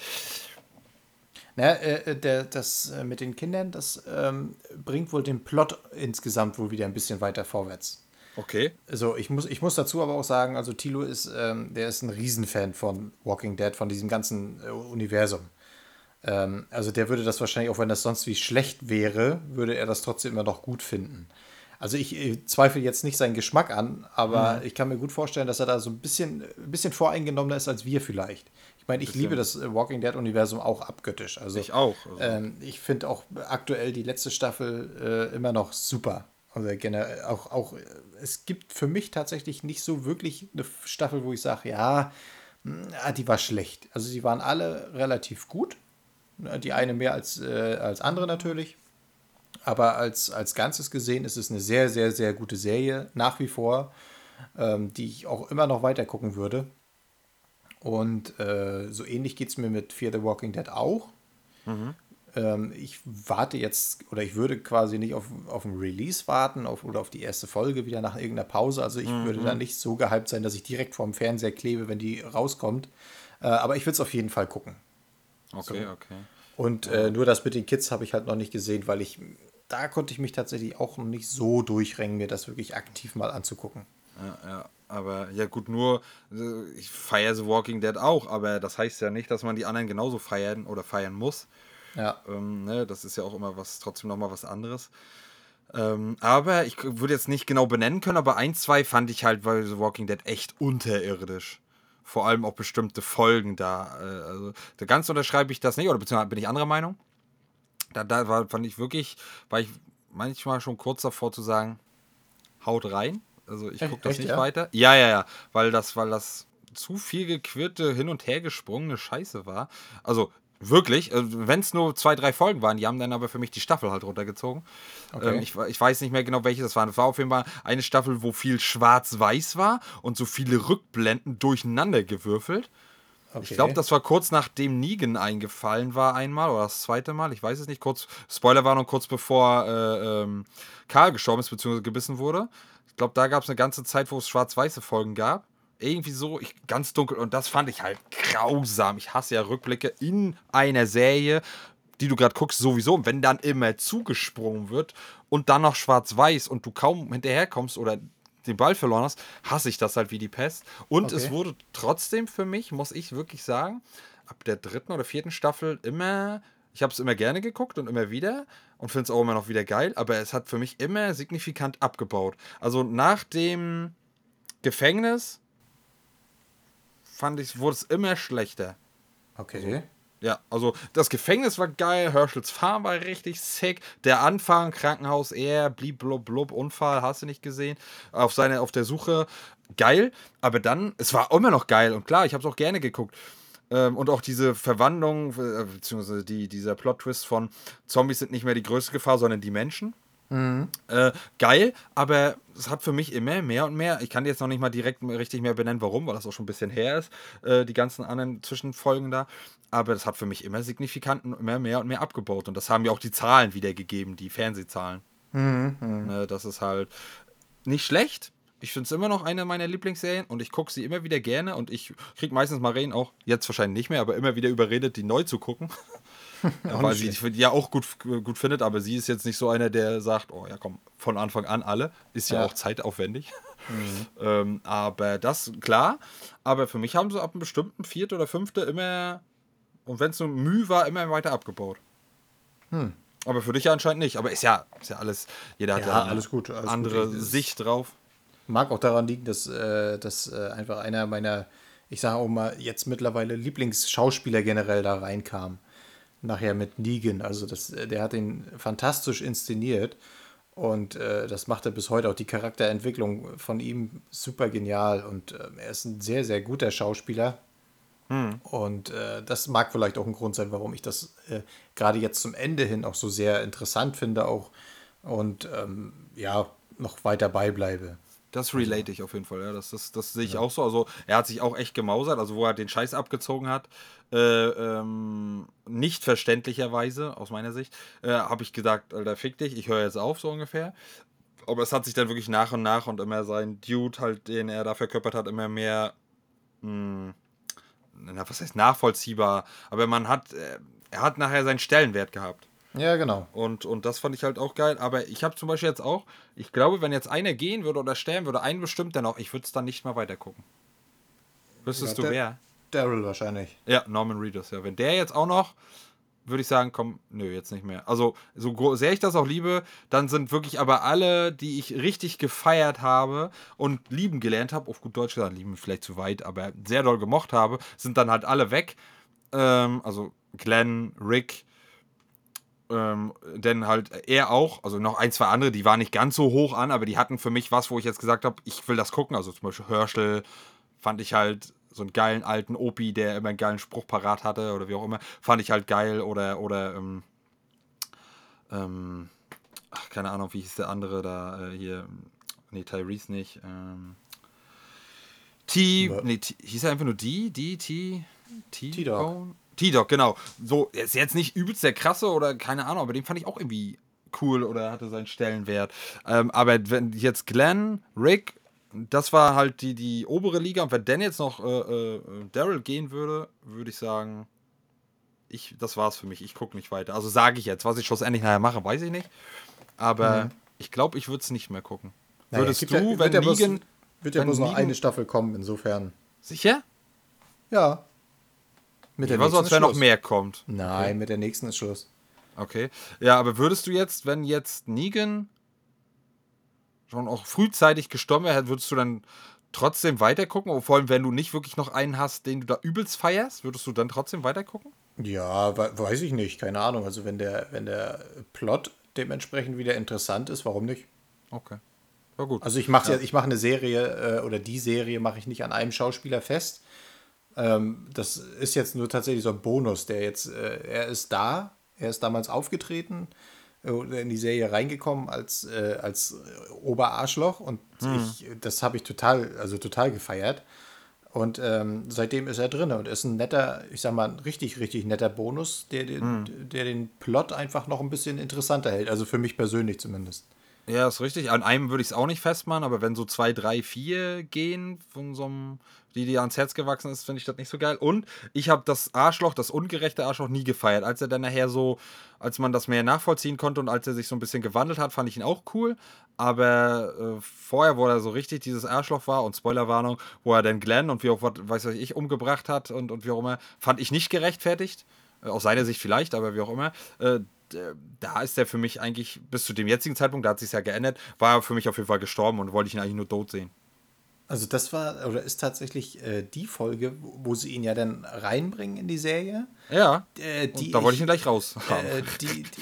Naja, äh, der, das äh, mit den Kindern, das ähm, bringt wohl den Plot insgesamt wohl wieder ein bisschen weiter vorwärts. Okay. Also ich muss, ich muss dazu aber auch sagen, also Thilo ist, ähm, der ist ein Riesenfan von Walking Dead, von diesem ganzen äh, Universum. Ähm, also der würde das wahrscheinlich, auch wenn das sonst wie schlecht wäre, würde er das trotzdem immer noch gut finden. Also ich äh, zweifle jetzt nicht seinen Geschmack an, aber ich kann mir gut vorstellen, dass er da so ein bisschen, ein bisschen voreingenommener ist als wir vielleicht. Ich meine, ich liebe das äh, Walking Dead-Universum auch abgöttisch. Also Ich auch. Also. ähm, ich finde auch aktuell die letzte Staffel äh, immer noch super. Also generell auch, auch, äh, es gibt für mich tatsächlich nicht so wirklich eine Staffel, wo ich sage, ja, mh, die war schlecht. Also sie waren alle relativ gut. Die eine mehr als, äh, als andere natürlich. Aber als, als Ganzes gesehen ist es eine sehr, sehr, sehr gute Serie, nach wie vor, ähm, die ich auch immer noch weiter gucken würde. Und äh, so ähnlich geht es mir mit Fear the Walking Dead auch. Ähm, ich warte jetzt, oder ich würde quasi nicht auf, auf ein Release warten auf, oder auf die erste Folge wieder nach irgendeiner Pause. Also ich würde da nicht so gehypt sein, dass ich direkt vorm Fernseher klebe, wenn die rauskommt. Äh, aber ich würde es auf jeden Fall gucken. Okay, okay. Und äh, nur das mit den Kids habe ich halt noch nicht gesehen, weil ich, da konnte ich mich tatsächlich auch noch nicht so durchringen, mir das wirklich aktiv mal anzugucken. Ja, ja, aber ja gut, nur äh, ich feiere The Walking Dead auch, aber das heißt ja nicht, dass man die anderen genauso feiern oder feiern muss. Ja. Ähm, ne, das ist ja auch immer was, trotzdem nochmal was anderes. Ähm, aber ich k- würde jetzt nicht genau benennen können, aber ein, zwei fand ich halt bei The Walking Dead echt unterirdisch. Vor allem auch bestimmte Folgen da. Äh, also da ganz unterschreibe ich das nicht, oder beziehungsweise bin ich anderer Meinung. Da, da war, fand ich wirklich, war ich manchmal schon kurz davor zu sagen, haut rein. Also ich Echt? gucke das Echt, nicht ja? weiter. Ja, ja, ja. Weil das, weil das zu viel gequirlte, hin und her gesprungene Scheiße war. Also wirklich, wenn es nur zwei, drei Folgen waren, die haben dann aber für mich die Staffel halt runtergezogen. Okay. Ähm, ich, ich weiß nicht mehr genau, welche das waren. Es war auf jeden Fall eine Staffel, wo viel schwarz-weiß war und so viele Rückblenden durcheinander gewürfelt. Okay. Ich glaube, das war kurz nachdem Negan eingefallen war einmal oder das zweite Mal, ich weiß es nicht, kurz, Spoilerwarnung, kurz bevor äh, ähm, Karl gestorben ist bzw. gebissen wurde. Ich glaube, da gab es eine ganze Zeit, wo es schwarz-weiße Folgen gab. Irgendwie so, ich, ganz dunkel und das fand ich halt grausam. Ich hasse ja Rückblicke in einer Serie. die du gerade guckst, sowieso. Und wenn dann immer zugesprungen wird und dann noch schwarz-weiß und du kaum hinterherkommst oder den Ball verloren hast, hasse ich das halt wie die Pest. Und okay. Es wurde trotzdem für mich, muss ich wirklich sagen, ab der dritten oder vierten Staffel immer, ich habe es immer gerne geguckt und immer wieder und finde es auch immer noch wieder geil, aber es hat für mich immer signifikant abgebaut. Also nach dem Gefängnis fand ich, wurde es immer schlechter. Okay. Also, ja, also das Gefängnis war geil, Herschels Farm war richtig sick, der Anfang, Krankenhaus, er, blieb, blub, blub, Unfall, hast du nicht gesehen, auf, seine, auf der Suche, geil, aber dann, es war immer noch geil und klar, ich habe es auch gerne geguckt. Ähm, und auch diese Verwandlung, äh, beziehungsweise die, dieser Plot-Twist von Zombies sind nicht mehr die größte Gefahr, sondern die Menschen. Mhm. Äh, geil, aber es hat für mich immer mehr und mehr, ich kann jetzt noch nicht mal direkt richtig mehr benennen, warum, weil das auch schon ein bisschen her ist, äh, die ganzen anderen Zwischenfolgen da, aber das hat für mich immer signifikant immer mehr und mehr abgebaut und das haben ja auch die Zahlen wiedergegeben, die Fernsehzahlen. Mhm. Ne, das ist halt nicht schlecht. Ich finde es immer noch eine meiner Lieblingsserien und ich gucke sie immer wieder gerne und ich kriege meistens Maren auch, jetzt wahrscheinlich nicht mehr, aber immer wieder überredet, die neu zu gucken. Ja, weil sie die ja auch gut, gut findet, aber sie ist jetzt nicht so einer, der sagt, oh ja komm, von Anfang an alle. Ist ja, ja. auch zeitaufwendig. Mhm. ähm, aber das, klar, aber für mich haben sie ab einem bestimmten vierte oder fünfte immer, und wenn es nur Mühe war, immer weiter abgebaut. Hm. Aber für dich anscheinend nicht. Aber ist ja, ist ja alles, jeder hat ja, ja eine alles gut, alles andere gut. Sicht drauf. Mag auch daran liegen, dass äh, das äh, einfach einer meiner, ich sage auch mal, jetzt mittlerweile Lieblingsschauspieler generell da reinkam. Nachher mit Negan. Also das, der hat ihn fantastisch inszeniert und äh, das macht er bis heute auch. Die Charakterentwicklung von ihm super genial und äh, er ist ein sehr, sehr guter Schauspieler. Hm. Und äh, das mag vielleicht auch ein Grund sein, warum ich das äh, gerade jetzt zum Ende hin auch so sehr interessant finde auch und ähm, ja, noch weiter beibleibe. Das relate ich auf jeden Fall, ja. Das, das, das sehe ich ja. auch so. Also er hat sich auch echt gemausert, also wo er den Scheiß abgezogen hat, äh, ähm, nicht verständlicherweise, aus meiner Sicht, äh, habe ich gesagt, Alter, fick dich, ich höre jetzt auf, so ungefähr. Aber es hat sich dann wirklich nach und nach und immer sein Dude, halt, den er da verkörpert hat, immer mehr, mh, na, was heißt nachvollziehbar, aber man hat, äh, er hat nachher seinen Stellenwert gehabt. Ja, genau. Und, und das fand ich halt auch geil. Aber ich habe zum Beispiel jetzt auch, ich glaube, wenn jetzt einer gehen würde oder sterben würde, ein bestimmt dann auch, ich würde es dann nicht mal weiter gucken. Wüsstest ja, du wer? Daryl wahrscheinlich. Ja, Norman Reedus, ja. Wenn der jetzt auch noch, würde ich sagen, komm, nö, jetzt nicht mehr. Also, so sehr ich das auch liebe, dann sind wirklich aber alle, die ich richtig gefeiert habe und lieben gelernt habe, auf gut Deutsch gesagt, lieben vielleicht zu weit, aber sehr doll gemocht habe, sind dann halt alle weg. Ähm, also Glenn, Rick, Ähm, denn halt er auch, also noch ein, zwei andere, die waren nicht ganz so hoch an, aber die hatten für mich was, wo ich jetzt gesagt habe, ich will das gucken. Also zum Beispiel Herschel fand ich halt so einen geilen alten Opi, der immer einen geilen Spruch parat hatte oder wie auch immer, fand ich halt geil. Oder, oder, ähm, ähm, ach, keine Ahnung, wie hieß der andere da äh, hier, nee, Tyrese nicht, ähm, T, nee, T, hieß er einfach nur die, die, T, T, T-Dog. T-Dog, genau. So, ist jetzt nicht übelst der krasse oder keine Ahnung, aber den fand ich auch irgendwie cool oder hatte seinen Stellenwert. Ähm, aber wenn jetzt Glenn, Rick, das war halt die, die obere Liga und wenn dann jetzt noch äh, äh, Daryl gehen würde, würde ich sagen, ich, das war's für mich. Ich gucke nicht weiter. Also sage ich jetzt, was ich schlussendlich nachher mache, weiß ich nicht. Aber mhm. ich glaube, ich würde es nicht mehr gucken. Naja, Würdest du, ja, wenn Negan... Wird ja bloß noch eine Staffel kommen, insofern. Sicher? Ja. Mit der war so, als wenn noch mehr kommt. Nein, okay. Mit der nächsten ist Schluss. Okay. Ja, aber würdest du jetzt, wenn jetzt Negan schon auch frühzeitig gestorben wäre, würdest du dann trotzdem weitergucken? Vor allem, wenn du nicht wirklich noch einen hast, den du da übelst feierst, würdest du dann trotzdem weitergucken? Ja, weiß ich nicht. Keine Ahnung. Also wenn der, wenn der Plot dementsprechend wieder interessant ist, warum nicht? Okay. Ja, gut. Also ich mache ja. ich mache eine Serie äh, oder die Serie mache ich nicht an einem Schauspieler fest. Ähm, das ist jetzt nur tatsächlich so ein Bonus, der jetzt, äh, er ist da, er ist damals aufgetreten, äh, in die Serie reingekommen als, äh, als Oberarschloch und hm. ich, das habe ich total, also total gefeiert. Und ähm, seitdem ist er drin und ist ein netter, ich sag mal, ein richtig, richtig netter Bonus, der, den, hm. der den Plot einfach noch ein bisschen interessanter hält. Also für mich persönlich zumindest. Ja, ist richtig. An einem würde ich es auch nicht festmachen, aber wenn so zwei, drei, vier gehen von so einem, die dir ans Herz gewachsen ist, finde ich das nicht so geil. Und ich habe das Arschloch, das ungerechte Arschloch nie gefeiert. Als er dann nachher so, als man das mehr nachvollziehen konnte und als er sich so ein bisschen gewandelt hat, fand ich ihn auch cool. Aber äh, vorher, wo er so richtig dieses Arschloch war und Spoilerwarnung, wo er dann Glenn und wie auch, was weiß ich, umgebracht hat und, und wie auch immer, fand ich nicht gerechtfertigt. Äh, aus seiner Sicht vielleicht, aber wie auch immer. Äh, da ist er für mich eigentlich bis zu dem jetzigen Zeitpunkt, da hat sich ja geändert, war er für mich auf jeden Fall gestorben und wollte ich ihn eigentlich nur tot sehen. Also das war, oder ist tatsächlich äh, die Folge, wo wo sie ihn ja dann reinbringen in die Serie. Ja, Äh, die und da wollte ich ich, ihn gleich raus haben. äh, die, die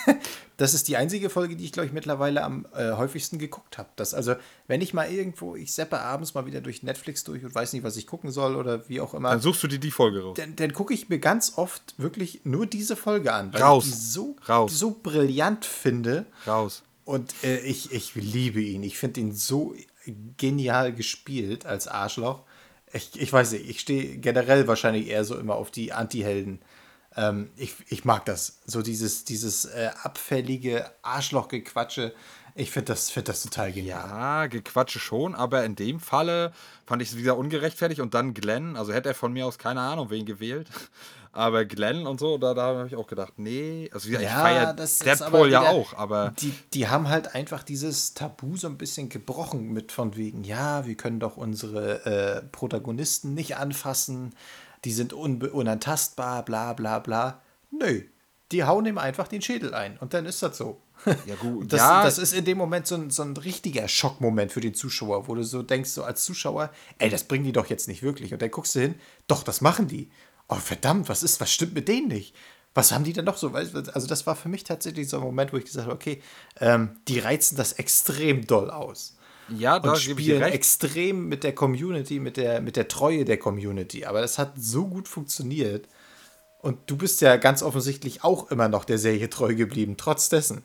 Das ist die einzige Folge, die ich, glaube ich, mittlerweile am äh, häufigsten geguckt habe. Das, also, wenn ich mal irgendwo, ich seppe abends mal wieder durch Netflix durch und weiß nicht, was ich gucken soll oder wie auch immer, Dann suchst du dir die Folge raus. dann, dann gucke ich mir ganz oft wirklich nur diese Folge an, weil Raus. ich die so, Raus. so brillant finde. Raus. Und äh, ich, ich liebe ihn. Ich finde ihn so genial gespielt als Arschloch. Ich, ich weiß nicht, ich stehe generell wahrscheinlich eher so immer auf die Anti-Helden. Ähm, ich, ich mag das. So dieses, dieses äh, abfällige Arschlochgequatsche. Ich finde das, find das total genial. Ja, Gequatsche schon, aber in dem Falle fand ich es wieder ungerechtfertigt und dann Glenn, also hätte er von mir aus keine Ahnung wen gewählt, aber Glenn und so, da, da habe ich auch gedacht, nee, also wie gesagt, ich feiere das ist Deadpool aber ja wieder- auch, aber Die, die haben halt einfach dieses Tabu so ein bisschen gebrochen mit von wegen, ja, wir können doch unsere äh, Protagonisten nicht anfassen, die sind unbe- unantastbar, bla bla bla. Nö, die hauen ihm einfach den Schädel ein und dann ist das so. ja gut, Das, ja, das ist in dem Moment so ein, so ein richtiger Schockmoment für den Zuschauer, wo du so denkst, so als Zuschauer, ey, das bringen die doch jetzt nicht wirklich. Und dann guckst du hin, doch, das machen die. Oh, verdammt, was ist, was stimmt mit denen nicht? Was haben die denn noch so? Weißt du, Also das war für mich tatsächlich so ein Moment, wo ich gesagt habe, okay, ähm, die reizen das extrem doll aus. ja, da Und gebe ich dir spielen recht. extrem mit der Community, mit der, mit der Treue der Community. Aber das hat so gut funktioniert. Und du bist ja ganz offensichtlich auch immer noch der Serie treu geblieben, trotz dessen.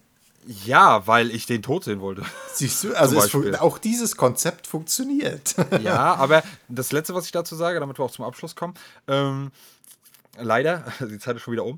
Ja, weil ich den tot sehen wollte. Siehst du, also es Beispiel. fun- auch dieses Konzept funktioniert. Ja, aber das Letzte, was ich dazu sage, damit wir auch zum Abschluss kommen, ähm, leider, die Zeit ist schon wieder um,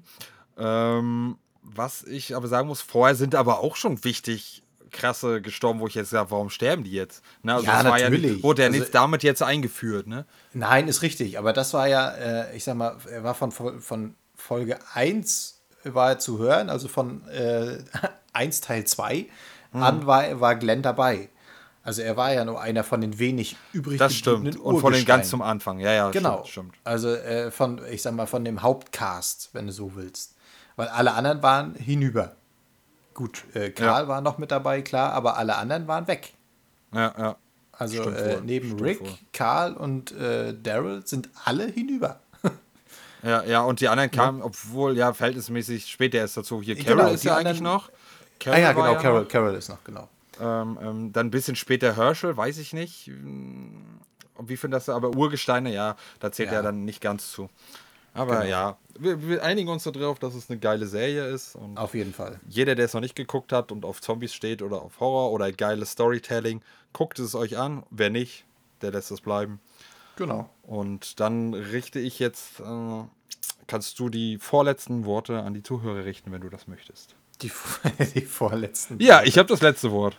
ähm, was ich aber sagen muss, vorher sind aber auch schon wichtig krasse gestorben, wo ich jetzt sage, warum sterben die jetzt? Ne, also Ja, das war ja natürlich. nicht, wurde ja Also- nichts damit jetzt eingeführt, ne? Nein, ist richtig, aber das war ja, äh, ich sag mal, er war von, Fol- von Folge eins war er zu hören, also von äh, eins Teil zwei an war, war Glenn dabei. Also er war ja nur einer von den wenig übrig Das stimmt. Und von den ganz zum Anfang, ja, ja, Genau. stimmt, stimmt. Also äh, von, ich sag mal, von dem Hauptcast, wenn du so willst. Weil alle anderen waren hinüber. Gut, äh, Karl Ja. war noch mit dabei, klar, aber alle anderen waren weg. Ja, ja. Also Stimmt äh, wohl, neben stimmt Rick, wohl. Karl und äh, Daryl sind alle hinüber. Ja, ja, und die anderen kamen, obwohl, ja, verhältnismäßig später erst dazu. Hier, Genau, Carol ist die ja anderen- eigentlich noch. Ah Carol ja, war genau, Carol, noch. Carol ist noch, genau. Ähm, ähm, dann ein bisschen später Herschel, weiß ich nicht. hm, Wie viel das, aber Urgesteine, ja, da zählt Ja. er dann nicht ganz zu. Aber Genau. ja, wir, wir einigen uns darauf, dass es eine geile Serie ist. Und Auf jeden Fall. jeder, der es noch nicht geguckt hat und auf Zombies steht oder auf Horror oder geiles Storytelling, guckt es euch an. Wer nicht, der lässt es bleiben. Genau. Und dann richte ich jetzt, äh, kannst du die vorletzten Worte an die Zuhörer richten, wenn du das möchtest. Die, die vorletzten. Ja, ich habe das letzte Wort.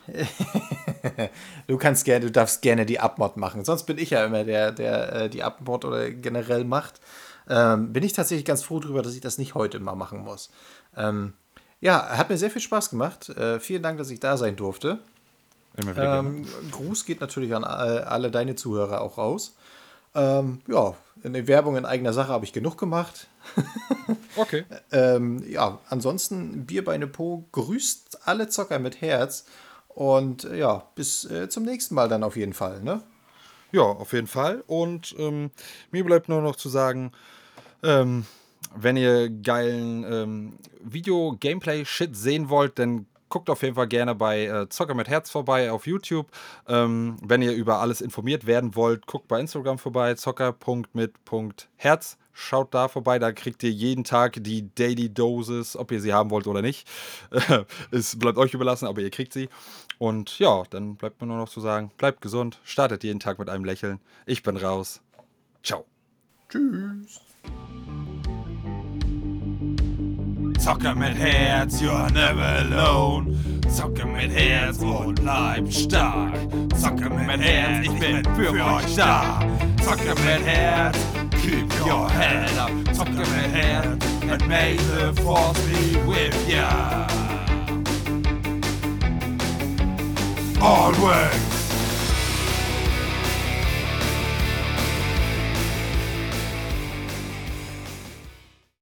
Du kannst gerne, du darfst gerne die Abmod machen. Sonst bin ich ja immer der, der äh, die Abmod oder generell macht. Ähm, bin ich tatsächlich ganz froh darüber, dass ich das nicht heute mal machen muss. Ähm, ja, hat mir sehr viel Spaß gemacht. Äh, vielen Dank, dass ich da sein durfte. Immer wieder gerne. Ähm, Gruß geht natürlich an äh, alle deine Zuhörer auch raus. Ähm, ja, eine Werbung in eigener Sache habe ich genug gemacht. Okay. Ähm, ja, ansonsten Bierbeine Po grüßt alle Zocker mit Herz. Und äh, ja, bis äh, zum nächsten Mal dann auf jeden Fall, ne? Ja, auf jeden Fall. Und ähm, mir bleibt nur noch zu sagen, ähm, wenn ihr geilen ähm, Video-Gameplay-Shit sehen wollt, dann guckt auf jeden Fall gerne bei äh, Zocker mit Herz vorbei auf YouTube. Ähm, wenn ihr über alles informiert werden wollt, guckt bei Instagram vorbei, zocker punkt mit punkt herz. Schaut da vorbei, da kriegt ihr jeden Tag die Daily Doses, ob ihr sie haben wollt oder nicht. Es bleibt euch überlassen, aber ihr kriegt sie. Und ja, dann bleibt mir nur noch zu sagen, bleibt gesund, startet jeden Tag mit einem Lächeln. Ich bin raus. Ciao. Tschüss. Zocker mit Herz, you're never alone. Zocke mit Herz und bleib stark. Zocke mit Herz, ich bin für euch da. Zocke mit Herz, keep your head up. Zocke mit Herz, and may the force be with ya. Always.